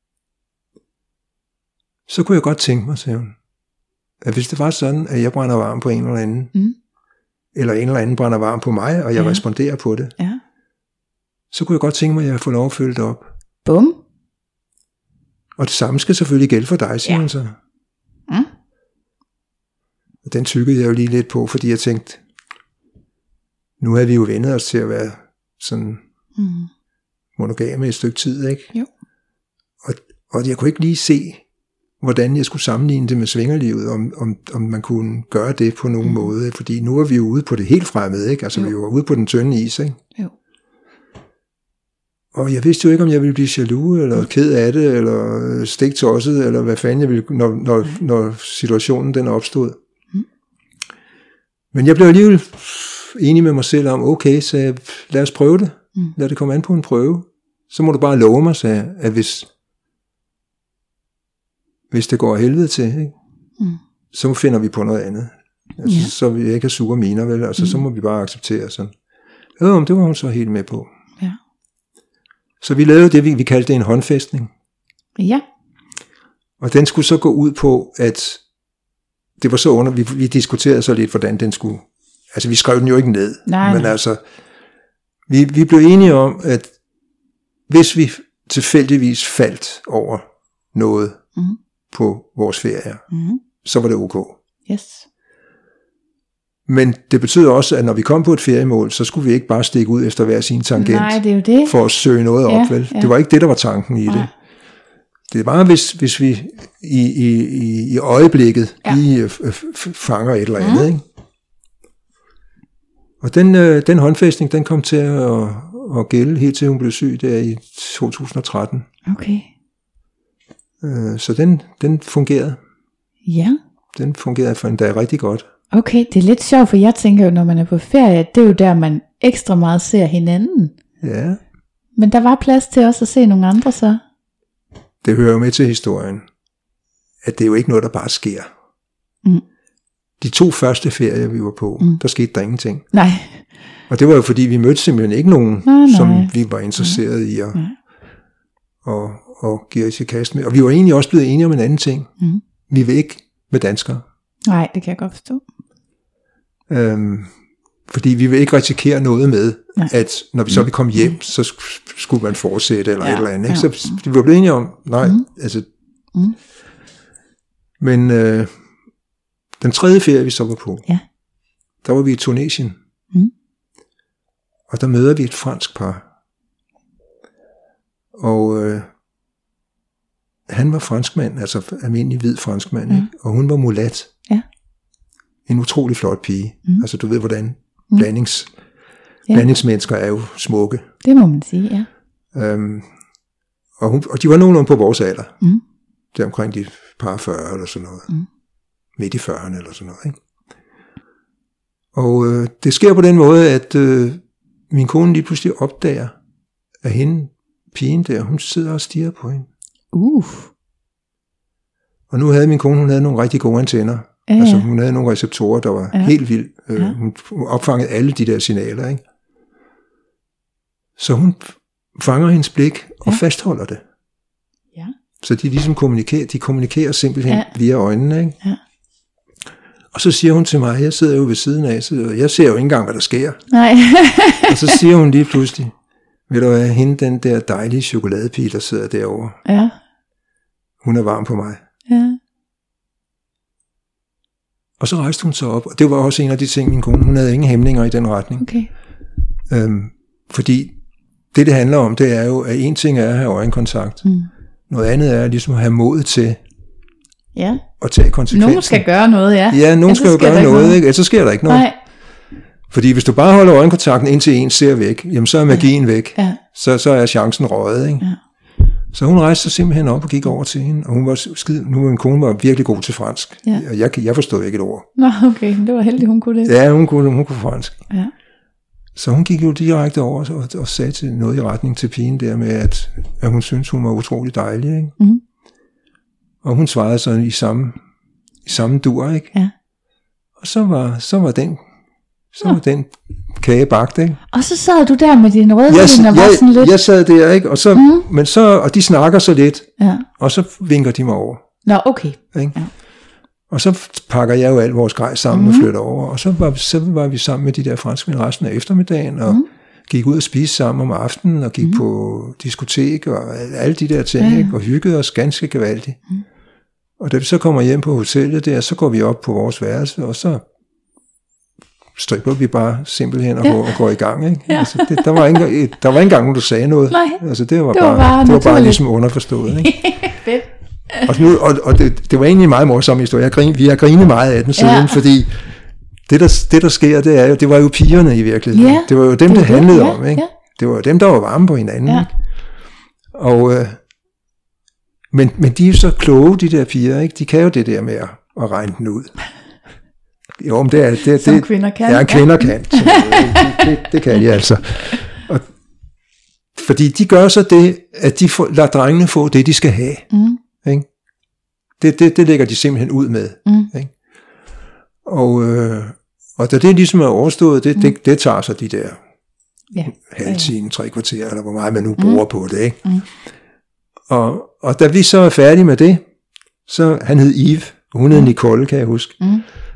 så kunne jeg godt tænke mig, sagde hun, at hvis det var sådan, at jeg brænder varm på en eller anden, mm. eller en eller anden brænder varm på mig, og jeg ja. responderer på det, ja. så kunne jeg godt tænke mig, at jeg får lov at følge det op. Bum. Og det samme skal selvfølgelig gælde for dig, siger ja. hun så. Mm. Og den tykkede jeg jo lige lidt på, fordi jeg tænkte, nu havde vi jo vendet os til at være sådan mm. monogame et stykke tid, ikke? Jo. Og, og jeg kunne ikke lige se, hvordan jeg skulle sammenligne det med svingerlivet, om, om, om man kunne gøre det på nogen mm. måde, fordi nu er vi jo ude på det helt fremmede, ikke? Altså jo. vi var ude på den tynde is, ikke? Jo. Og jeg vidste jo ikke, om jeg ville blive jaloux, eller ked af det, eller stiktosset, eller hvad fanden jeg ville, når, når, når situationen den opstod. Mm. Men jeg blev alligevel enig med mig selv om, okay, så jeg, lad os prøve det. Mm. Lad det komme an på en prøve. Så må du bare love mig, sagde jeg, at hvis, hvis det går af helvede til, ikke? Mm. så finder vi på noget andet. Altså, yeah. Så vi ikke have sure miner, vel? Altså, mm. så må vi bare acceptere sådan. Jo, det var hun så helt med på. Ja. Så vi lavede det, vi, vi kaldte en håndfæstning. Ja. Og den skulle så gå ud på, at det var så under, vi, vi diskuterede så lidt, hvordan den skulle, altså vi skrev den jo ikke ned, nej, men altså, vi, vi blev enige om, at hvis vi tilfældigvis faldt over noget mm. på vores ferie, mm. så var det ok. Yes. Men det betød også, at når vi kom på et feriemål, så skulle vi ikke bare stikke ud efter hver sin tangent. Nej, det er jo det. For at søge noget ja, op, vel? Ja. Det var ikke det, der var tanken i ja. det. Det var, hvis, hvis vi i, i, i øjeblikket ja. lige fanger et eller andet, ja. ikke? Og den, øh, den håndfæstning, den kom til at, at gælde helt til hun blev syg der i to tusind og tretten. Okay. Øh, så den, den fungerede. Ja. Den fungerede for en dag rigtig godt. Okay, det er lidt sjovt, for jeg tænker jo, når man er på ferie, det er jo der, man ekstra meget ser hinanden. Ja. Men der var plads til også at se nogle andre så? Det hører jo med til historien, at det er jo ikke noget, der bare sker. Mm. De to første ferier, vi var på, mm. der skete der ingenting. Nej. Og det var jo fordi, vi mødte simpelthen ikke nogen, nej, nej. som vi var interesseret nej. i at, at, at give os i kast med. Og vi var egentlig også blevet enige om en anden ting. Mm. Vi vil ikke med danskere. Nej, det kan jeg godt forstå. Øhm, fordi vi vil ikke risikere noget med, nej. at når vi så vil komme hjem, så skulle man fortsætte eller ja, et eller andet. Ikke? Ja. Så vi var blevet enige om, nej, mm. altså... Mm. Men øh, den tredje ferie, vi så var på, ja. der var vi i Tunesien. Mm. Og der møder vi et fransk par. Og øh, han var franskmand, altså almindelig hvid franskmand, mm. ikke? Og hun var mulat. Ja. En utrolig flot pige. Mm. Altså du ved, hvordan blandings, ja. blandingsmennesker er jo smukke. Det må man sige, ja. Øhm, og, hun, og de var nogenlunde på vores alder. Mm. Det er omkring de par fyrre eller sådan noget. Mm. Midt i fyrrerne eller sådan noget, ikke? Og øh, det sker på den måde, at øh, min kone lige pludselig opdager, at hende, pigen der, hun sidder og stirrer på hende. Uh. Og nu havde min kone, hun havde nogle rigtig gode antenner. Ja, ja. Altså hun havde nogle receptorer, der var ja. helt vildt. Øh, ja. Hun opfangede alle de der signaler, ikke? Så hun fanger hendes blik og ja. fastholder det. Ja. Så de ligesom kommunikerer, de kommunikerer simpelthen ja. via øjnene, ikke? Ja. Og så siger hun til mig, jeg sidder jo ved siden af, så jeg ser jo ikke engang, hvad der sker. Nej. Og så siger hun lige pludselig, ved du hvad, hende den der dejlige chokoladepige, der sidder derovre. Ja. Hun er varm på mig. Ja. Og så rejste hun sig op, og det var også en af de ting, min kone, hun havde ingen hæmninger i den retning. Okay. Øhm, fordi det, det handler om, det er jo, at en ting er at have øjenkontakt. Mm. Noget andet er ligesom at have mod til ja. at tage konsekvensen. Nogen skal gøre noget, ja. Ja, nogen skal jo gøre noget, noget, ikke? Ellers så sker der ikke noget. Nej. Fordi hvis du bare holder øjenkontakten indtil en ser væk, jamen så er magien ja. væk. Ja. Så, så er chancen røget, ikke? Ja. Så hun rejste sig simpelthen op og gik over til hende, og hun var skid, nu min kone var virkelig god til fransk. Ja. Og jeg, jeg forstod ikke et ord. Nå, okay, det var heldigt, hun kunne det. Ja, hun kunne, hun kunne fransk. Ja. Så hun gik jo direkte over og, og sagde til noget i retning til pigen der med, at, at hun syntes, hun var utrolig dejlig, ikke? Mm. Og hun svarede så i samme, i samme dur, ikke? Ja. Og så var, så var den, så var den kage bagt, ikke? Og så sad du der med din rødvin og var jeg, sådan lidt... Jeg sad der, ikke? Og så, mm. men så, og de snakker så lidt, ja. og så vinker de mig over. Nå, okay. Ikke? Ja. Og så pakker jeg jo alt vores grej sammen mm. og flytter over, og så var, så var vi sammen med de der franskmænd resten af eftermiddagen, og mm. gik ud og spiste sammen om aftenen, og gik mm. på diskotek, og alle de der ting, ja. ikke? Og hyggede os ganske gevaldigt. Mm. Og da vi så kommer hjem på hotellet der, så går vi op på vores værelse, og så stripper vi bare simpelthen og, ja. går, og går i gang, ikke? Ja. Altså, det, der var ikke der var ikke engang nogen, der sagde noget. Nej, altså, det var det var bare, bare, det var bare ligesom underforstået, ikke? Fedt. Og, nu, og, og det, det var egentlig en meget morsom historie. Jeg grin, vi har grinet meget af den siden, ja. fordi det der, det der sker, det er jo, det var jo pigerne i virkeligheden. Ja, det var jo dem, det, det handlede ja, om, ikke? Ja. Det var jo dem, der var varme på hinanden, ja. ikke? Og øh, men, men de er jo så kloge, de der piger, ikke? De kan jo det der med at, at regne den ud. Jo, men det er det, som det, kvinder kan. Ja, kvinder kan. Så, det, det, det kan de altså. Og, fordi de gør så det, at de får, lader drengene få det, de skal have. Mm. Ikke? Det, det, det lægger de simpelthen ud med. Mm. Ikke? Og, øh, og da det ligesom er overstået, det, mm. det, det tager sig de der ja. halv time, tre kvarter, eller hvor meget man nu bruger mm. på det. Ikke? Mm. Og, og da vi så er færdige med det, så han hed Yves, og hun hed mm. Nicole, kan jeg huske. Mm.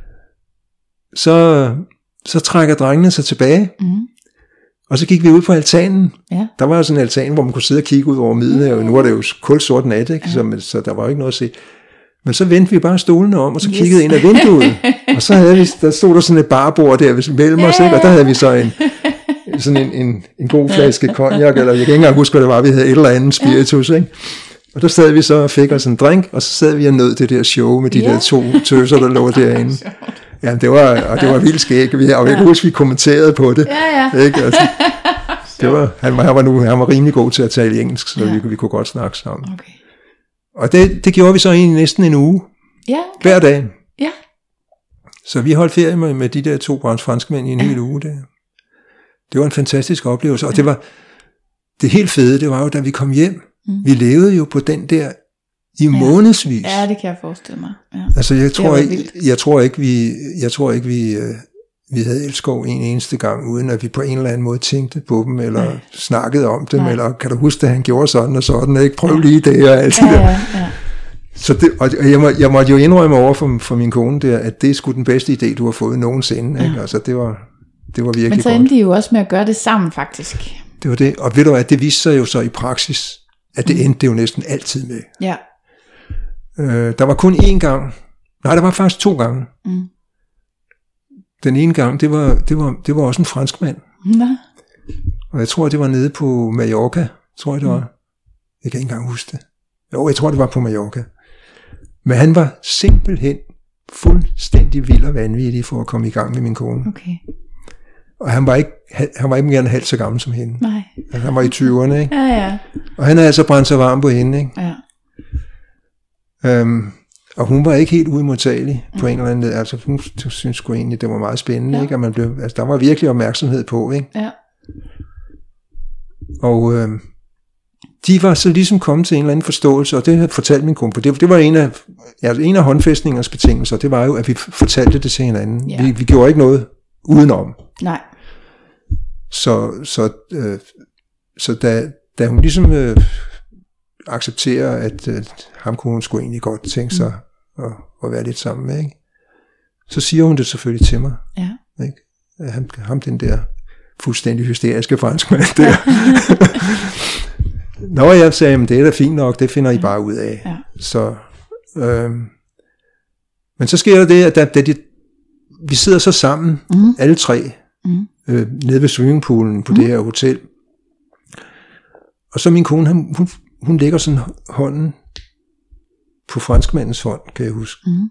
Så, så trækker drengene sig tilbage, mm. og så gik vi ud på altanen. Ja. Der var jo sådan en altan, hvor man kunne sidde og kigge ud over Middelhavet. Mm. Nu var det jo kulsort nat, ikke? Ja. Så, så der var jo ikke noget at se. Men så vendte vi bare stolene om, og så yes. kiggede ind ad vinduet. Og så havde vi, der stod der sådan et barbord der mellem os, ikke? Og der havde vi så en, sådan en, en, en god flaske cognac, eller jeg kan ikke engang huske, hvad det var, vi havde et eller andet spiritus, ikke? Og der sad vi så og fik os en drink, og så sad vi og nød det der show med de yeah. der to tøser, der lå derinde. Ja, det var, og det var vildt skægt, og jeg kan huske, vi kommenterede på det. Ja, ja. Ikke? Altså, det var, han, var, han, var nu, han var rimelig god til at tale engelsk, så ja. vi, vi kunne godt snakke sammen. Okay. Og det, det gjorde vi så i næsten en uge. Ja. Okay. Hver dag. Ja. Så vi holdt ferie med, med de der to franskmænd i en ja. hel uge der. Det var en fantastisk oplevelse, og ja. det var det helt fede, det var jo, da vi kom hjem, mm. vi levede jo på den der i ja. månedsvis. Ja, det kan jeg forestille mig. Ja. Altså, jeg tror ikke, jeg tror ikke, vi, jeg tror ikke, vi, øh, vi havde Elskov en eneste gang, uden at vi på en eller anden måde tænkte på dem, eller Nej. snakkede om dem, Nej. eller kan du huske, at han gjorde sådan og sådan, ikke? Prøv lige det, og alt det ja, der. Ja, ja. Så det, og jeg, må, jeg måtte jo indrømme over for, for min kone der, at det er sgu den bedste idé, du har fået nogensinde. Ikke? Ja. Altså, det var, det var virkelig godt. Men så endte de jo også med at gøre det sammen, faktisk. Det var det, og ved du hvad, det viste sig jo så i praksis, at det mm. endte det jo næsten altid med. Ja. Øh, der var kun én gang, nej, der var faktisk to gange. Mm. Den ene gang, det var, det var, det var også en franskmand. Nå. Og jeg tror, det var nede på Mallorca, tror jeg det var. Mm. Jeg kan ikke engang huske det. Jo, jeg tror, det var på Mallorca. Men han var simpelthen fuldstændig vild og vanvittig for at komme i gang med min kone. Okay. Og han var ikke, han var ikke mere end halvt så gammel som hende. Nej. Altså, han var i tyverne, ikke? Ja, ja. Og han havde altså brændt sig varm på hende, ikke? Ja. Øhm, og hun var ikke helt uimodtagelig på en eller anden måde. Altså, hun synes sgu egentlig, det var meget spændende, ja. ikke? At man blev, altså, der var virkelig opmærksomhed på, ikke? Ja. Og øhm, de var så ligesom kommet til en eller anden forståelse, og det havde fortalt min kone på. Det, det var en af, altså en af håndfæstningernes betingelser, det var jo, at vi fortalte det til hinanden. Ja. Vi, vi gjorde ikke noget udenom. Nej. Så, så, øh, så da, da hun ligesom øh, accepterer, at øh, ham kunne hun sgu egentlig godt tænke sig mm. at, at være lidt sammen med, ikke? Så siger hun det selvfølgelig til mig. Ja. Ikke? Ham, ham den der fuldstændig hysteriske franskmand der. Nå, jeg sagde, men det er da fint nok, det finder I bare ud af. Ja. Så, øh, men så sker der det, at da, da de, vi sidder så sammen, mm. alle tre, mm. øh, nede ved swimmingpoolen på mm. det her hotel. Og så min kone, hun, hun, hun lægger sådan hånden på franskmandens hånd, kan jeg huske. Mm.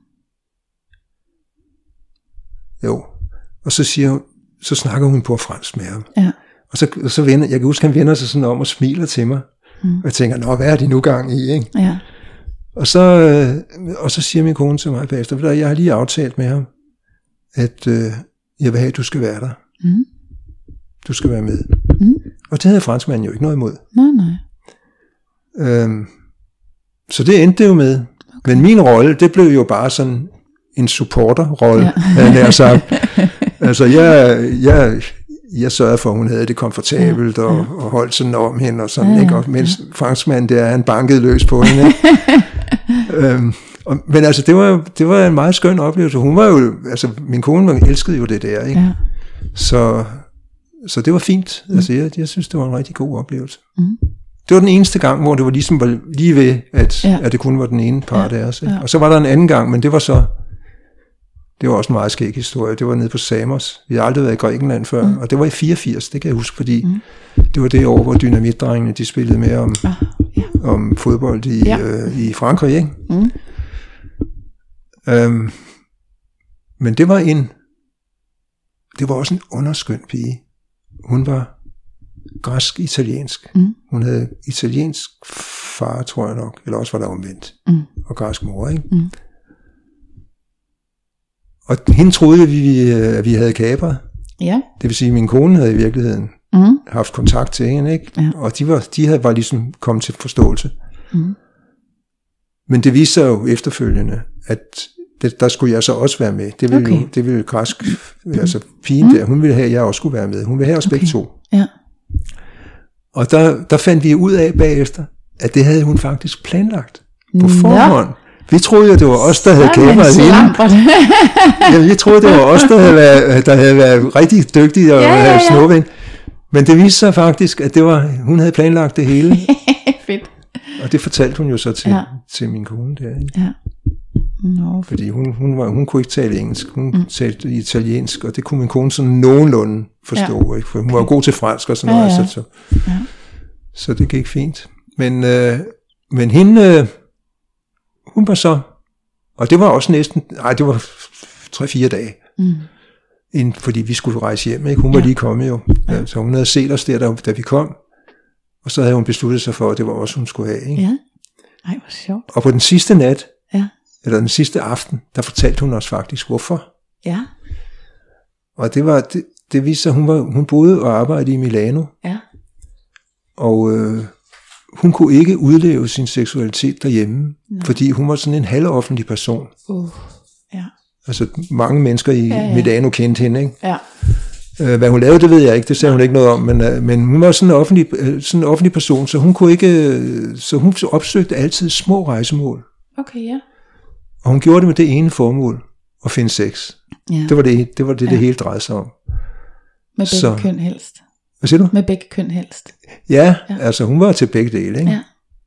Jo. Og så siger hun, så snakker hun på fransk med ham. Ja. Og så, og så vender, jeg kan huske, han vender sig sådan om og smiler til mig. Mm. Og jeg tænker, nå, hvad er de nu gang i, ikke? Ja. Og så, øh, og så siger min kone til mig bagefter, jeg har lige aftalt med ham, at øh, jeg vil have, at du skal være der. Mm. Du skal være med. Mm. Og det havde franskmanden jo ikke noget imod. Nej, nej. Øhm, så det endte det jo med. Okay. Men min rolle, det blev jo bare sådan en supporter-rolle, ja. havde jeg sagt. Altså, jeg, jeg, jeg sørgede for, at hun havde det komfortabelt, ja, ja. Og, og holdt sådan om hende, og sådan, ja, ja, ikke? Og mens ja. franskmanden der, han bankede løs på hende, øhm, og, men altså, det var, det var en meget skøn oplevelse. Hun var jo, altså, min kone elskede jo det der, ikke? Ja. Så, så det var fint. Mm. Altså, jeg, jeg synes, det var en rigtig god oplevelse. Mm. Det var den eneste gang, hvor det var ligesom var lige ved, at, ja. at det kun var den ene part ja. af os. Ja. Og så var der en anden gang, men det var så, det var også en meget skæg historie. Det var nede på Samos. Vi har aldrig været i Grækenland før, mm. og det var i fireogfirs, det kan jeg huske, fordi mm. det var det år, hvor Dynamitdrengene, de spillede med om, ah, ja. om fodbold i, ja. øh, i Frankrig, ikke? Mm. Øhm, men det var en, det var også en underskøn pige. Hun var græsk-italiensk. Mm. Hun havde italiensk far, tror jeg nok, eller også var der omvendt, mm. og græsk mor, ikke? Mm. Og hende troede vi, at vi havde kapret. Ja. Det vil sige, at min kone havde i virkeligheden mm. haft kontakt til hende, ikke? Ja. Og de var, de havde, var ligesom kommet til forståelse. Mm. Men det viste sig jo efterfølgende, at det, der skulle jeg så også være med. Det ville, okay. jo, det ville græsk, mm. altså pigen mm. der, hun ville have, at jeg også skulle være med. Hun ville have os okay. begge to. Ja. Og der, der fandt vi ud af bagefter, at det havde hun faktisk planlagt på forhånd. Ja. Vi troede jo, det var os, der havde kapret hende. Ja, vi troede, det var os, der havde været, der havde været rigtig dygtige og ja, ja, ja. snuppe hende. Men det viste sig faktisk, at det var, hun havde planlagt det hele. Fedt. Og det fortalte hun jo så til, ja. til min kone der. Ikke? Ja. No. Fordi hun, hun, var, hun kunne ikke tale engelsk, hun mm. talte italiensk, og det kunne min kone sådan nogenlunde forstå. Ja. Ikke? For hun okay. var god til fransk og sådan ja, noget. Ja. Så, så. Ja. så det gik fint. Men, øh, men hende... Øh, hun var så, og det var også næsten, nej, det var tre-fire dage, mm. inden, fordi vi skulle rejse hjem, ikke? Hun var ja. lige kommet jo, ja. Så hun havde set os der, da, da vi kom, og så havde hun besluttet sig for, at det var også hun skulle have, ikke? Ja. Ej, hvor sjovt. Og på den sidste nat, ja. eller den sidste aften, der fortalte hun os faktisk, hvorfor. Ja. Og det var, det, det viste sig, hun, var, hun boede og arbejdede i Milano. Ja. Og øh, hun kunne ikke udleve sin seksualitet derhjemme, no. fordi hun var sådan en halvoffentlig person. Uh, ja. Altså mange mennesker i ja, ja. Milano kendte hende, ikke? Ja. Øh, hvad hun lavede, det ved jeg ikke, det sagde hun ikke noget om, men, øh, men hun var sådan en, offentlig, øh, sådan en offentlig person, så hun kunne ikke, øh, så hun opsøgte altid små rejsemål. Okay, ja. Og hun gjorde det med det ene formål, at finde sex. Ja. Det var det, det, var det, ja. det hele drejede sig om. Med begge så, køn helst. Hvad siger du? Med begge køn helst. Ja, ja, altså hun var til begge dele, ikke? Ja.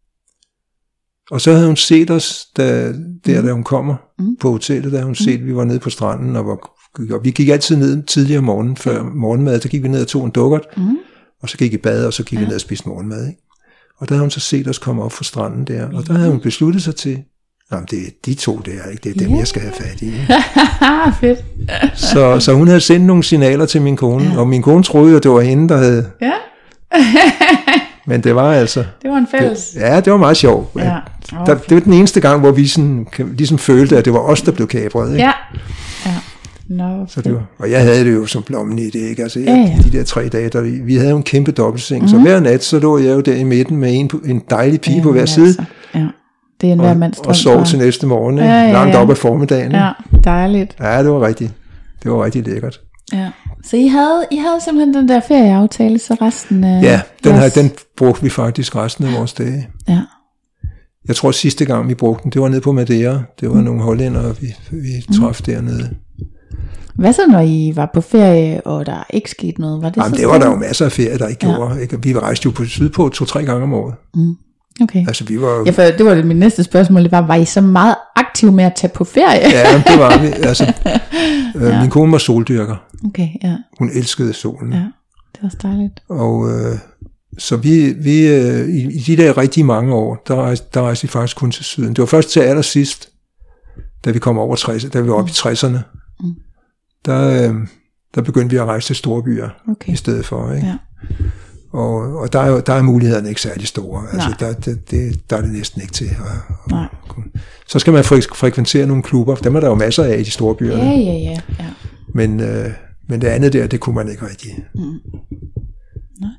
Og så havde hun set os, da, der mm. da hun kommer mm. på hotellet, da hun mm. set, vi var nede på stranden, og, var, og vi gik altid ned tidligere om morgenen, før mm. morgenmad, der gik vi ned og tog en dukkert, mm. og så gik i bad, og så gik ja. vi ned og spiste morgenmad, ikke? Og der havde hun så set os komme op fra stranden der, og der havde hun besluttet sig til, jamen det er de to der, ikke? Det er dem, yeah. jeg skal have fat i. Fedt. så, så hun havde sendt nogle signaler til min kone, ja. og min kone troede jo, det var hende, der havde... Ja. Men det var altså... Det var en fælles. Det, ja, det var meget sjovt. Ja. Okay. Der, det var den eneste gang, hvor vi sådan, ligesom følte, at det var os, der blev kapret. Ikke? Ja. Ja. No, så det var, og jeg havde det jo som blommen i det, ikke? Altså, jeg, ja, ja. de der tre dage, der, vi havde jo en kæmpe dobbeltseng, mm. så hver nat, så lå jeg jo der i midten med en, en dejlig pige ja, på hver altså. side. Ja. Det er en hver mands drøm. Og sov til næste morgen, ikke? Ja, ja, ja. Langt op ad formiddagen. Ja, dejligt. Ja, det var rigtig, det var rigtig lækkert. Ja. Så I havde, I havde simpelthen den der ferieaftale, så resten af... Ja, den, her, den brugte vi faktisk resten af vores dage. Ja. Jeg tror sidste gang vi brugte den, det var nede på Madeira. Det var mm. nogle hollændere, vi, vi traf mm. dernede. Hvad så, når I var på ferie, og der ikke skete noget? Var det Jamen, så det var der jo masser af ferie, der ikke ja. gjorde. Ikke? Vi rejste jo på sydpå to-tre gange om året. Mm. Okay. Altså, vi var... Ja, for det var det mit næste spørgsmål. Det var, var I så meget aktive med at tage på ferie? Ja, det var vi. Altså, øh, ja. Min kone var soldyrker. Okay, ja. Hun elskede solen. Ja, det var dejligt. Og øh, så vi, vi øh, i, i de der rigtig mange år, der rejste, der rejste vi faktisk kun til syden. Det var først til allersidst, da vi kom over tresserne, da vi var oppe mm. i tresserne, mm. der, øh, der begyndte vi at rejse til store byer okay. i stedet for, ikke? Ja. Og, og der, er, der er mulighederne ikke særlig store. Altså, der, det, det, der er det næsten ikke til. At, at, så skal man fre- frekventere nogle klubber. Dem er der jo masser af i de store byer. Ja, ja, ja. ja. Men, øh, men det andet der, det kunne man ikke rigtig. Mm. Nej.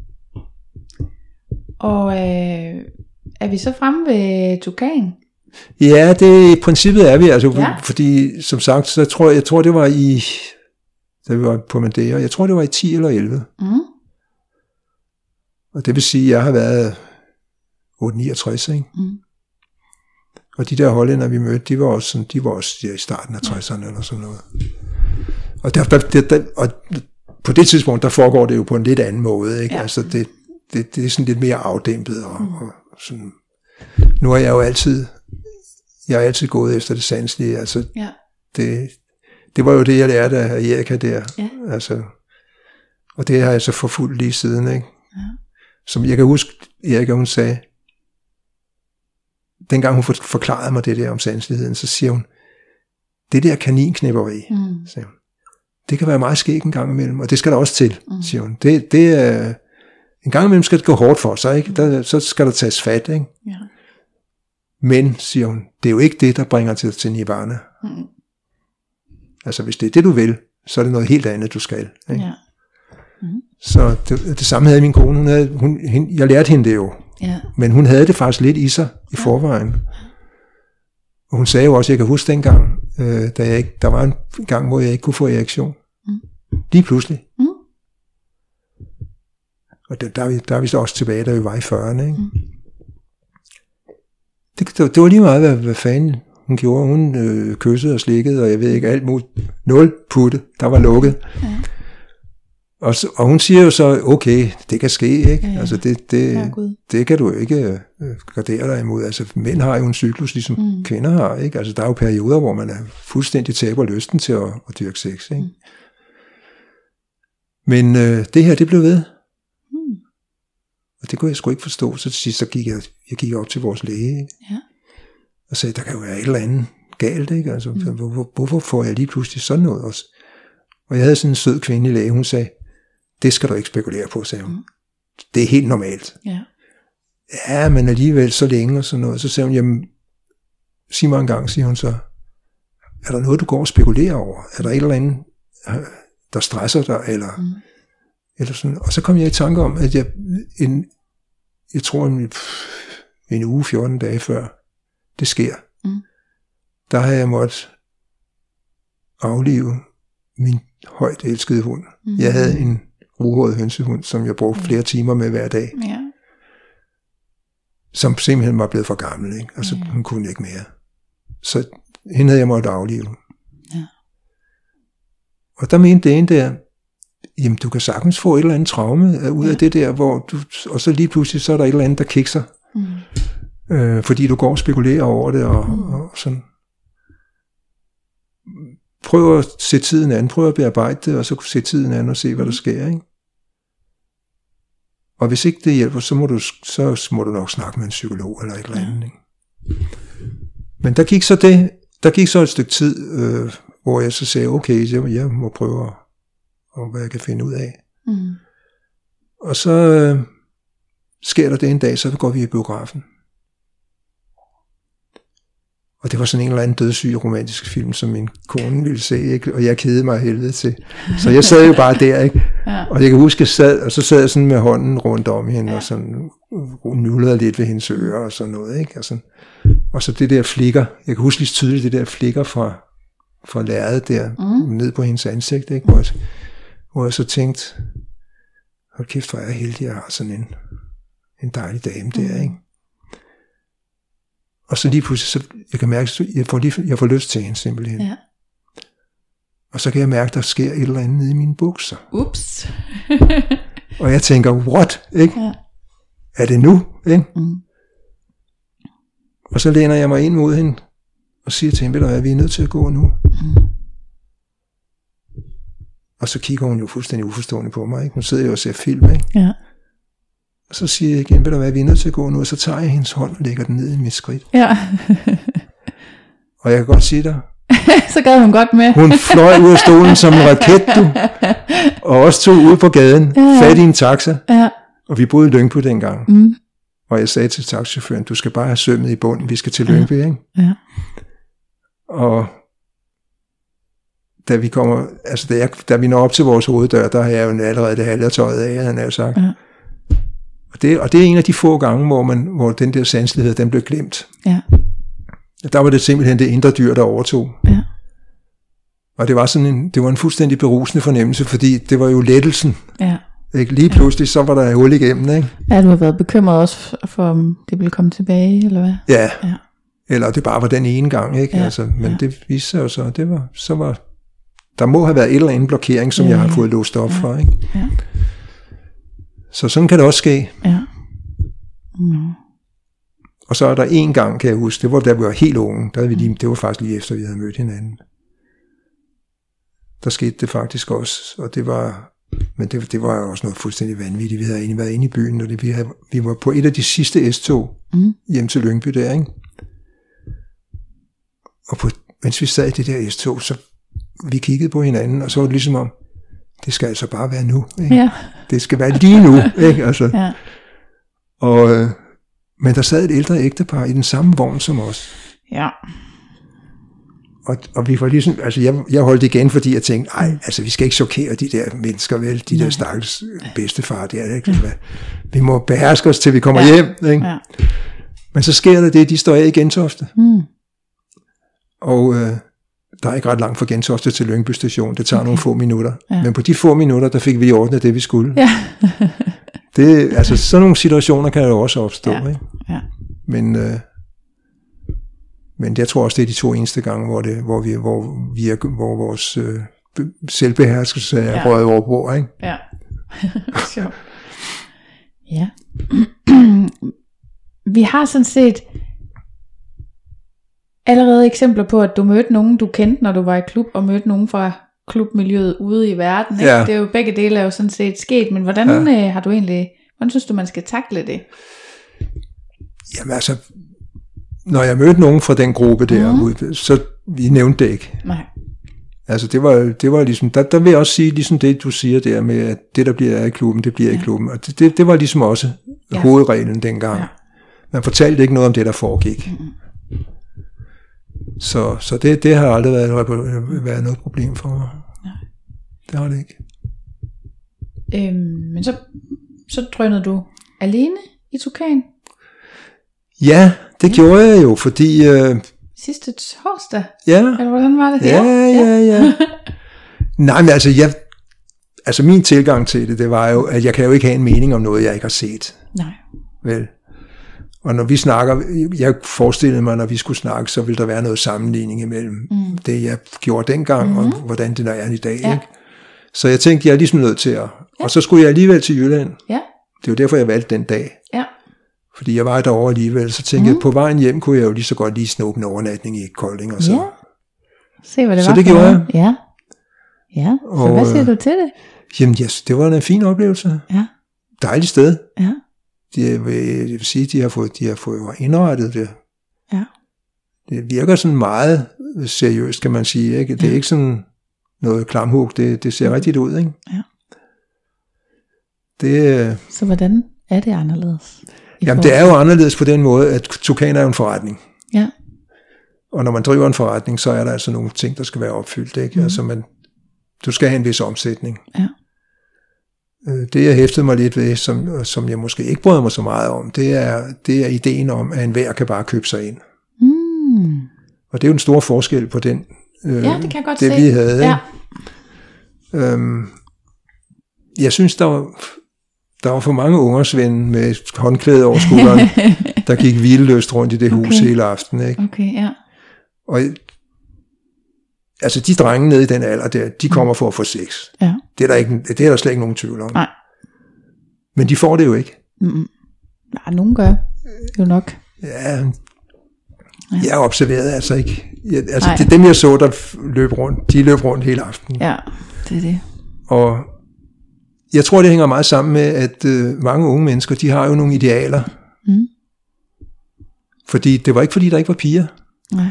Og øh, er vi så fremme ved Tukan? Ja, det i princippet er vi. Altså, ja. Fordi som sagt, så tror jeg, jeg tror det var i, da vi var på Madeira, jeg tror det var i ti eller elleve. Mm. Og det vil sige, at jeg har været otte niogtres, ikke? Mm. Og de der hollændere, vi mødte, de var også, sådan, de var også ja, i starten af tresserne eller sådan noget. Og, der, der, der, der, og på det tidspunkt, der foregår det jo på en lidt anden måde, ikke? Ja. Altså det, det, det er sådan lidt mere afdæmpet. Og, mm. og sådan. Nu har jeg jo altid, jeg har altid gået efter det sanselige. Altså, ja. det, det var jo det, jeg lærte af Erika der. Ja. Altså, og det har jeg så forfulgt lige siden, ikke? Ja. Som jeg kan huske, Erika, hun sagde, dengang hun forklarede mig det der om sanseligheden, så siger hun, det der kaninknæpperi, mm. siger hun, det kan være meget skægt en gang imellem, og det skal der også til, mm. siger hun. Det, det er, en gang imellem skal det gå hårdt for sig, ikke? Der, så skal der tages fat, ikke? Ja. Men, siger hun, det er jo ikke det, der bringer til, til nirvana. Mm. Altså, hvis det er det, du vil, så er det noget helt andet, du skal, ikke? Ja. Mm. Så det, det samme havde min kone, hun havde, hun, hende, jeg lærte hende det jo, ja. Men hun havde det faktisk lidt i sig i forvejen. Og hun sagde jo også, jeg kan huske dengang, øh, da jeg ikke, der var en gang, hvor jeg ikke kunne få erektion. Mm. Lige pludselig. Mm. Og der, der, er vi, der er vi så også tilbage, da vi var i fyrrerne. Ikke? Mm. Det, det, det var lige meget, hvad, hvad fanden hun gjorde. Hun øh, kyssede og slikkede, og jeg ved ikke alt muligt. Nul putte, der var lukket. Ja. Og, så, og hun siger jo så, okay, det kan ske, ikke? Ja, ja. Altså det, det, ja, det kan du jo ikke øh, gardere dig imod. Altså mænd har jo en cyklus, ligesom mm. kvinder har, ikke? Altså der er jo perioder, hvor man er fuldstændig taber lysten til at, at dyrke sex, ikke? Mm. Men øh, det her, det blev ved. Mm. Og det kunne jeg sgu ikke forstå. Så til sidst, så gik jeg, jeg gik op til vores læge, ikke? Ja. Og sagde, der kan jo være et eller andet galt, ikke? Altså, mm. hvor, hvorfor får jeg lige pludselig sådan noget også? Og jeg havde sådan en sød kvindelig læge, hun sagde, det skal du ikke spekulere på, sagde hun. Mm. Det er helt normalt. Ja. ja, men alligevel så længe og sådan noget. Så sagde hun, jamen, sig mig en gang, siger hun så, er der noget, du går og spekulerer over? Er der et eller andet, der stresser dig? Eller, mm. eller sådan. Og så kom jeg i tanke om, at jeg, en, jeg tror, en, en uge, fjorten dage før det sker, mm. der har jeg måttet aflive min højt elskede hund. Mm. Jeg havde en ruhåret hønsehund, som jeg brugte flere timer med hver dag. Ja. Som simpelthen var blevet for gammel, ikke? Altså, ja. Hun kunne ikke mere. Så hende havde jeg måttet aflive. Ja. Og der mente det ene der, jamen du kan sagtens få et eller andet traume ud ja. af det der, hvor du, og så lige pludselig, så er der et eller andet, der kikser. Mm. Øh, fordi du går og spekulerer over det, og, mm. og sådan. Prøv at se tiden an, prøv at bearbejde det, og så se tiden an og se, hvad der sker, ikke? Og hvis ikke det hjælper, så må du, så må du nok snakke med en psykolog eller et eller andet. Ikke? Men der gik så det, der gik så et stykke tid, øh, hvor jeg så sagde, okay, jeg, jeg må prøve at, og hvad jeg kan finde ud af. Mm. Og så øh, sker der det en dag, så går vi i biografen. Og det var sådan en eller anden dødssyg romantisk film, som min kone ville se, ikke? Og jeg kedede mig helvede til. Så jeg sad jo bare der, ikke? Ja. Og jeg kan huske, jeg sad, og så sad jeg sådan med hånden rundt om hende, ja. Og sådan nullede lidt ved hendes ører og sådan noget, ikke? Og, sådan. Og så det der flikker, jeg kan huske lige tydeligt det der flikker fra, fra lærredet der, mm. ned på hendes ansigt, ikke? Hvor jeg, hvor jeg så tænkte, hold kæft, hvor er jeg heldig, jeg har sådan en, en dejlig dame der, mm. ikke? Og så lige pludselig, så jeg kan mærke, jeg får, lige, jeg får lyst til hende simpelthen. Ja. Og så kan jeg mærke, der sker et eller andet nede i mine bukser. Ups. Og jeg tænker, what? Ikke? Ja. Er det nu? Ikke? Mm. Og så læner jeg mig ind mod hende, og siger til hende, ved du hvad, vi er nødt til at gå nu. Mm. Og så kigger hun jo fuldstændig uforstående på mig. Ikke? Hun sidder jo og ser film, ikke? Ja. Og så siger jeg igen, ved du hvad, vi er nødt til at gå nu, og så tager jeg hendes hånd og lægger den ned i mit skridt. Ja. Og jeg kan godt sige dig, så gad hun godt med. Hun fløj ud af stolen som en raket, du. Og også tog ud på gaden, ja. Fat i en taxa. Ja. Og vi boede i Lyngby dengang. Mm. Og jeg sagde til taxichaufføren, du skal bare have sømmet i bunden, vi skal til Lyngby, ja. Ikke? Ja. Og da vi kommer, altså da, jeg, da vi når op til vores hoveddør, der har jeg jo allerede det halve tøjet af, han har sagt. Ja. Og det, og det er en af de få gange, hvor, man, hvor den der sanselighed, den blev glemt. Ja. Der var det simpelthen det indre dyr, der overtog. Ja. Og det var sådan en, det var en fuldstændig berusende fornemmelse, fordi det var jo lettelsen. Ja. Ikke? Lige pludselig, så var der hul igennem, ikke? Ja, du har været bekymret også for, om det ville komme tilbage, eller hvad? Ja. Ja. Eller det bare var den ene gang, ikke? Ja. Altså, men ja. Det viste sig jo så, det var, så var, der må have været et eller andet blokering, som ja. Jeg har fået låst op ja. For, ikke? Ja. Så sådan kan det også ske. Ja. Mm. Og så er der en gang, kan jeg huske, det var da vi var helt unge, der havde vi lige, det var faktisk lige efter, vi havde mødt hinanden. Der skete det faktisk også, og det var, men det, det var også noget fuldstændig vanvittigt. Vi havde egentlig været inde i byen, og det, vi, havde, vi var på et af de sidste S-tog mm. hjem til Lyngby der, ikke? Og på, mens vi sad i det der S-tog, så vi kiggede på hinanden, og så var det ligesom om, det skal altså bare være nu, ikke? Ja. Det skal være lige nu, ikke? Altså. Ja. Og, øh, men der sad et ældre ægtepar i den samme vogn som os. Ja. Og, og vi var ligesom, altså jeg, jeg holdt igen, fordi jeg tænkte, ej, altså vi skal ikke chokere de der mennesker, vel, de Nej. Der stakkels bedstefar der, ikke? Ja. Vi må beherske os, til vi kommer ja. Hjem, ikke? Ja. Men så sker der det, de står af i Gentofte. Mm. Og øh, der er ikke ret langt fra Gentofte til Lyngby station, det tager okay. nogle få minutter. Ja. Men på de få minutter, der fik vi ordnet det, vi skulle. Ja. Det, altså sådan nogle situationer kan jo også opstå, ja. Ikke? Ja. Men, øh, men jeg tror også, det er de to eneste gange, hvor, det, hvor, vi, hvor, vi er, hvor vores øh, selvbeherskelse er ja. Røget over bord, ikke? Ja. Sjov. Ja. Vi har sådan set allerede eksempler på, at du mødte nogen, du kendte, når du var i klub, og mødte nogen fra klubmiljøet ude i verden. Ikke? Ja. Det er jo begge dele er jo sådan set sket, men hvordan ja. øh, har du egentlig, hvordan synes du, man skal takle det? Jamen altså, når jeg mødte nogen fra den gruppe der, mm. så vi nævnte det ikke. Nej. Altså det var, det var ligesom, der, der vil jeg også sige, ligesom det du siger der med, at det der bliver i klubben, det bliver ja. i klubben. Og det, det, det var ligesom også ja. hovedreglen dengang. Ja. Man fortalte ikke noget om det, der foregik. Mm-hmm. Så, så det, det har aldrig været, været noget problem for mig. Nej. Det har det ikke. Øhm, men så, så drønede du alene i Tukan? Ja, det ja. gjorde jeg jo, fordi... Øh, Sidste torsdag? Ja. Eller hvordan var det? Ja, ja, ja. ja. Nej, men altså, jeg, altså min tilgang til det, det var jo, at jeg kan jo ikke have en mening om noget, jeg ikke har set. Nej. Vel? Og når vi snakker, jeg forestillede mig, når vi skulle snakke, så ville der være noget sammenligning imellem mm. det, jeg gjorde dengang, mm-hmm. og hvordan det er i dag. Ja. Ikke? Så jeg tænkte, jeg er ligesom nødt til at... Ja. Og så skulle jeg alligevel til Jylland. Ja. Det var derfor, jeg valgte den dag. Ja. Fordi jeg var derovre alligevel, så tænkte mm. jeg, på vejen hjem kunne jeg jo lige så godt lige snuppe en overnatning i Kolding. Og så. Ja. Se, hvad det så var. Så det gjorde jeg. Ja. Ja, så og, hvad siger du til det? Jamen, yes, det var en fin oplevelse. Ja. Dejligt sted. Ja. De, jeg vil sige, de har fået, de har fået indrettet det. Ja. Det virker sådan meget seriøst, kan man sige. Ikke? Det er ja. ikke sådan noget klamhug, det, det ser rigtigt ud. Ikke? Ja. Det, så hvordan er det anderledes? Jamen det er jo anderledes på den måde, at Tukan er jo en forretning. Ja. Og når man driver en forretning, så er der altså nogle ting, der skal være opfyldt. Ikke? Mm. Altså man, du skal have en vis omsætning. Ja. Det jeg hæftede mig lidt ved, som, som jeg måske ikke bryder mig så meget om, det er, det er ideen om, at enhver kan bare købe sig ind. Mm. Og det er jo en stor forskel på den, øh, ja, det kan jeg godt det se. vi havde. Ja. Øhm, jeg synes, der var, der var for mange ungersvende med håndklæde over skulderen, der gik hvileløst rundt i det okay. hus hele aftenen. Ikke? Okay, ja. Og altså de drenge nede i den alder der, de kommer for at få sex. Ja. Det er der ikke, det er der slet ikke nogen tvivl om. Nej. Men de får det jo ikke. Mm-mm. Nej, nogen gør jo nok. Ja, ja. Jeg observerede altså ikke. Jeg, altså det, dem jeg så, der løb rundt, de løb rundt hele aftenen. Ja, det er det. Og jeg tror, det hænger meget sammen med, at øh, mange unge mennesker, de har jo nogle idealer. Mm. Fordi det var ikke fordi, der ikke var piger. Nej.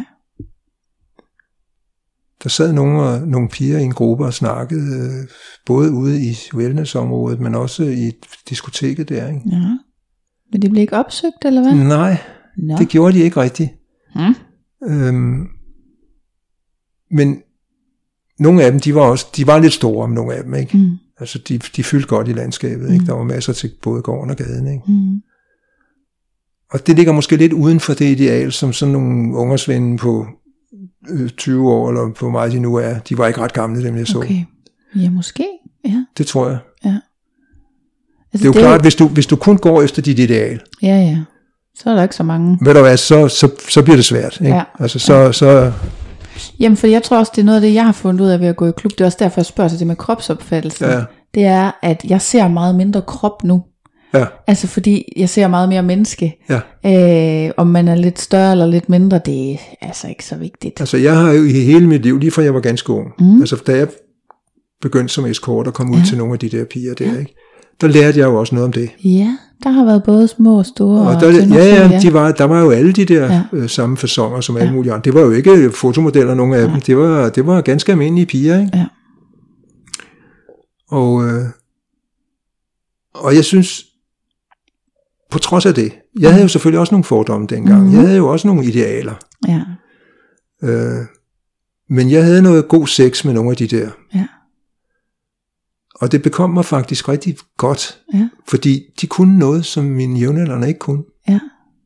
Der sad nogle, nogle piger i en gruppe og snakkede, både ude i wellnessområdet, men også i diskoteket der. Ikke? Ja. Men de blev ikke opsøgt, eller hvad? Nej, no. det gjorde de ikke rigtigt. Hmm. Øhm, men nogle af dem, de var også, de var lidt store om nogle af dem, ikke? Mm. Altså, de, de fyldte godt i landskabet, ikke? Mm. Der var masser til både gården og gaden, ikke? Mm. Og det ligger måske lidt uden for det ideal, som sådan nogle ungersvende på tyve år, eller på meget de nu er. De var ikke ret gamle, dem jeg så. Okay. Ja, måske. Ja. Det tror jeg. Ja. Altså, det er jo det klart, er... hvis du, hvis du kun går efter dit ideal. Ja, ja. Så er der ikke så mange. Ved du hvad, så, så, så bliver det svært. Ikke? Ja. Altså, så, ja. så... Jamen, for jeg tror også, det er noget af det, jeg har fundet ud af ved at gå i klub. Det er også derfor, jeg spørger sig det med kropsopfattelsen. Ja. Det er, at jeg ser meget mindre krop nu. Ja. Altså fordi jeg ser meget mere menneske. Ja. øh, Om man er lidt større eller lidt mindre, det er altså ikke så vigtigt. Altså jeg har jo i hele mit liv, lige fra jeg var ganske ung, mm. altså da jeg begyndte som eskort og kom ud ja. til nogle af de der piger der, ja. ikke? Der lærte jeg jo også noget om det. Ja, der har været både små og store. Og der, og ja, ja, de var, der var jo alle de der ja. øh, samme faconer som alle ja. mulige andre. Det var jo ikke fotomodeller, nogle af ja. dem. Det var, det var ganske almindelige piger, ikke? Ja. Og, øh, og jeg synes, på trods af det, jeg havde jo selvfølgelig også nogle fordomme dengang. Mm-hmm. Jeg havde jo også nogle idealer. Ja. Øh, men jeg havde noget god sex med nogle af de der. Ja. Og det bekom mig faktisk rigtig godt. Ja. Fordi de kunne noget, som mine jævnaldrende ikke kunne. Ja.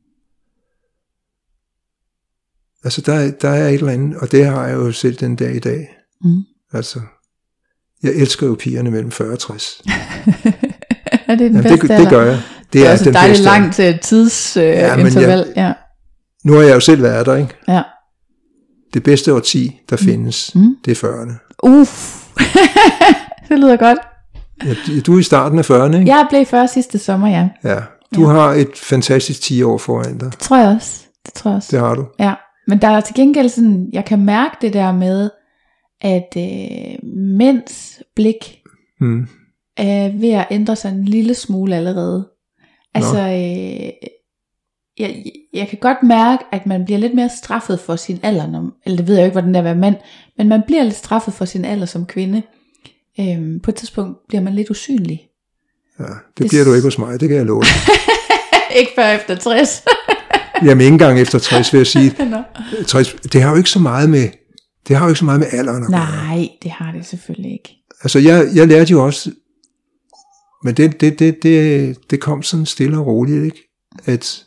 Altså der, der er et eller andet, og det har jeg jo selv den dag i dag. Mm. Altså, jeg elsker jo pigerne mellem fyrre og tres. Er det den ja, bedste, det, det gør jeg. Det, det er, er også den dejligt bedste. langt tidsinterval. Uh, ja, ja. Nu har jeg jo selv været der, ikke? Ja. Det bedste årti, der mm. findes, mm. det er fyrrerne. Uff, det lyder godt. Ja, du er i starten af fyrrerne, ikke? Jeg blev fyrre sidste sommer, ja. Ja, du ja. har et fantastisk ti år foran dig. Det tror jeg også. Det tror jeg også. Det har du. Ja, men der er til gengæld sådan, jeg kan mærke det der med, at øh, mænds blik mm. er ved at ændre sig en lille smule allerede. Altså, øh, jeg, jeg kan godt mærke, at man bliver lidt mere straffet for sin alder, når, eller det ved jeg jo ikke, hvordan det er at være mand, men man bliver lidt straffet for sin alder som kvinde. Øhm, på et tidspunkt bliver man lidt usynlig. Ja, det, det bliver du ikke hos mig, det kan jeg love dig. Ikke før efter tres. Jamen ikke engang efter tres, vil jeg sige. tres, det har jo ikke så meget med, det har jo ikke så meget med alderen at gøre. Nej, det har det selvfølgelig ikke. Altså jeg, jeg lærte jo også, men det, det, det, det, det kom sådan stille og roligt, ikke? At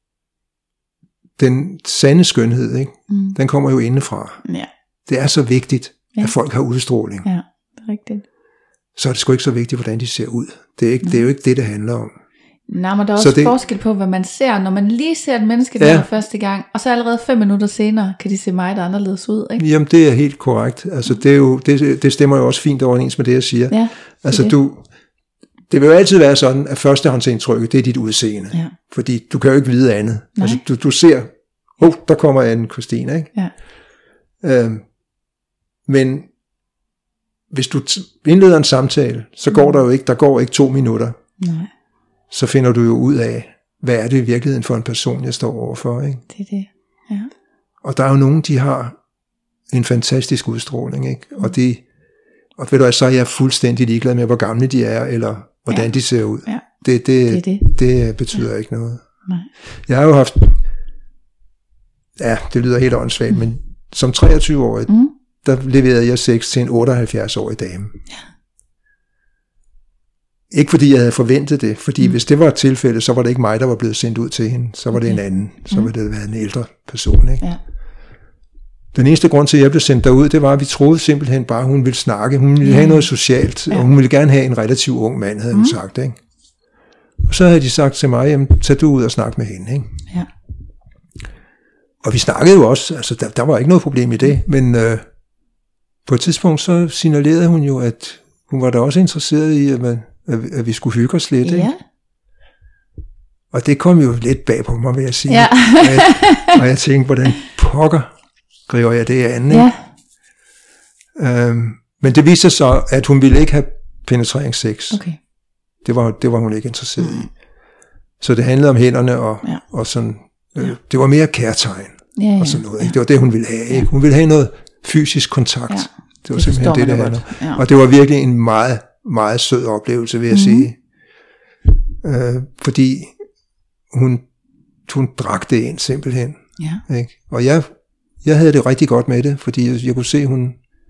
den sande skønhed, ikke? Mm. Den kommer jo indefra. Ja. Det er så vigtigt, ja. At folk har udstråling. Ja, det er rigtigt. Så er det sgu ikke så vigtigt, hvordan de ser ud. Det er, ikke, det er jo ikke det, det handler om. Nej, men der er også det, forskel på, hvad man ser, når man lige ser et menneske der ja. første gang, og så allerede fem minutter senere, kan de se mig, der anderledes ud, ikke? Jamen, det er helt korrekt. Altså, det, er jo, det, det stemmer jo også fint overens med det, jeg siger. Ja, altså, det. du... Det vil jo altid være sådan, at førstehåndsindtrykket, det er dit udseende. Ja. Fordi du kan jo ikke vide andet. Nej. Altså, du, du ser, åh, oh, der kommer en Christine, ikke? Ja. Øhm, men hvis du t- indleder en samtale, så går der jo ikke, der går ikke to minutter. Nej. Så finder du jo ud af, hvad er det i virkeligheden for en person, jeg står overfor, ikke? Det er det, ja. Og der er jo nogen, de har en fantastisk udstråling, ikke? Mm. Og det, og ved du, så er jeg fuldstændig ligeglad med, hvor gamle de er, eller hvordan ja. de ser ud. Ja. Det, det, det, det. det betyder ja. ikke noget. Nej. Jeg har jo haft, ja, det lyder helt åndssvagt, mm. men som treogtyve-årig, mm. der leverede jeg sex til en otteoghalvfjerds-årig dame. Ja. Ikke fordi jeg havde forventet det, fordi mm. hvis det var et tilfælde, så var det ikke mig, der var blevet sendt ud til hende, så var okay. det en anden, så mm. var det været en ældre person, ikke? Ja. Den eneste grund til, at jeg blev sendt derud, det var, at vi troede simpelthen bare, at hun ville snakke. Hun ville ja. have noget socialt, ja. og hun ville gerne have en relativt ung mand, havde mm. hun sagt. Ikke? Og så havde de sagt til mig, jamen, tag du ud og snak med hende. Ikke? Ja. Og vi snakkede jo også, altså der, der var ikke noget problem i det, men øh, på et tidspunkt så signalerede hun jo, at hun var da også interesseret i, at, man, at, at vi skulle hygge os lidt. Ja. Ikke? Og det kom jo lidt bag på mig, vil jeg sige. Ja. og, jeg, og jeg tænkte, hvordan pokker griber jeg det an, ikke? Ja. Øhm, men det viste sig så, at hun ville ikke have penetreringssex. Okay. Det var, det var hun ikke interesseret mm. i. Så det handlede om hænderne og, ja. og sådan, øh, ja. det var mere kærtegn ja, ja. og sådan noget. Ikke? Det var det, hun ville have. Ikke? Hun ville have noget fysisk kontakt. Ja. Det var det simpelthen det, det handlede. Ja. Og det var virkelig en meget, meget sød oplevelse, vil jeg mm. sige. Øh, fordi hun, hun drak det ind simpelthen. Ja. Ikke? Og jeg Jeg havde det rigtig godt med det, fordi jeg, jeg kunne se, hun,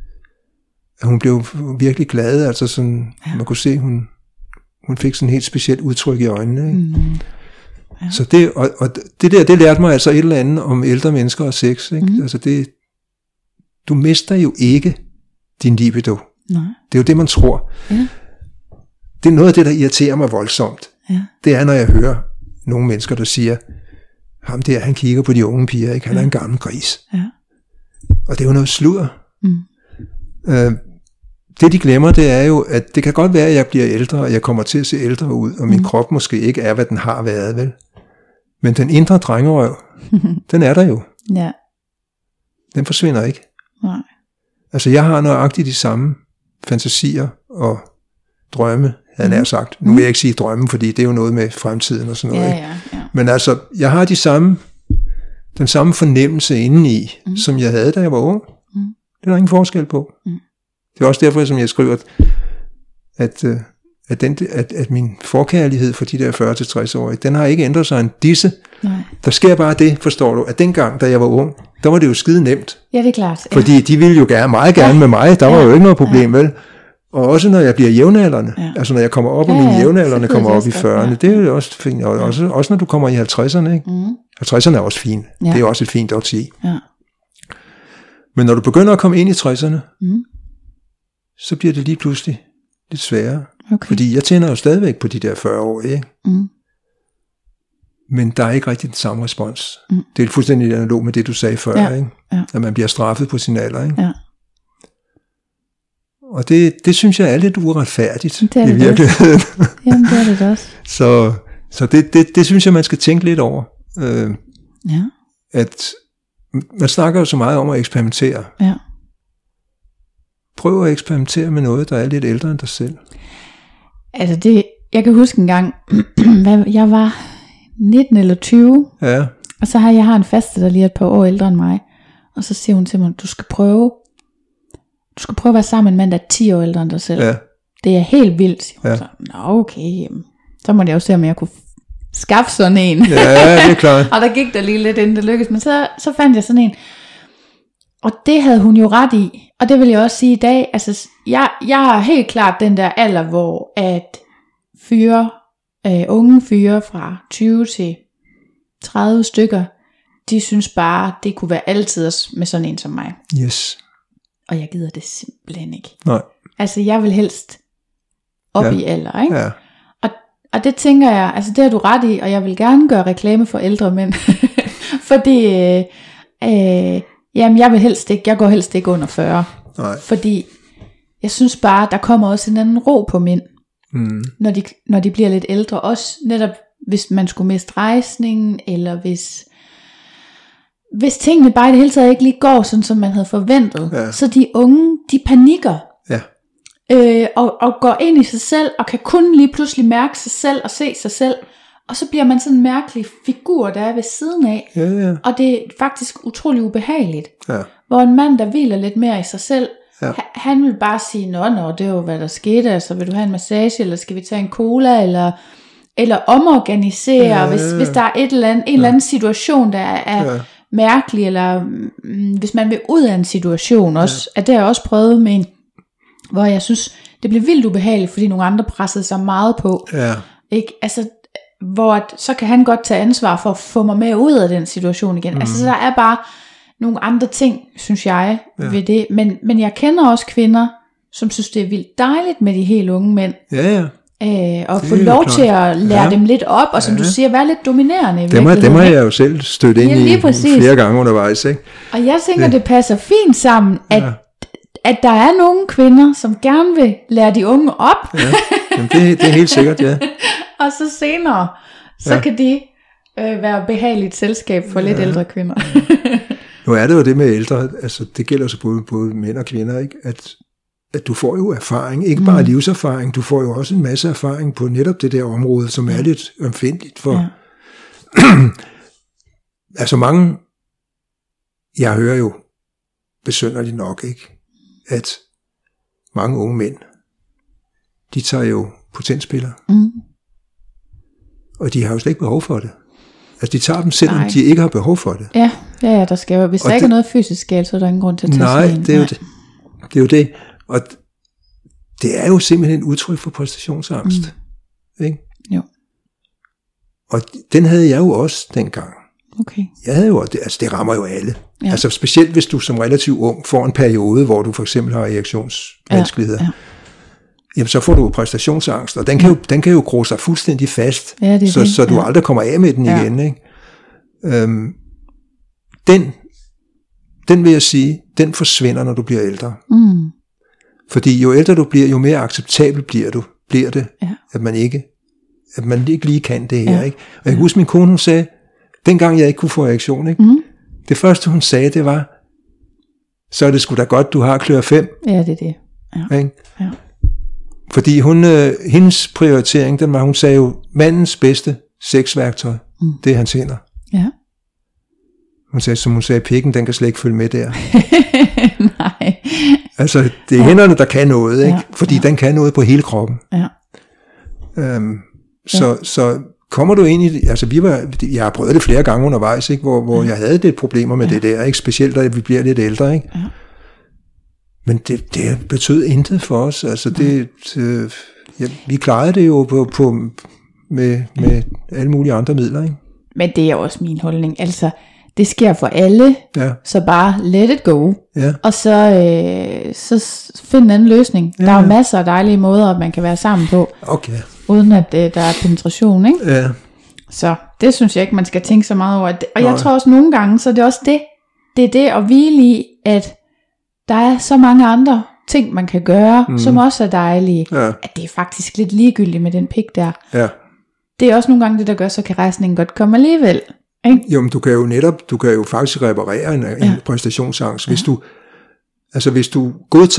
at hun blev virkelig glad. Altså sådan, ja. man kunne se, hun, hun fik sådan et helt specielt udtryk i øjnene. Ikke? Mm. Ja. Så det, og, og det der, det lærte mig altså et eller andet om ældre mennesker og sex. Ikke? Mm. Altså det, du mister jo ikke din libido. Nej. Det er jo det, man tror. Ja. Det er noget af det, der irriterer mig voldsomt. Ja. Det er, når jeg hører nogle mennesker, der siger, ham der, han kigger på de unge piger, ikke? Han ja. er en gammel gris. Ja. Og det er jo noget sludder. Mm. Øh, det de glemmer, det er jo, at det kan godt være, at jeg bliver ældre, og jeg kommer til at se ældre ud, og min mm. krop måske ikke er, hvad den har været, vel? Men den indre drengerøv, den er der jo. Ja. Den forsvinder ikke. Nej. Altså, jeg har nøjagtigt de samme fantasier og drømme, havde jeg mm. sagt. Nu vil jeg ikke sige drømme, fordi det er jo noget med fremtiden og sådan noget. Ja, ja, ja. Men altså, jeg har de samme, den samme fornemmelse indeni, mm. som jeg havde, da jeg var ung. Mm. Det er der ingen forskel på. Mm. Det er også derfor, som jeg skriver, at, at, at, den, at, at min forkærlighed for de der fyrre til tres-årige, den har ikke ændret sig en disse. Nej. Der sker bare det, forstår du, at dengang, da jeg var ung, der var det jo skide nemt. Ja, det er klart. Ja. Fordi de ville jo gerne, meget gerne ja. med mig, der ja. var jo ikke noget problem, ja. vel? Og også når jeg bliver jævnaldrende, ja. altså når jeg kommer op, og ja, mine jævnaldrende kommer op i fyrrerne, ja. det er jo også fint. Og også, også når du kommer i halvtredserne, ikke? Mm. halvtredserne er også fint. Ja. Det er også et fint årti. Ja. Men når du begynder at komme ind i tresserne, mm. så bliver det lige pludselig lidt sværere. Okay. Fordi jeg tænder jo stadigvæk på de der fyrre år, ikke? Mm. Men der er ikke rigtig den samme respons. Mm. Det er fuldstændig analog med det, du sagde før, ja. ikke? Ja. At man bliver straffet på sin alder, ikke? Ja. Og det, det synes jeg er lidt uretfærdigt det er det i virkeligheden. Jamen, det er det også. så så det, det, det synes jeg, man skal tænke lidt over. Øh, ja. At man snakker jo så meget om at eksperimentere. Ja. Prøv at eksperimentere med noget, der er lidt ældre end dig selv. Altså det, jeg kan huske en gang, jeg var nitten eller tyve. Ja. Og så har jeg har en faste, der lige er et par år ældre end mig. Og så siger hun til mig, du skal prøve, du skal prøve at være sammen med en mand, der er ti år ældre end dig selv. Ja. Det er helt vildt, siger hun. Ja. Så, nå okay, så må jeg jo se, om jeg kunne skaffe sådan en. Ja, det er klart. Og der gik der lige lidt, inden det lykkedes. Men så, så fandt jeg sådan en. Og det havde hun jo ret i. Og det vil jeg også sige i dag. Altså, jeg, jeg har helt klart den der alder, hvor at fyre, øh, unge fyre fra tyve til tredive stykker, de synes bare, det kunne være altid med sådan en som mig. Yes. Og jeg gider det simpelthen ikke. Nej. Altså, jeg vil helst op Ja. i alder, ikke? Ja. Og, og det tænker jeg, altså det har du ret i, og jeg vil gerne gøre reklame for ældre mænd. Fordi, øh, øh, jamen jeg vil helst ikke, jeg går helst ikke under fyrre. Nej. Fordi, jeg synes bare, der kommer også en anden ro på mænd, Mm. når de, når de bliver lidt ældre. Også netop, hvis man skulle miste rejsningen, eller hvis... Hvis tingene bare i det hele taget ikke lige går, sådan som man havde forventet, Ja. så de unge, de panikker, Ja. øh, og, og går ind i sig selv, og kan kun lige pludselig mærke sig selv, og se sig selv, og så bliver man sådan en mærkelig figur, der er ved siden af, Ja, ja. og det er faktisk utrolig ubehageligt, Ja. hvor en mand, der hviler lidt mere i sig selv, Ja. ha- han vil bare sige, nå, nå, det er jo hvad der skete, altså vil du have en massage, eller skal vi tage en cola, eller... eller omorganisere, Ja. hvis, hvis der er et eller andet, en ja. eller anden situation, der er Ja. mærkelig, eller mm, hvis man vil ud af en situation også, ja. at det har jeg også prøvet med en, hvor jeg synes, det blev vildt ubehageligt, fordi nogle andre pressede sig meget på, Ja. ikke? Altså, hvor at, så kan han godt tage ansvar for at få mig med ud af den situation igen, mm. altså så der er bare nogle andre ting, synes jeg, Ja. ved det, men, men jeg kender også kvinder, som synes det er vildt dejligt med de helt unge mænd, Ja, ja. Øh, og Det få er jo lov klart. til at lære Ja. dem lidt op, og som Ja. du siger, være lidt dominerende i Dem har, dem virkeligheden, har ikke? jeg jo selv stødt ind Ja, lige i præcis. flere gange undervejs, ikke? Og jeg tænker, Det- det passer fint sammen, at, Ja. at der er nogle kvinder, som gerne vil lære de unge op, Ja. Jamen, det, det er helt sikkert, ja. og så senere, så Ja. kan de øh, være behageligt selskab for lidt ældre kvinder. Nu er det jo det med ældre, altså det gælder så både, både mænd og kvinder, ikke? At, at du får jo erfaring, ikke bare Mm. livserfaring, du får jo også en masse erfaring på netop det der område, som er lidt ømfindtligt for. Ja. Altså mange, jeg hører jo besynderligt nok, ikke? At mange unge mænd, de tager jo potensspiller, Mm. og de har jo slet ikke behov for det. Altså de tager dem, selvom Nej. de ikke har behov for det. Ja, ja, ja, der skal jo, hvis Og der ikke det- er noget fysisk galt, så er der ingen grund til at tage Nej, sådan en. det er jo det. Det er jo det. Og det er jo simpelthen et udtryk for præstationsangst. Mm. Ikke? Jo. Og den havde jeg jo også dengang. Okay. Jeg havde jo, det, altså det rammer jo alle. Ja. Altså specielt hvis du som relativt ung får en periode, hvor du for eksempel har erektionsvanskeligheder. Ja, ja. Jamen så får du præstationsangst, og den kan jo, den kan jo gro sig fuldstændig fast, Ja, det er så, det, så du ja. aldrig kommer af med den Ja. igen. Ikke? Øhm, den, den vil jeg sige, den forsvinder, når du bliver ældre. Mm. Fordi jo ældre du bliver, jo mere acceptabel bliver du, bliver det, Ja. at man ikke, at man ikke lige kan det her. Ja. Ikke? Og jeg kan huske, min kone, hun sagde, dengang jeg ikke kunne få erektion, ikke? Mm. Det første hun sagde, det var, så er det sgu da godt, du har klør fem. Ja, det er det. Ja. Ikke? Ja. Fordi hun, øh, hendes prioritering, den var, hun sagde jo, mandens bedste sexværktøj, Mm. det er hans hænder. Ja. Hun sagde, som hun sagde, pikken, den kan slet ikke følge med der. Nej. Altså, det er ja. hænderne, der kan noget, ikke? Ja. Fordi Ja. den kan noget på hele kroppen. Ja. Øhm, så, ja. så kommer du ind i det, altså vi var, jeg har prøvet det flere gange undervejs, ikke? Hvor, hvor ja. jeg havde lidt problemer med ja. det der, ikke? Specielt da vi bliver lidt ældre, ikke? Ja. Men det, det betød intet for os, altså det, øh, ja, vi klarede det jo på, på, med, med alle mulige andre midler, ikke? Men det er også min holdning. Altså, det sker for alle, Ja, så bare let it go. ja, Og så, øh, så s- find en anden løsning. Ja, Der er jo ja. masser af dejlige måder, man kan være sammen på, okay, uden at øh, der er penetration, ikke? ja, Så det synes jeg ikke, man skal tænke så meget over. Og jeg Nej. tror også nogle gange, så er det også det. Det er det at hvile i, at der er så mange andre ting, man kan gøre, Mhm. mm. som også er dejlige. ja, At det er faktisk lidt ligegyldigt med den pik der. ja. Det er også nogle gange det, der gør, så kan rejsningen godt komme alligevel. Ikke? Jo, men du kan jo netop, du kan jo faktisk reparere en, en Ja. præstationsangst, hvis du, altså hvis du godtager,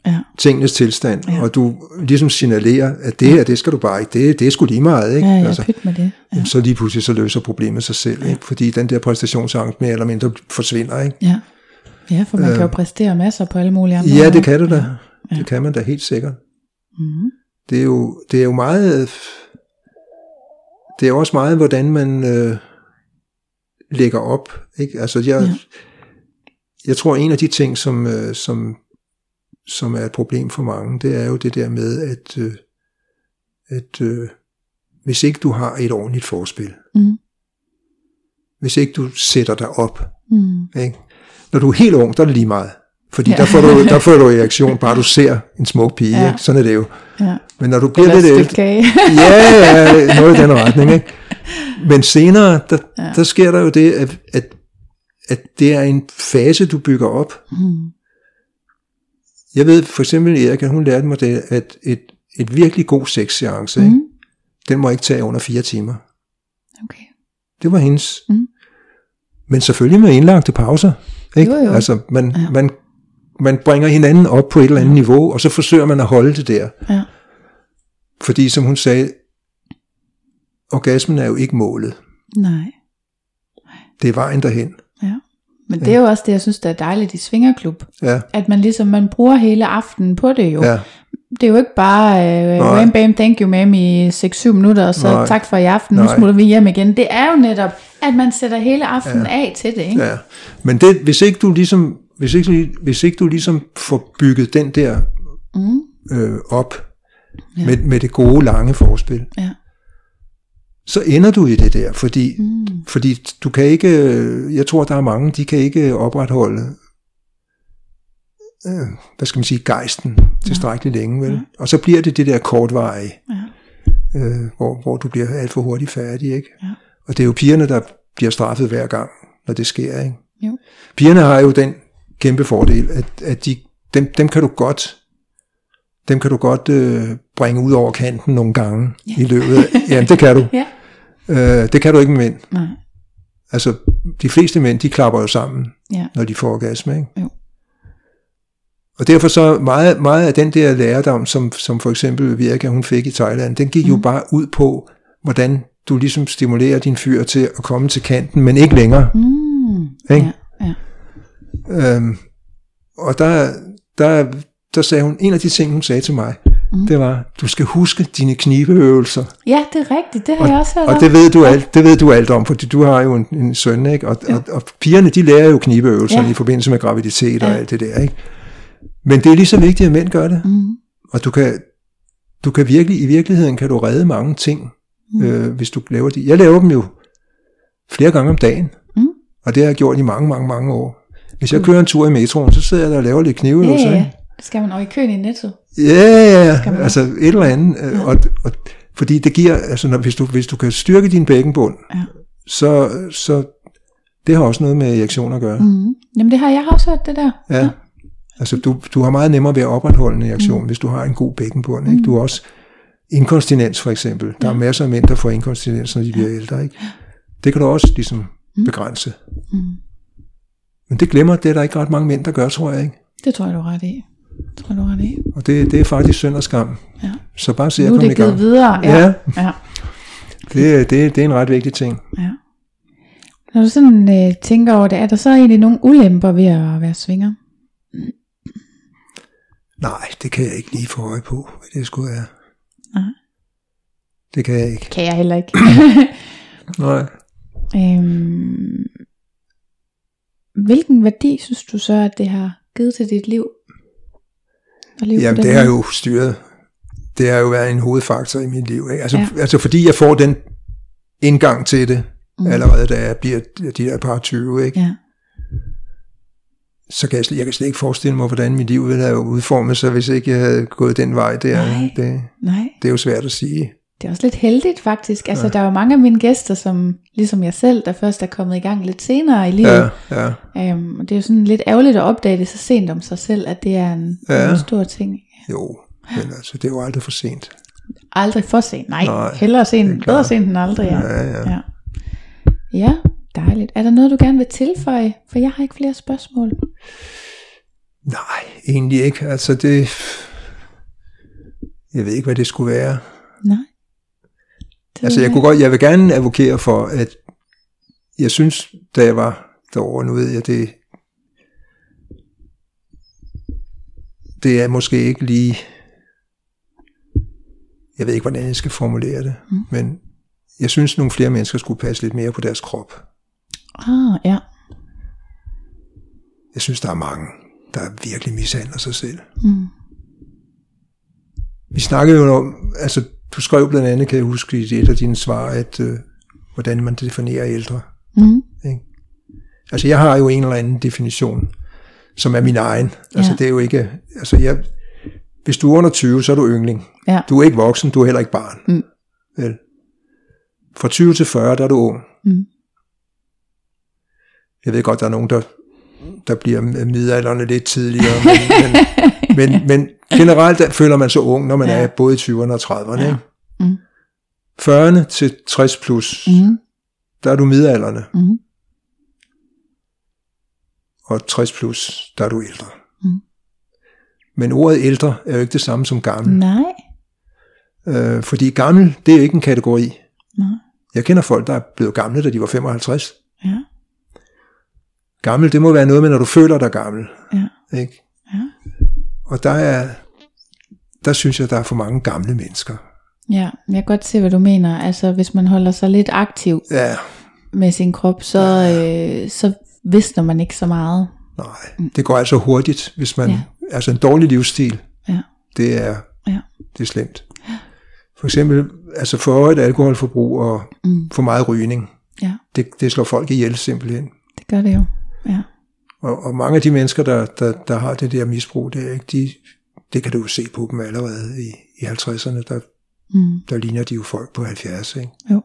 ja. tingenes tilstand, ja. og du ligesom signalerer, at det her, det skal du bare ikke, det, det er sgu lige meget, ikke? Ja, ja, altså, pyt med det. Ja. Så lige pludselig så løser problemet sig selv, ikke? Fordi den der præstationsangst mere eller mindre forsvinder, ikke? Ja, ja for man øh, kan jo præstere masser på alle mulige andre. Ja, det kan du da. Ja. Det kan man da helt sikkert. Mm. Det er jo, det er jo meget, det er også meget, hvordan man øh, lægger op, ikke? Altså, jeg, ja. jeg tror, en af de ting, som, øh, som, som er et problem for mange, det er jo det der med, at, øh, at øh, hvis ikke du har et ordentligt forspil, mm. hvis ikke du sætter dig op, mm. ikke? Når du er helt ung, der er det lige meget. Fordi ja. der, får du, der får du reaktion, bare du ser en smuk pige, ja. ikke? Sådan er det jo. Ja. Men når du bliver lidt ældre, ja, ja, noget i den retning, ikke? Men senere, der, ja. der sker der jo det, at, at, at det er en fase, du bygger op. Mm. Jeg ved for eksempel, Erika, hun lærte mig det, at et, et virkelig god sexseance, mm. ikke? Den må ikke tage under fire timer. Okay. Det var hendes. Mm. Men selvfølgelig med indlagte pauser. Ikke? Jo, jo. Altså, man, ja. man, man bringer hinanden op på et eller andet ja. niveau, og så forsøger man at holde det der. Ja. Fordi, som hun sagde, orgasmen er jo ikke målet. Nej. Det er vejen derhen. Ja. Men det er jo også det, jeg synes, der er dejligt i svingerklub. Ja. At man ligesom, man bruger hele aftenen på det jo. Ja. Det er jo ikke bare, uh, wham bam, thank you ma'am i seks syv minutter, og så Nej. tak for i aften, nu smutter vi hjem igen. Det er jo netop, at man sætter hele aftenen ja. af til det, ikke? Ja. Men det, hvis ikke du ligesom, hvis ikke, hvis ikke du ligesom får bygget den der mm. øh, op ja. med, med det gode, lange forspil, ja. så ender du i det der, fordi, mm. fordi du kan ikke, jeg tror, der er mange, de kan ikke opretholde, øh, hvad skal man sige, gejsten tilstrækkeligt ja. længe, vel? Ja. Og så bliver det det der kortvarige, ja. øh, hvor, hvor du bliver alt for hurtigt færdig, ikke? Ja. Og det er jo pigerne, der bliver straffet hver gang, når det sker, ikke? Jo. Pigerne har jo den kæmpe fordel, at, at de, dem, dem kan du godt, dem kan du godt øh, bringe ud over kanten nogle gange ja. i løbet af, jamen det kan du. ja. øh, det kan du ikke med mænd. Nej. Altså, de fleste mænd, de klapper jo sammen, ja. når de får orgasme, ikke? Jo. Og derfor så meget, meget af den der lærdom, som, som for eksempel Virka, hun fik i Thailand, den gik mm. jo bare ud på, hvordan du ligesom stimulerer din fyr til at komme til kanten, men ikke længere. Mm. Ikke? Ja, ja. Øhm, og der, der, der sagde hun, en af de ting, hun sagde til mig, mm. det var, du skal huske dine knibeøvelser. Ja, det er rigtigt, det har og, jeg også hørt og om. det ved du alt, det ved du alt om, fordi du har jo en, en søn, ikke? Og, ja. og, og pigerne, de lærer jo knibeøvelser ja. i forbindelse med graviditet ja. og alt det der, ikke? Men det er lige så vigtigt, at mænd gør det. Mm. Og du kan, du kan virkelig, i virkeligheden kan du redde mange ting, mm. øh, hvis du laver det. Jeg laver dem jo flere gange om dagen, mm. og det har jeg gjort i mange, mange, mange år. Hvis jeg kører en tur i metroen, så sidder jeg der og laver lidt kniveøvelser. Ja, ja, det skal man over i køen i Netto. Ja, ja, ja, altså et eller andet. Ja. Og, og, fordi det giver, altså når, hvis, du, hvis du kan styrke din bækkenbund, ja. så, så det har også noget med erektion at gøre. Mm. Jamen det har jeg også hørt, det der. Ja. ja. Altså, du, du har meget nemmere ved at opretholde en erektion, mm. hvis du har en god bækkenbund, ikke? Du har også inkontinens, for eksempel. Der ja. er masser af mænd, der får inkontinens, når de bliver ja. ældre, ikke? Det kan du også ligesom mm. begrænse. Mm. Men det glemmer, det er der ikke ret mange mænd, der gør, tror jeg, ikke? Det tror jeg, du er ret i. Det tror jeg, du er ret i. Og det, det er faktisk synd og skam. Ja. Så bare se at komme i gang. Nu er det givet videre. Ja. ja. ja. Det, det, det er en ret vigtig ting. Ja. Når du sådan øh, tænker over det, er der så egentlig nogle ulemper ved at være svinger? Nej, det kan jeg ikke lige få øje på, hvad det skulle være. Nej. Det kan jeg ikke. Kan jeg heller ikke. Nej. Øhm, hvilken værdi synes du så, at det har givet til dit liv? Jamen det har jo styret. Det har jo været en hovedfaktor i mit liv. Ikke? Altså, ja. altså fordi jeg får den indgang til det, mm. allerede da jeg bliver de der par tyve, ikke? Ja. Så kan jeg, slet, jeg kan slet ikke forestille mig, hvordan mit liv ville have udformet sig, hvis ikke jeg havde gået den vej der. Nej, det, nej. det er jo svært at sige. Det er også lidt heldigt faktisk. Altså, ja. Der er jo mange af mine gæster, som ligesom jeg selv, der først er kommet i gang lidt senere i livet. Ja, ja. Øhm, og det er jo sådan lidt ærgerligt at opdage det så sent om sig selv, at det er en, ja. en stor ting. Jo, men altså, det er jo aldrig for sent. Aldrig for sent, nej. nej hellere sent, bedre sent end aldrig. Ja. Ja, ja. Ja. Ja, dejligt. Er der noget, du gerne vil tilføje? For jeg har ikke flere spørgsmål. Nej, egentlig ikke. Altså det... Jeg ved ikke, hvad det skulle være. Nej. Det altså jeg kunne godt, jeg vil gerne advokere for, at jeg synes, da jeg var derovre, nu ved jeg, det, det er måske ikke lige, jeg ved ikke, hvordan jeg skal formulere det, mm. men jeg synes, nogle flere mennesker skulle passe lidt mere på deres krop. Ah, ja. Jeg synes, der er mange, der virkelig mishandler sig selv. Mm. Vi snakkede jo om, altså du skrev blandt andet, kan jeg huske i et af dine svar, at øh, hvordan man definerer ældre. Mm. Ikke? Altså jeg har jo en eller anden definition, som er min egen. Altså ja. det er jo ikke, altså jeg, hvis du er under tyve, så er du yngling. Ja. Du er ikke voksen, du er heller ikke barn. Mm. Vel? Fra tyve til fyrre, der er du ung. Mm. Jeg ved godt, der er nogen, der, der bliver midaldrende lidt tidligere, men, men, men, men generelt der føler man sig ung, når man ja. er både i tyverne og trediverne. Ja. Mm. fyrrerne til tres plus, mm. der er du midaldrende. Mm. Og tres plus, der er du ældre. Mm. Men ordet ældre er jo ikke det samme som gammel. Nej. Øh, fordi gammel, det er jo ikke en kategori. Nej. Jeg kender folk, der er blevet gamle, da de var femoghalvtreds. Ja. Gammel, det må være noget med, når du føler dig gammel. Ja. Ikke? Ja. Og der er, der synes jeg, der er for mange gamle mennesker. Ja, jeg kan godt se, hvad du mener. Altså, hvis man holder sig lidt aktiv ja. med sin krop, så, ja. øh, så visner man ikke så meget. Nej, mm. det går altså hurtigt, hvis man, ja. altså en dårlig livsstil, ja. det er, ja. det er slemt. For eksempel, altså for højt alkoholforbrug og mm. for meget rygning, ja. det, det slår folk ihjel simpelthen. Det gør det jo, ja. Og, og mange af de mennesker, der, der, der har det der misbrug, det, er ikke, de, det kan du jo se på dem allerede i, i halvtredserne, der, mm. der ligner de jo folk på halvfjerds, ikke? Jo.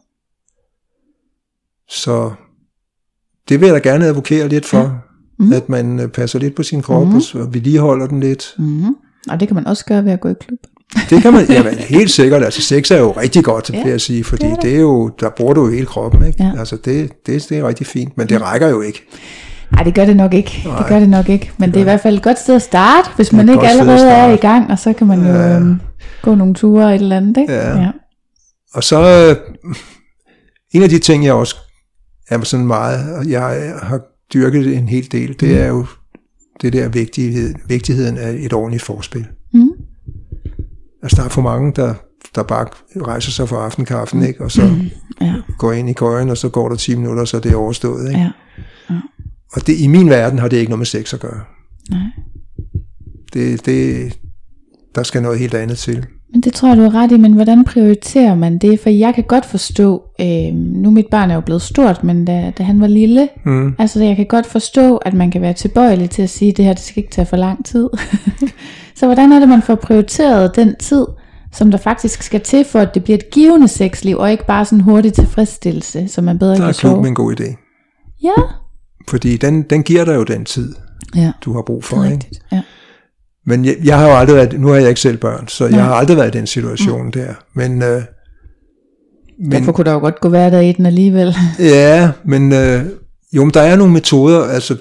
Så det vil jeg da gerne advokere lidt for, ja. mm. at man passer lidt på sin krop, mm. og vedligeholder den lidt. Mm. Og det kan man også gøre ved at gå i klub. Det kan man, ja, helt sikkert, altså sex er jo rigtig godt, ja, vil jeg sige, fordi det er, det. det er jo, der bruger du jo hele kroppen, ikke? Ja. Altså det, det, det er rigtig fint, men det rækker jo ikke. Nej, det gør det nok ikke. Nej, det gør det nok ikke. Men det, det er i hvert fald et godt sted at starte, hvis man ikke allerede er i gang, og så kan man jo ja. øhm, gå nogle ture et eller andet, ikke? Ja. ja. Og så øh, en af de ting, jeg også er sådan meget, jeg har dyrket en hel del, det mm. er jo det der vigtighed, vigtigheden af et ordentligt forspil. Mm. Altså der er for mange, der, der bare rejser sig for aftenkaffen, ikke? Og så mm. ja. går ind i køjen, og så går der ti minutter, så det er overstået, ikke? Ja. Ja. Og det, i min verden har det ikke noget med sex at gøre. Nej. Det, det, der skal noget helt andet til. Men det tror jeg, du er ret i, men hvordan prioriterer man det? For jeg kan godt forstå, øh, nu mit barn er jo blevet stort, men da, da han var lille, mm. altså jeg kan godt forstå, at man kan være tilbøjelig til at sige, at det her det skal ikke tage for lang tid. Så hvordan er det, man får prioriteret den tid, som der faktisk skal til, for at det bliver et givende sexliv, og ikke bare sådan hurtig tilfredsstillelse, som man bedre kan sove? Der er klub en god idé. Ja. Fordi den, den giver dig jo den tid, ja. du har brug for. Rigtigt. Ikke? Ja. Men jeg, jeg har jo aldrig været, nu har jeg ikke selv børn, så Nej. jeg har aldrig været i den situation mm. der. Men, øh, men derfor kunne der jo godt gå hverdag i den alligevel. Ja, men øh, jo, men der er nogle metoder, altså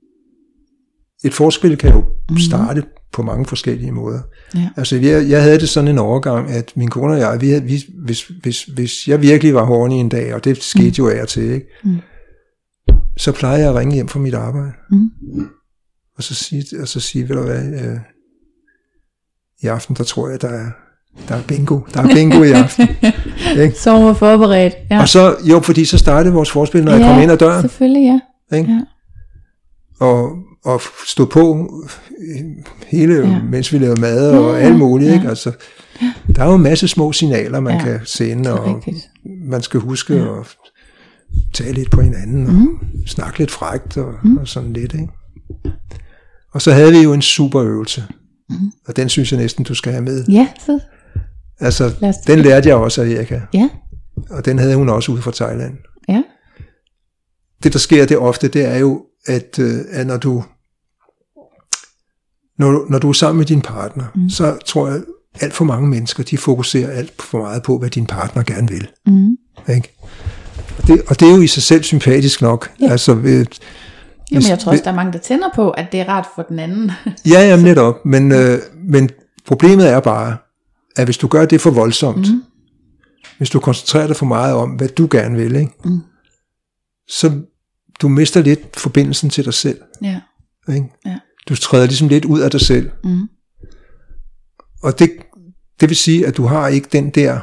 et forspil kan jo mm. starte på mange forskellige måder. Ja. Altså jeg, jeg havde det sådan en overgang, at min kone og jeg, vi havde, vi, hvis, hvis, hvis jeg virkelig var horny en dag, og det skete mm. jo af og til, ikke? Mm. så plejede jeg at ringe hjem fra mit arbejde. Mm. Og så sige, og så sige, ved du hvad, øh, i aften, der tror jeg, der er, der er bingo. Der er bingo i aften. Så var forberedt. Ja. Og så, jo, fordi så startede vores forspil, når ja, jeg kom ind ad døren. Selvfølgelig, ja. Ikke? Ja. Og, og stod på hele, ja. mens vi lavede mad og ja, alt muligt. Ja. Ikke? Altså, der er jo en masse små signaler, man ja. kan sende, og man skal huske ja. at tale lidt på hinanden, og mm. snakke lidt frækt, og, mm. og sådan lidt. Ikke? Og så havde vi jo en super øvelse, mm. og den synes jeg næsten, du skal have med. Ja, så. Altså, den lærte jeg også af Erika. Ja. Og den havde hun også ude fra Thailand. Ja. Det, der sker det ofte, det er jo, at, at når du når, når du er sammen med din partner, mm. så tror jeg, alt for mange mennesker, de fokuserer alt for meget på, hvad din partner gerne vil. Mm. Ikke? Og, det, og det er jo i sig selv sympatisk nok. Ja. Altså, Jo, men jeg tror også, der er mange, der tænder på, at det er rart for den anden. Ja, jamen netop. Men, øh, men problemet er bare, at hvis du gør det for voldsomt, mm. hvis du koncentrerer dig for meget om, hvad du gerne vil, ikke? Mm. så du mister lidt forbindelsen til dig selv. Ja. Ikke? Ja. Du træder ligesom lidt ud af dig selv. Mm. Og det, det vil sige, at du har ikke den der,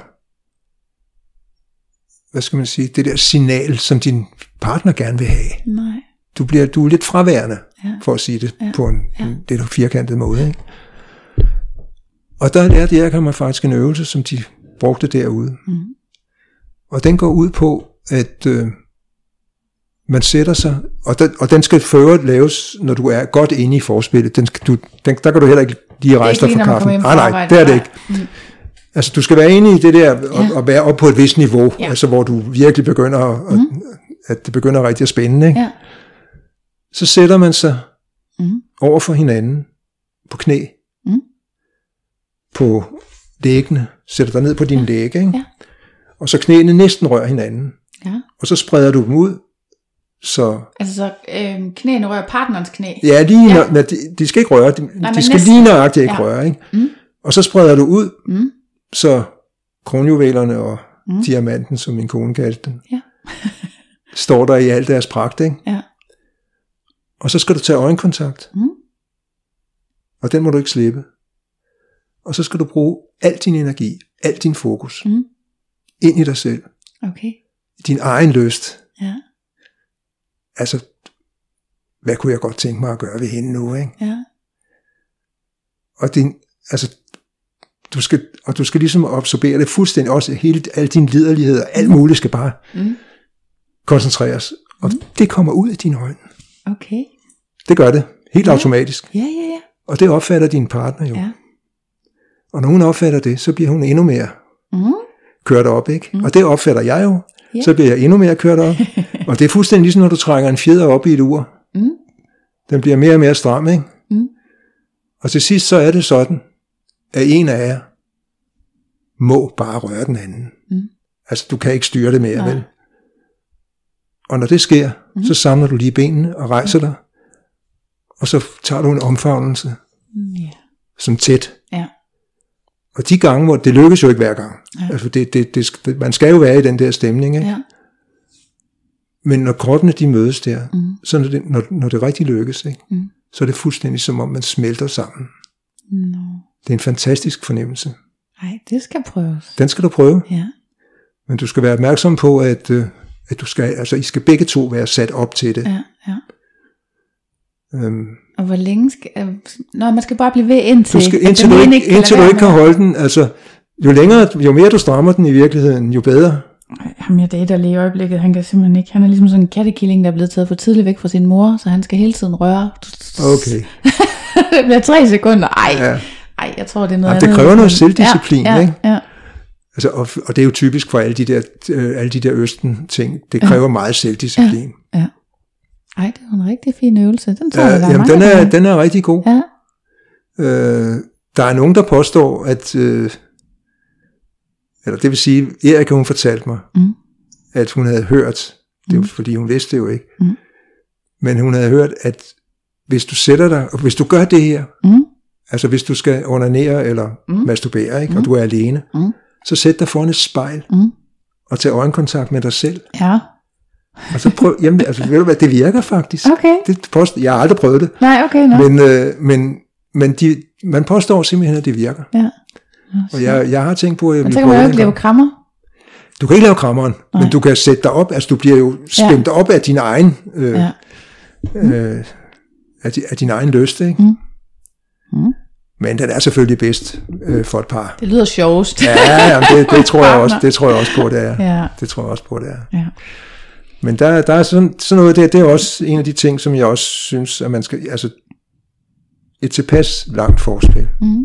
hvad skal man sige, det der signal, som din partner gerne vil have. Nej. Du, bliver, du er lidt fraværende, ja. for at sige det ja. på en, ja. en lidt firkantet måde. Ikke? Og der lærte jeg, kan man faktisk en øvelse, som de brugte derude. Mm. Og den går ud på, at øh, man sætter sig, og, der, og den skal for øvrigt laves, når du er godt inde i forspillet. Den skal, du, den, der kan du heller ikke lige rejse dig fra kaffen. Nej, nej, det er det ikke. Mm. Altså, du skal være inde i det der, og, ja. og være oppe på et vist niveau, ja. altså hvor du virkelig begynder, at, mm. at det begynder rigtig at spænde. Ikke? Ja. Så sætter man sig mm. over for hinanden på knæ, mm. på læggene, sætter dig ned på dine ja. læg, ikke? Ja. Og så knæene næsten rører hinanden. Ja. Og så spreder du dem ud, så... Altså så øh, knæene rører partnerens knæ? Ja, lige ja. Når, de, de skal ikke røre, de, Nej, de skal næsten. lige nøjagtigt ikke ja. røre, ikke? Mm. Og så spreder du ud, mm. så kronjuvelerne og mm. diamanten, som min kone kaldte den, ja. står der i al deres pragt, ikke? Ja. Og så skal du tage øjenkontakt. Mm. Og den må du ikke slippe. Og så skal du bruge al din energi, al din fokus, mm. ind i dig selv. Okay. Din egen lyst. Ja. Altså, hvad kunne jeg godt tænke mig at gøre ved hende nu, ikke? Ja. Og din, altså, du skal, og du skal ligesom absorbere det fuldstændig, også hele, al din liderlighed og alt muligt skal bare mm. koncentreres. Og mm. det kommer ud af dine øjne. Okay. Det gør det, helt ja. automatisk. Ja, ja, ja. Og det opfatter din partner jo. Ja. Og når hun opfatter det, så bliver hun endnu mere mm. kørt op, ikke? Mm. Og det opfatter jeg jo. Yeah. Så bliver jeg endnu mere kørt op. Og det er fuldstændig ligesom, når du trækker en fjeder op i et ur. Mm. Den bliver mere og mere stram, ikke? Mm. Og til sidst så er det sådan, at en af jer må bare røre den anden. Mm. Altså, du kan ikke styre det mere, Nej. vel? Og når det sker, mm. så samler du lige benene og rejser dig. Og så tager du en omfavnelse. Mm, yeah. Sådan tæt. Ja. Og de gange, hvor det lykkes jo ikke hver gang. Ja. Altså det, det, det, man skal jo være i den der stemning, ikke? Ja. Men når kroppene de mødes der, mm. så når det, når, når det rigtig lykkes, ikke? Mm. så er det fuldstændig som om man smelter sammen. No. Det er en fantastisk fornemmelse. Nej, det skal prøves. Den skal du prøve. Ja. Men du skal være opmærksom på, at, at du skal, altså I skal begge to være sat op til det. Ja, ja. Øhm, og hvor længe skal... Nå, man skal bare blive ved indtil... Du skal, indtil du ikke, ikke, indtil du ikke kan holde den. Altså, jo længere, jo mere du strammer den i virkeligheden, jo bedre. Ham jeg dater lige i øjeblikket, han kan simpelthen ikke... Han er ligesom sådan en kattekilling, der er blevet taget for tidligt væk fra sin mor, så han skal hele tiden røre. Okay. Det bliver tre sekunder. Ej, ja. Ej, jeg tror, det er noget Jamen, det kræver noget selvdisciplin, ja, ja, ikke? Ja. Altså, og, og det er jo typisk for alle de der, øh, alle de der østen ting. Det kræver ja. meget selvdisciplin. Ja, ja. Ej, det er en rigtig fin øvelse. Den tror ja, jeg, der jamen, er den er, mange den er rigtig god. Ja. Øh, der er nogen, der påstår, at, øh, eller det vil sige, Erika, hun fortalte mig, mm. at hun havde hørt, det var fordi hun vidste det jo ikke, mm. men hun havde hørt, at hvis du sætter dig, og hvis du gør det her, mm. altså hvis du skal onanere eller mm. masturbere, ikke, mm. og du er alene, mm. så sæt dig foran et spejl, mm. og tag øjenkontakt med dig selv. Ja. Og så prøv, jamen, altså, ved du hvad, det virker faktisk. Okay. Det påstår, jeg har aldrig prøvet det. Nej, okay, no. Men, øh, men, men de, man påstår simpelthen, at det virker. Ja. Og jeg, jeg har tænkt på, at jeg vil prøve det. Men så kan man jo ikke lave krammer. Du kan ikke lave krammeren, Nej. men du kan sætte dig op, altså du bliver jo spændt ja. op af din egen, øh, ja. mm. øh, af, af din egen lyst, ikke? Mm. Mm. Men den er selvfølgelig bedst øh, for et par. Det lyder sjovest. Ja, jamen, det, det, tror jeg også, det tror jeg også på, det er. Ja. Det tror jeg også på, det er. Ja. Men der, der er sådan, sådan noget der, det er også en af de ting, som jeg også synes, at man skal, altså et tilpas langt forspil, mm.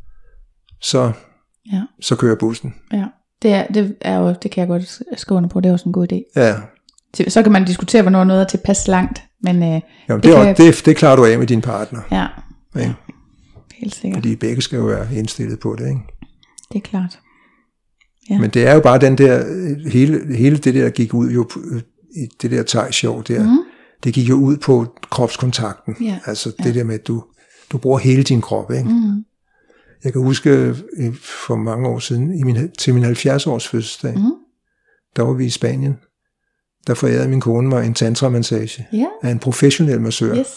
så, ja. så kører bussen. Ja, det er, det er jo, det kan jeg godt skrive under på, det er også en god idé. Ja. Så kan man diskutere, hvornår noget er tilpas langt, men øh, Jamen, det, det, kan, det, det klarer du af med din partner. Ja, ja. Helt sikkert. Fordi begge skal jo være indstillet på det, ikke? Det er klart. Ja. Men det er jo bare den der, hele, hele det der gik ud jo i det der thai-show der, mm. det gik jo ud på kropskontakten. Ja. Altså det ja. der med, at du, du bruger hele din krop, ikke? Mm. Jeg kan huske for mange år siden, i min, til min halvfjerds års fødselsdag, mm. der var vi i Spanien. Der forærede min kone mig en tantra-massage yeah. af en professionel massør. Yes.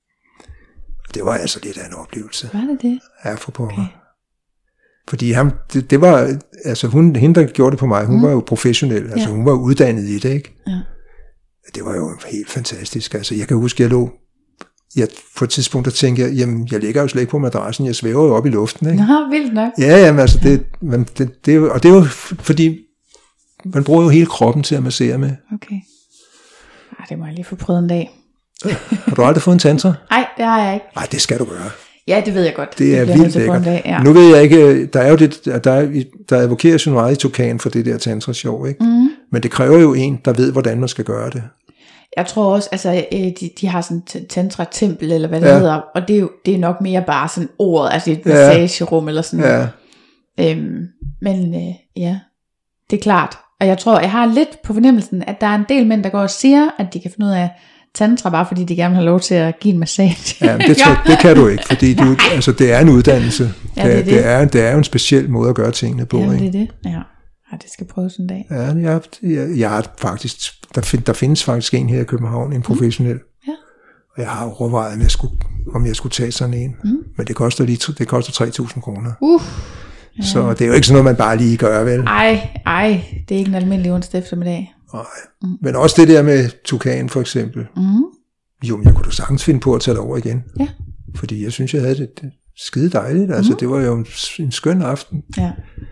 Det var altså lidt af en oplevelse. Var det det? Ja, for pokker. Okay. Fordi ham, det, det var, altså hun, hende der gjorde det på mig, hun mm. var jo professionel, altså ja. Hun var uddannet i det, ikke? Ja. Det var jo helt fantastisk. Altså jeg kan huske, jeg lå, jeg, på et tidspunkt der tænkte jeg, jamen jeg ligger jo slet ikke på madrassen, jeg svæver jo op i luften, ikke? Nå, vildt nok. Ja, jamen altså det, man, det, det, og det er jo fordi, man bruger jo hele kroppen til at massere med. Okay. Ej, det må jeg lige få prøvet en dag. Har du aldrig fået en tantra? Nej, det har jeg ikke. Nej, det skal du gøre. Ja, det ved jeg godt. Det er det vildt lækkert. Dag, ja. Nu ved jeg ikke, der er jo det, der, er, der advokeres jo meget i Tukan for det der tantra-show, ikke? Mm. Men det kræver jo en, der ved, hvordan man skal gøre det. Jeg tror også, altså de, de har sådan et tantra-tempel, eller hvad det ja. hedder, og det er jo det er nok mere bare sådan ordet, altså et massagerum, ja. eller sådan noget. Ja. Øhm, men øh, ja, det er klart. Og jeg tror, jeg har lidt på fornemmelsen, at der er en del mænd, der går og siger, at de kan finde ud af tantra, bare fordi de gerne vil have lov til at give en massage. Ja, det, tror, det kan du ikke, fordi du, altså, det er en uddannelse. Ja, det, er det. Det, er, det er jo en speciel måde at gøre tingene på. Ja, ikke? det er det. Ja. Ja, det skal prøves en dag. Ja, jeg, jeg, jeg har faktisk, der, find, der findes faktisk en her i København, en professionel. Mm. Ja. Og jeg har overvejet, om jeg skulle, om jeg skulle tage sådan en. Mm. Men det koster lige, det koster tre tusind kroner. Uh. Ja. Så det er jo ikke sådan noget, man bare lige gør, vel? Ej, ej, det er ikke en almindelig onsdag eftermiddag. Nej, mm. Men også det der med Tukan for eksempel. Mm. Jo, men jeg kunne da sagtens finde på at tage det over igen. Ja. Fordi jeg synes, jeg havde det, det skide dejligt. Mm. Altså, det var jo en, en skøn aften. Ja.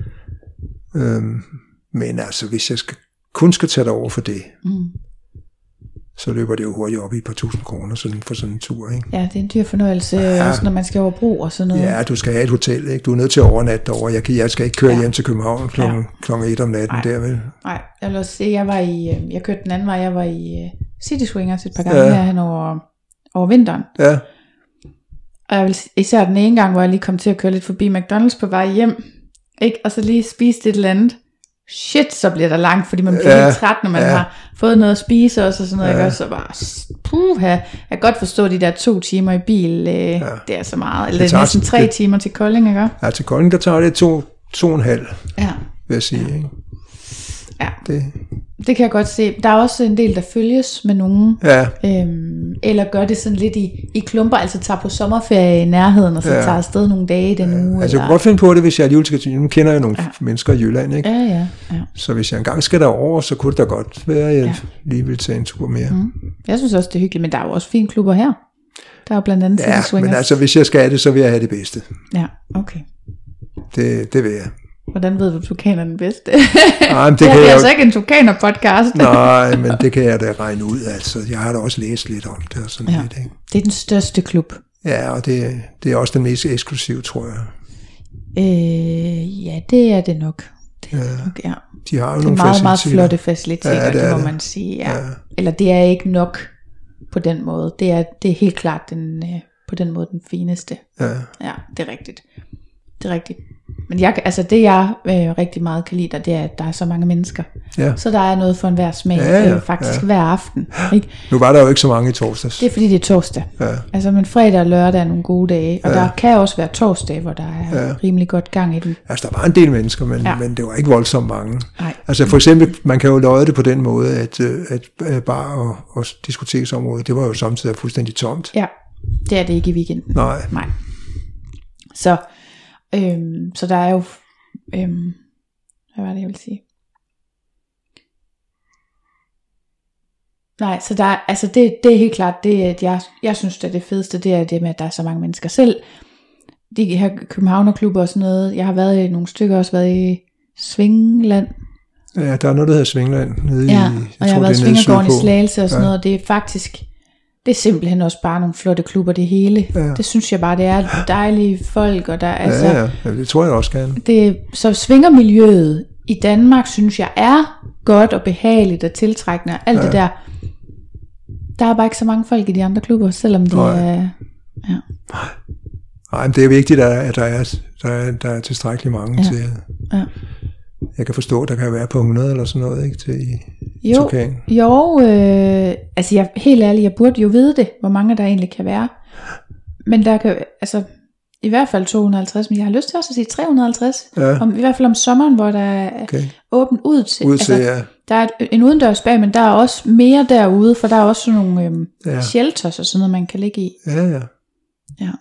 Øhm, men altså, hvis jeg skal, kun skal tage det over for det, mm. så løber det jo hurtigt op i et par tusind kroner sådan, for sådan en tur, ikke? Ja, det er en dyr fornøjelse, ja. Også når man skal over bro og sådan noget. Ja, du skal have et hotel, ikke? Du er nødt til at overnatte derovre. Jeg, jeg skal ikke køre ja. hjem til København klokken ja. klokken et om natten. Nej. Der, vel? Nej, jeg vil også sige, jeg var i, jeg kørte den anden vej, jeg var i City Swingers et par gange ja. her over, over vinteren. Ja. Og jeg vil især den ene gang, hvor jeg lige kom til at køre lidt forbi McDonald's på vej hjem, ikke? Og så lige spiste et eller andet. Shit, så bliver der langt, fordi man bliver ja, helt træt, når man ja. har fået noget at spise også, og sådan noget, ja. ikke? Så bare, puha, jeg kan godt forstå de der to timer i bil, øh, ja. det er så meget, eller det er næsten tre det, timer til Kolding, ikke? Ja, til Kolding, der tager det to, to og en halv, ja. vil jeg sige, ikke? Ja, det. det kan jeg godt se. Der er også en del, der følges med nogen, ja. øhm, eller gør det sådan lidt i, i klumper, altså tager på sommerferie i nærheden, og så ja. tager afsted nogle dage i den ja. uge. Altså jeg kan godt finde på det, hvis jeg alligevel skal, nu kender jeg nogle ja. mennesker i Jylland, ikke? Ja, ja, ja. Så hvis jeg engang skal derover, så kunne det da godt være, at jeg ja. lige vil tage en tur mere. Mm. Jeg synes også, det er hyggeligt, men der er jo også fine klubber her. Der er jo blandt andet ja, men altså hvis jeg skal have det, så vil jeg have det bedste. Ja, okay. Det, det vil jeg. Hvordan ved du, at Tukan er den bedste? Nej, men det, det kan er jeg altså ikke en Tukaner-podcast. Nej, men det kan jeg da regne ud. Altså, jeg har da også læst lidt om det. Og sådan ja. lidt, ikke? Det er den største klub. Ja, og det, det er også den mest eksklusive, tror jeg. Øh, ja, det er det nok. Det er, ja. Det nok, ja. De har jo det er nogle meget, meget flotte faciliteter, ja, det, det må det. man sige. Ja. Ja. Eller det er ikke nok på den måde. Det er, det er helt klart den, på den måde den fineste. Ja. Ja, det er rigtigt. Det er rigtigt. Men jeg, altså det jeg øh, rigtig meget kan lide der, det er, at der er så mange mennesker. Ja. Så der er noget for enhver smag, ja, ja, øh, faktisk ja. hver aften. Ikke? Nu var der jo ikke så mange i torsdags. Det er fordi det er torsdag. Ja. Altså men fredag og lørdag er nogle gode dage. Og ja. der kan også være torsdag, hvor der er ja. rimelig godt gang i den. Altså der var en del mennesker, men, ja. men det var ikke voldsomt mange. Nej. Altså for eksempel, man kan jo løje det på den måde, at, at bar- og, og diskoteksområdet, det var jo samtidig fuldstændig tomt. Ja, det er det ikke i weekenden. Nej. Nej. Så... Øhm, så der er jo øhm, hvad var det jeg ville sige nej så der er, altså det, det er helt klart det at jeg, jeg synes det er det fedeste, det er det med at der er så mange mennesker selv, de her københavnerklubber og sådan noget. Jeg har været i nogle stykker, også været i Svingland. Ja, der er noget der hedder Svingland nede ja, i, jeg og jeg har været i Svingergården i Slagelse og sådan ja. noget, og det er faktisk det er simpelthen også bare nogle flotte klubber, det hele. Ja. Det synes jeg bare, det er dejlige folk, og der altså... Ja, ja, ja, det tror jeg også gerne. Det, så svingermiljøet i Danmark, synes jeg, er godt og behageligt og tiltrækkende, og alt ja. det der. Der er bare ikke så mange folk i de andre klubber, selvom de Nej. er... Ja. Nej, men det er vigtigt, at der er, der er, der er tilstrækkeligt mange ja. til... Ja. Jeg kan forstå, at der kan være på hundrede eller sådan noget, ikke, til i, i Jo, Turkan? jo øh, altså jeg, helt ærligt, jeg burde jo vide det, hvor mange der egentlig kan være. Men der kan, altså i hvert fald to hundrede og halvtreds, men jeg har lyst til også at sige tre hundrede og halvtreds. Ja. Om, I hvert fald om sommeren, hvor der er Okay. åbent ud til. Ud til, altså, ja. der er et, en udendørs bag, men der er også mere derude, for der er også sådan nogle øhm, Ja. shelters og sådan noget, man kan ligge i. Ja, ja. Ja.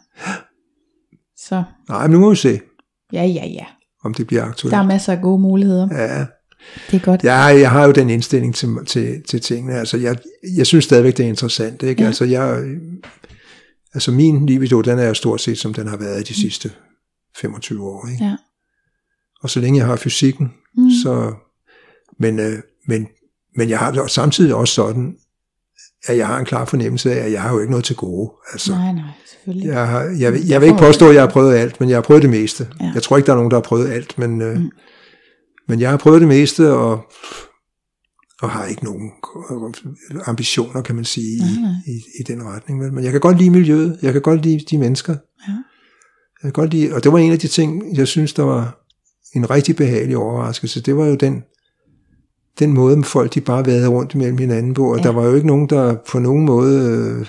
Så, Nej, men nu må vi se, ja, ja, ja. om det bliver aktuelt. Der er masser af gode muligheder. Ja. Det er godt. Jeg, jeg har jo den indstilling til, til, til tingene. Altså, jeg, jeg synes stadigvæk, det er interessant. Ikke? Ja. Altså, jeg, altså, min libido, den er jo stort set, som den har været de sidste femogtyve år. Ikke? Ja. Og så længe jeg har fysikken, Mm. så... Men, øh, men, men jeg har det samtidig også sådan, at jeg har en klar fornemmelse af, at jeg har jo ikke noget til gode. Altså, Nej, nej, selvfølgelig. jeg, har, jeg, jeg, jeg vil ikke påstå, at jeg har prøvet alt, men jeg har prøvet det meste. Ja. Jeg tror ikke, der er nogen, der har prøvet alt, men, øh, Mm. men jeg har prøvet det meste, og, og har ikke nogen ambitioner, kan man sige, Nej, nej. i, i, i den retning. Men jeg kan godt lide miljøet, jeg kan godt lide de mennesker. Ja. Jeg kan godt lide, og det var en af de ting, jeg synes, der var en rigtig behagelig overraskelse. Det var jo den, den måde, folk de bare vadede rundt mellem hinanden på, og Ja. der var jo ikke nogen, der på nogen måde øh,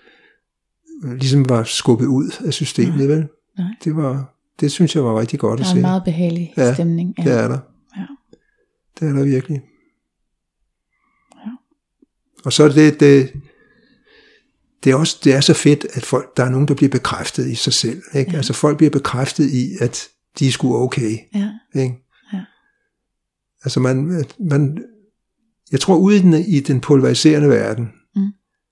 ligesom var skubbet ud af systemet, Nej. vel? Nej. Det var, det synes jeg var rigtig godt Der at er se. en meget behagelig Ja, stemning. Ja. Det er der. Ja. Det er der virkelig. Ja. Og så er det, det, det er også, det er så fedt, at folk, der er nogen, der bliver bekræftet i sig selv, ikke? Ja. Altså folk bliver bekræftet i, at de er sgu okay, Ja. ikke? Ja. Altså man, man, jeg tror ude i den, i den polariserende verden, Mm.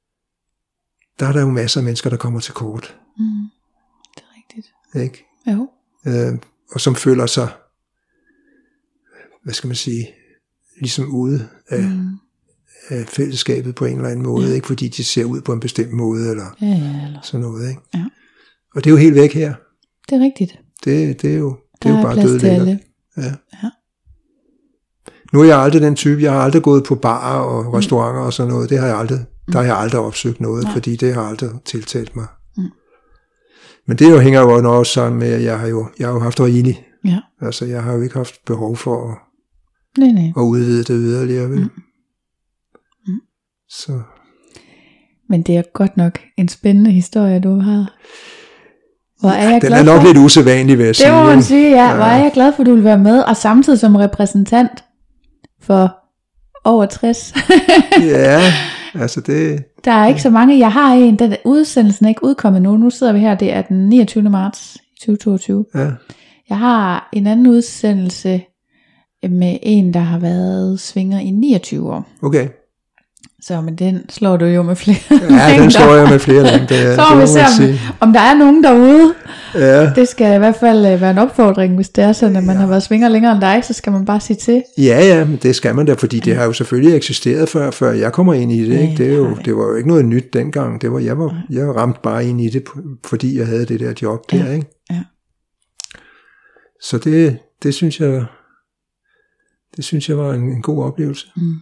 der er der jo masser af mennesker, der kommer til kort, Mm. Det er rigtigt. ikke? Jo. Øh, og som føler sig, hvad skal man sige, ligesom ude af, Mm. af fællesskabet på en eller anden måde, Ja. ikke fordi de ser ud på en bestemt måde, eller Ja, ja, eller. sådan noget, ikke? Ja. Og det er jo helt væk her. Det er rigtigt. Det, det er jo, det Der er jo er bare plads til dødelækkert. alle. Ja. Ja. Nu er jeg aldrig den type, jeg har aldrig gået på barer og restauranter og sådan noget, det har jeg aldrig, der har jeg aldrig opsøgt noget, Nej. fordi det har aldrig tiltalt mig. Mm. Men det jo hænger jo også sammen med, at jeg har jo, jeg har jo haft rigeligt. Ja. Altså, jeg har jo ikke haft behov for at, Nej, nej. at udvide det yderligere, vel? Mm. Mm. Så. Men det er godt nok en spændende historie, du har. Hvor er jeg Den glad er nok for. lidt usædvanlig, vil jeg sige. Det må man ikke? sige, ja. Ja. Hvor er jeg glad for, at du vil være med, og samtidig som repræsentant for over tres. Ja, altså det... Der er ikke så mange. Jeg har en, den udsendelsen er ikke udkommet nu. Nu sidder vi her, det er den niogtyvende marts tyve toogtyve. Ja, Jeg har en anden udsendelse med en, der har været svinger i niogtyve år. okay. Så men den slår du jo med flere. Ja, den slår jeg med flere længe. Det, Så det må må vi se, man om, sige. om der er nogen derude. Ja. Det skal i hvert fald øh, være en opfordring, hvis det er sådan, at man har været svinger længere end dig, så skal man bare sige til. Ja, ja, men det skal man da, fordi det har jo selvfølgelig eksisteret før, før jeg kommer ind i det. Ja, Ikke? Det, er det jo, har det. det var jo ikke noget nyt dengang. Det var, jeg, var, jeg ramte bare ind i det, fordi jeg havde det der job der. Ja, Ikke? ja. Så det, det synes jeg, det synes jeg var en, en god oplevelse. Mm.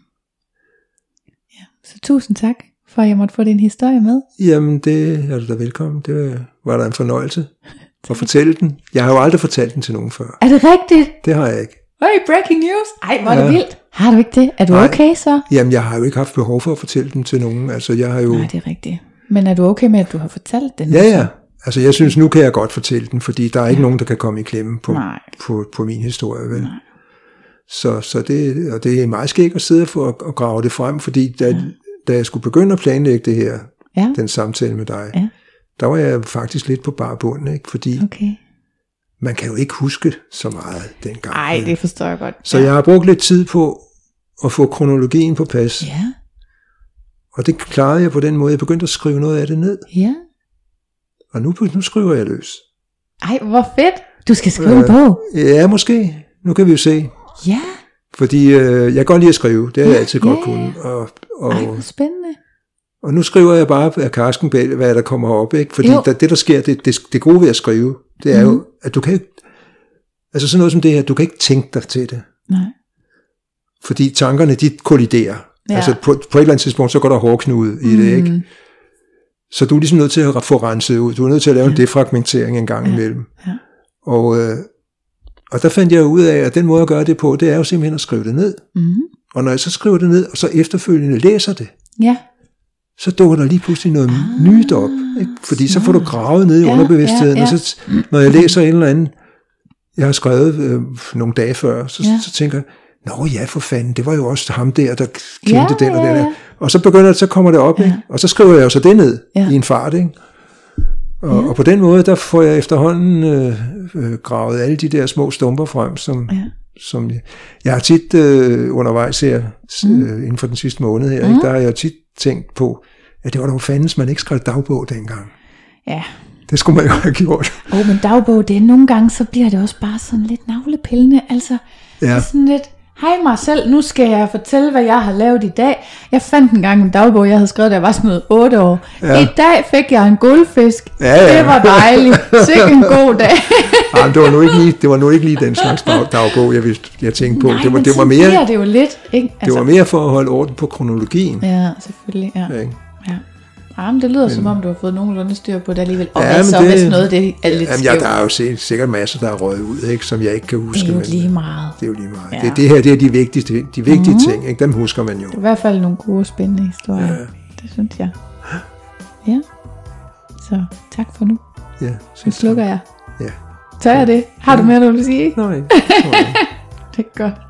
Ja, så tusind tak, for at jeg måtte få din historie med. Jamen, det er du da velkommen. Det var da en fornøjelse at fortælle den. Jeg har jo aldrig fortalt den til nogen før. Er det rigtigt? Det har jeg ikke. Hey, breaking news. Ej, hvor er det Ja. vildt. Har du ikke det? Er du Nej. okay så? Jamen, jeg har jo ikke haft behov for at fortælle den til nogen. Altså, jeg har jo... Nej, det er rigtigt. Men er du okay med, at du har fortalt den? Ja, ja. Altså, jeg synes, nu kan jeg godt fortælle den, fordi der er ikke ja. nogen, der kan komme i klemme på, Nej. på, på min historie, vel? Nej. Så, så det, og det er meget skægt at sidde for at, at grave det frem, fordi da, Ja. da jeg skulle begynde at planlægge det her, Ja. den samtale med dig, Ja. der var jeg faktisk lidt på bar bund, ikke? Fordi Okay. man kan jo ikke huske så meget dengang. Ej, vel? det forstår jeg godt. Så ja. jeg har brugt lidt tid på at få kronologien på pas, Ja, og det klarede jeg på den måde, jeg begyndte at skrive noget af det ned, ja. og nu, nu skriver jeg løs. Ej, hvor fedt. Du skal skrive en Øh, bog. Ja, måske. Nu kan vi jo se. Ja. Fordi øh, jeg kan godt lide at skrive, det har jeg Ja, altid ja, godt ja. kunnet. Og, og, Ej, hvor spændende. og nu skriver jeg bare af karsken bag, hvad der kommer op, ikke? Fordi Jo. der, det der sker, det, det, det gode ved at skrive, det er mm. jo, at du kan ikke, altså sådan noget som det her, du kan ikke tænke dig til det. Nej. Fordi tankerne, de kolliderer. Ja. Altså på, på et eller andet tidspunkt, så går der hårdknude i det, ikke? Mm. Så du er ligesom nødt til at få renset ud. Du er nødt til at lave ja. en defragmentering en gang Ja. imellem. Ja. Og, øh, og der fandt jeg ud af, at den måde at gøre det på, det er jo simpelthen at skrive det ned. Mm. Og når jeg så skriver det ned, og så efterfølgende læser det, Ja. så dukker der lige pludselig noget ah, nyt op. Ikke? Fordi så får du gravet ned i Ja, underbevidstheden, ja, ja. og så, når jeg læser en eller anden, jeg har skrevet øh, nogle dage før, så, Ja. så tænker jeg, nå ja, for fanden, det var jo også ham der, der kendte Ja, den og ja, den ja. der. Og så begynder det, så kommer det op, Ja. ikke? Og så skriver jeg jo så det ned Ja. i en fart, ikke? Og, Ja. og på den måde, der får jeg efterhånden øh, øh, gravet alle de der små stumper frem, som, Ja. som jeg, jeg har tit øh, undervejs her, mm. øh, inden for den sidste måned her, mm. ikke? Der har jeg tit tænkt på, at det var dog fandens, man ikke skrev dagbog dengang. Ja. Det skulle man jo have gjort. Åh, oh, men dagbog, det er nogle gange, så bliver det også bare sådan lidt navlepillende. Altså, Ja. det er sådan lidt, hej mig selv, nu skal jeg fortælle, hvad jeg har lavet i dag. Jeg fandt en gang en dagbog, jeg havde skrevet, da jeg var sådan noget otte år. Ja. I dag fik jeg en guldfisk. Ja, ja. Det var dejligt. Sikke en god dag. Ej, men det var nu ikke lige, det var nu ikke lige den slags dag, dagbog, jeg, vidste, jeg tænkte på. Nej, det var, men det var sådan mere, bliver det jo lidt, ikke? det var mere for at holde orden på kronologien. Ja, selvfølgelig, ja. Ikke? ja. Ja, men det lyder Men- som om, du har fået nogenlunde styr på det alligevel. Og Ja, hvad men så, det- hvis noget det er lidt Jamen, ja, skævt? der er jo sikkert, sikkert masser, der er røget ud, ikke, som jeg ikke kan huske. Det er jo men lige meget. Det er jo lige meget. Ja. Det, det her, det er de vigtigste, de vigtige mm. ting, ikke? Dem husker man jo. Det er i hvert fald nogle gode, spændende historier. Ja. Det synes jeg. Ja. Så tak for nu. Ja, Nu slukker jeg. Ja. Tør jeg det? Har du mere, du vil sige? Nej. Nej. Det er godt.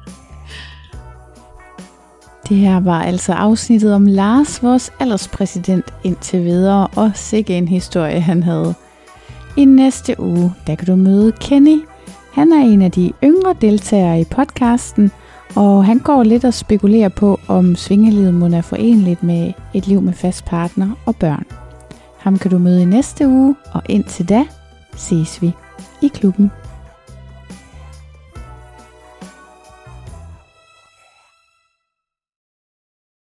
Det her var altså afsnittet om Lars, vores alderspræsident indtil videre, og sikke en historie han havde. I næste uge, der kan du møde Kenny. Han er en af de yngre deltagere i podcasten, og han går lidt og spekulerer på, om svingelivet må er forenligt med et liv med fast partner og børn. Ham kan du møde i næste uge, og indtil da ses vi i klubben.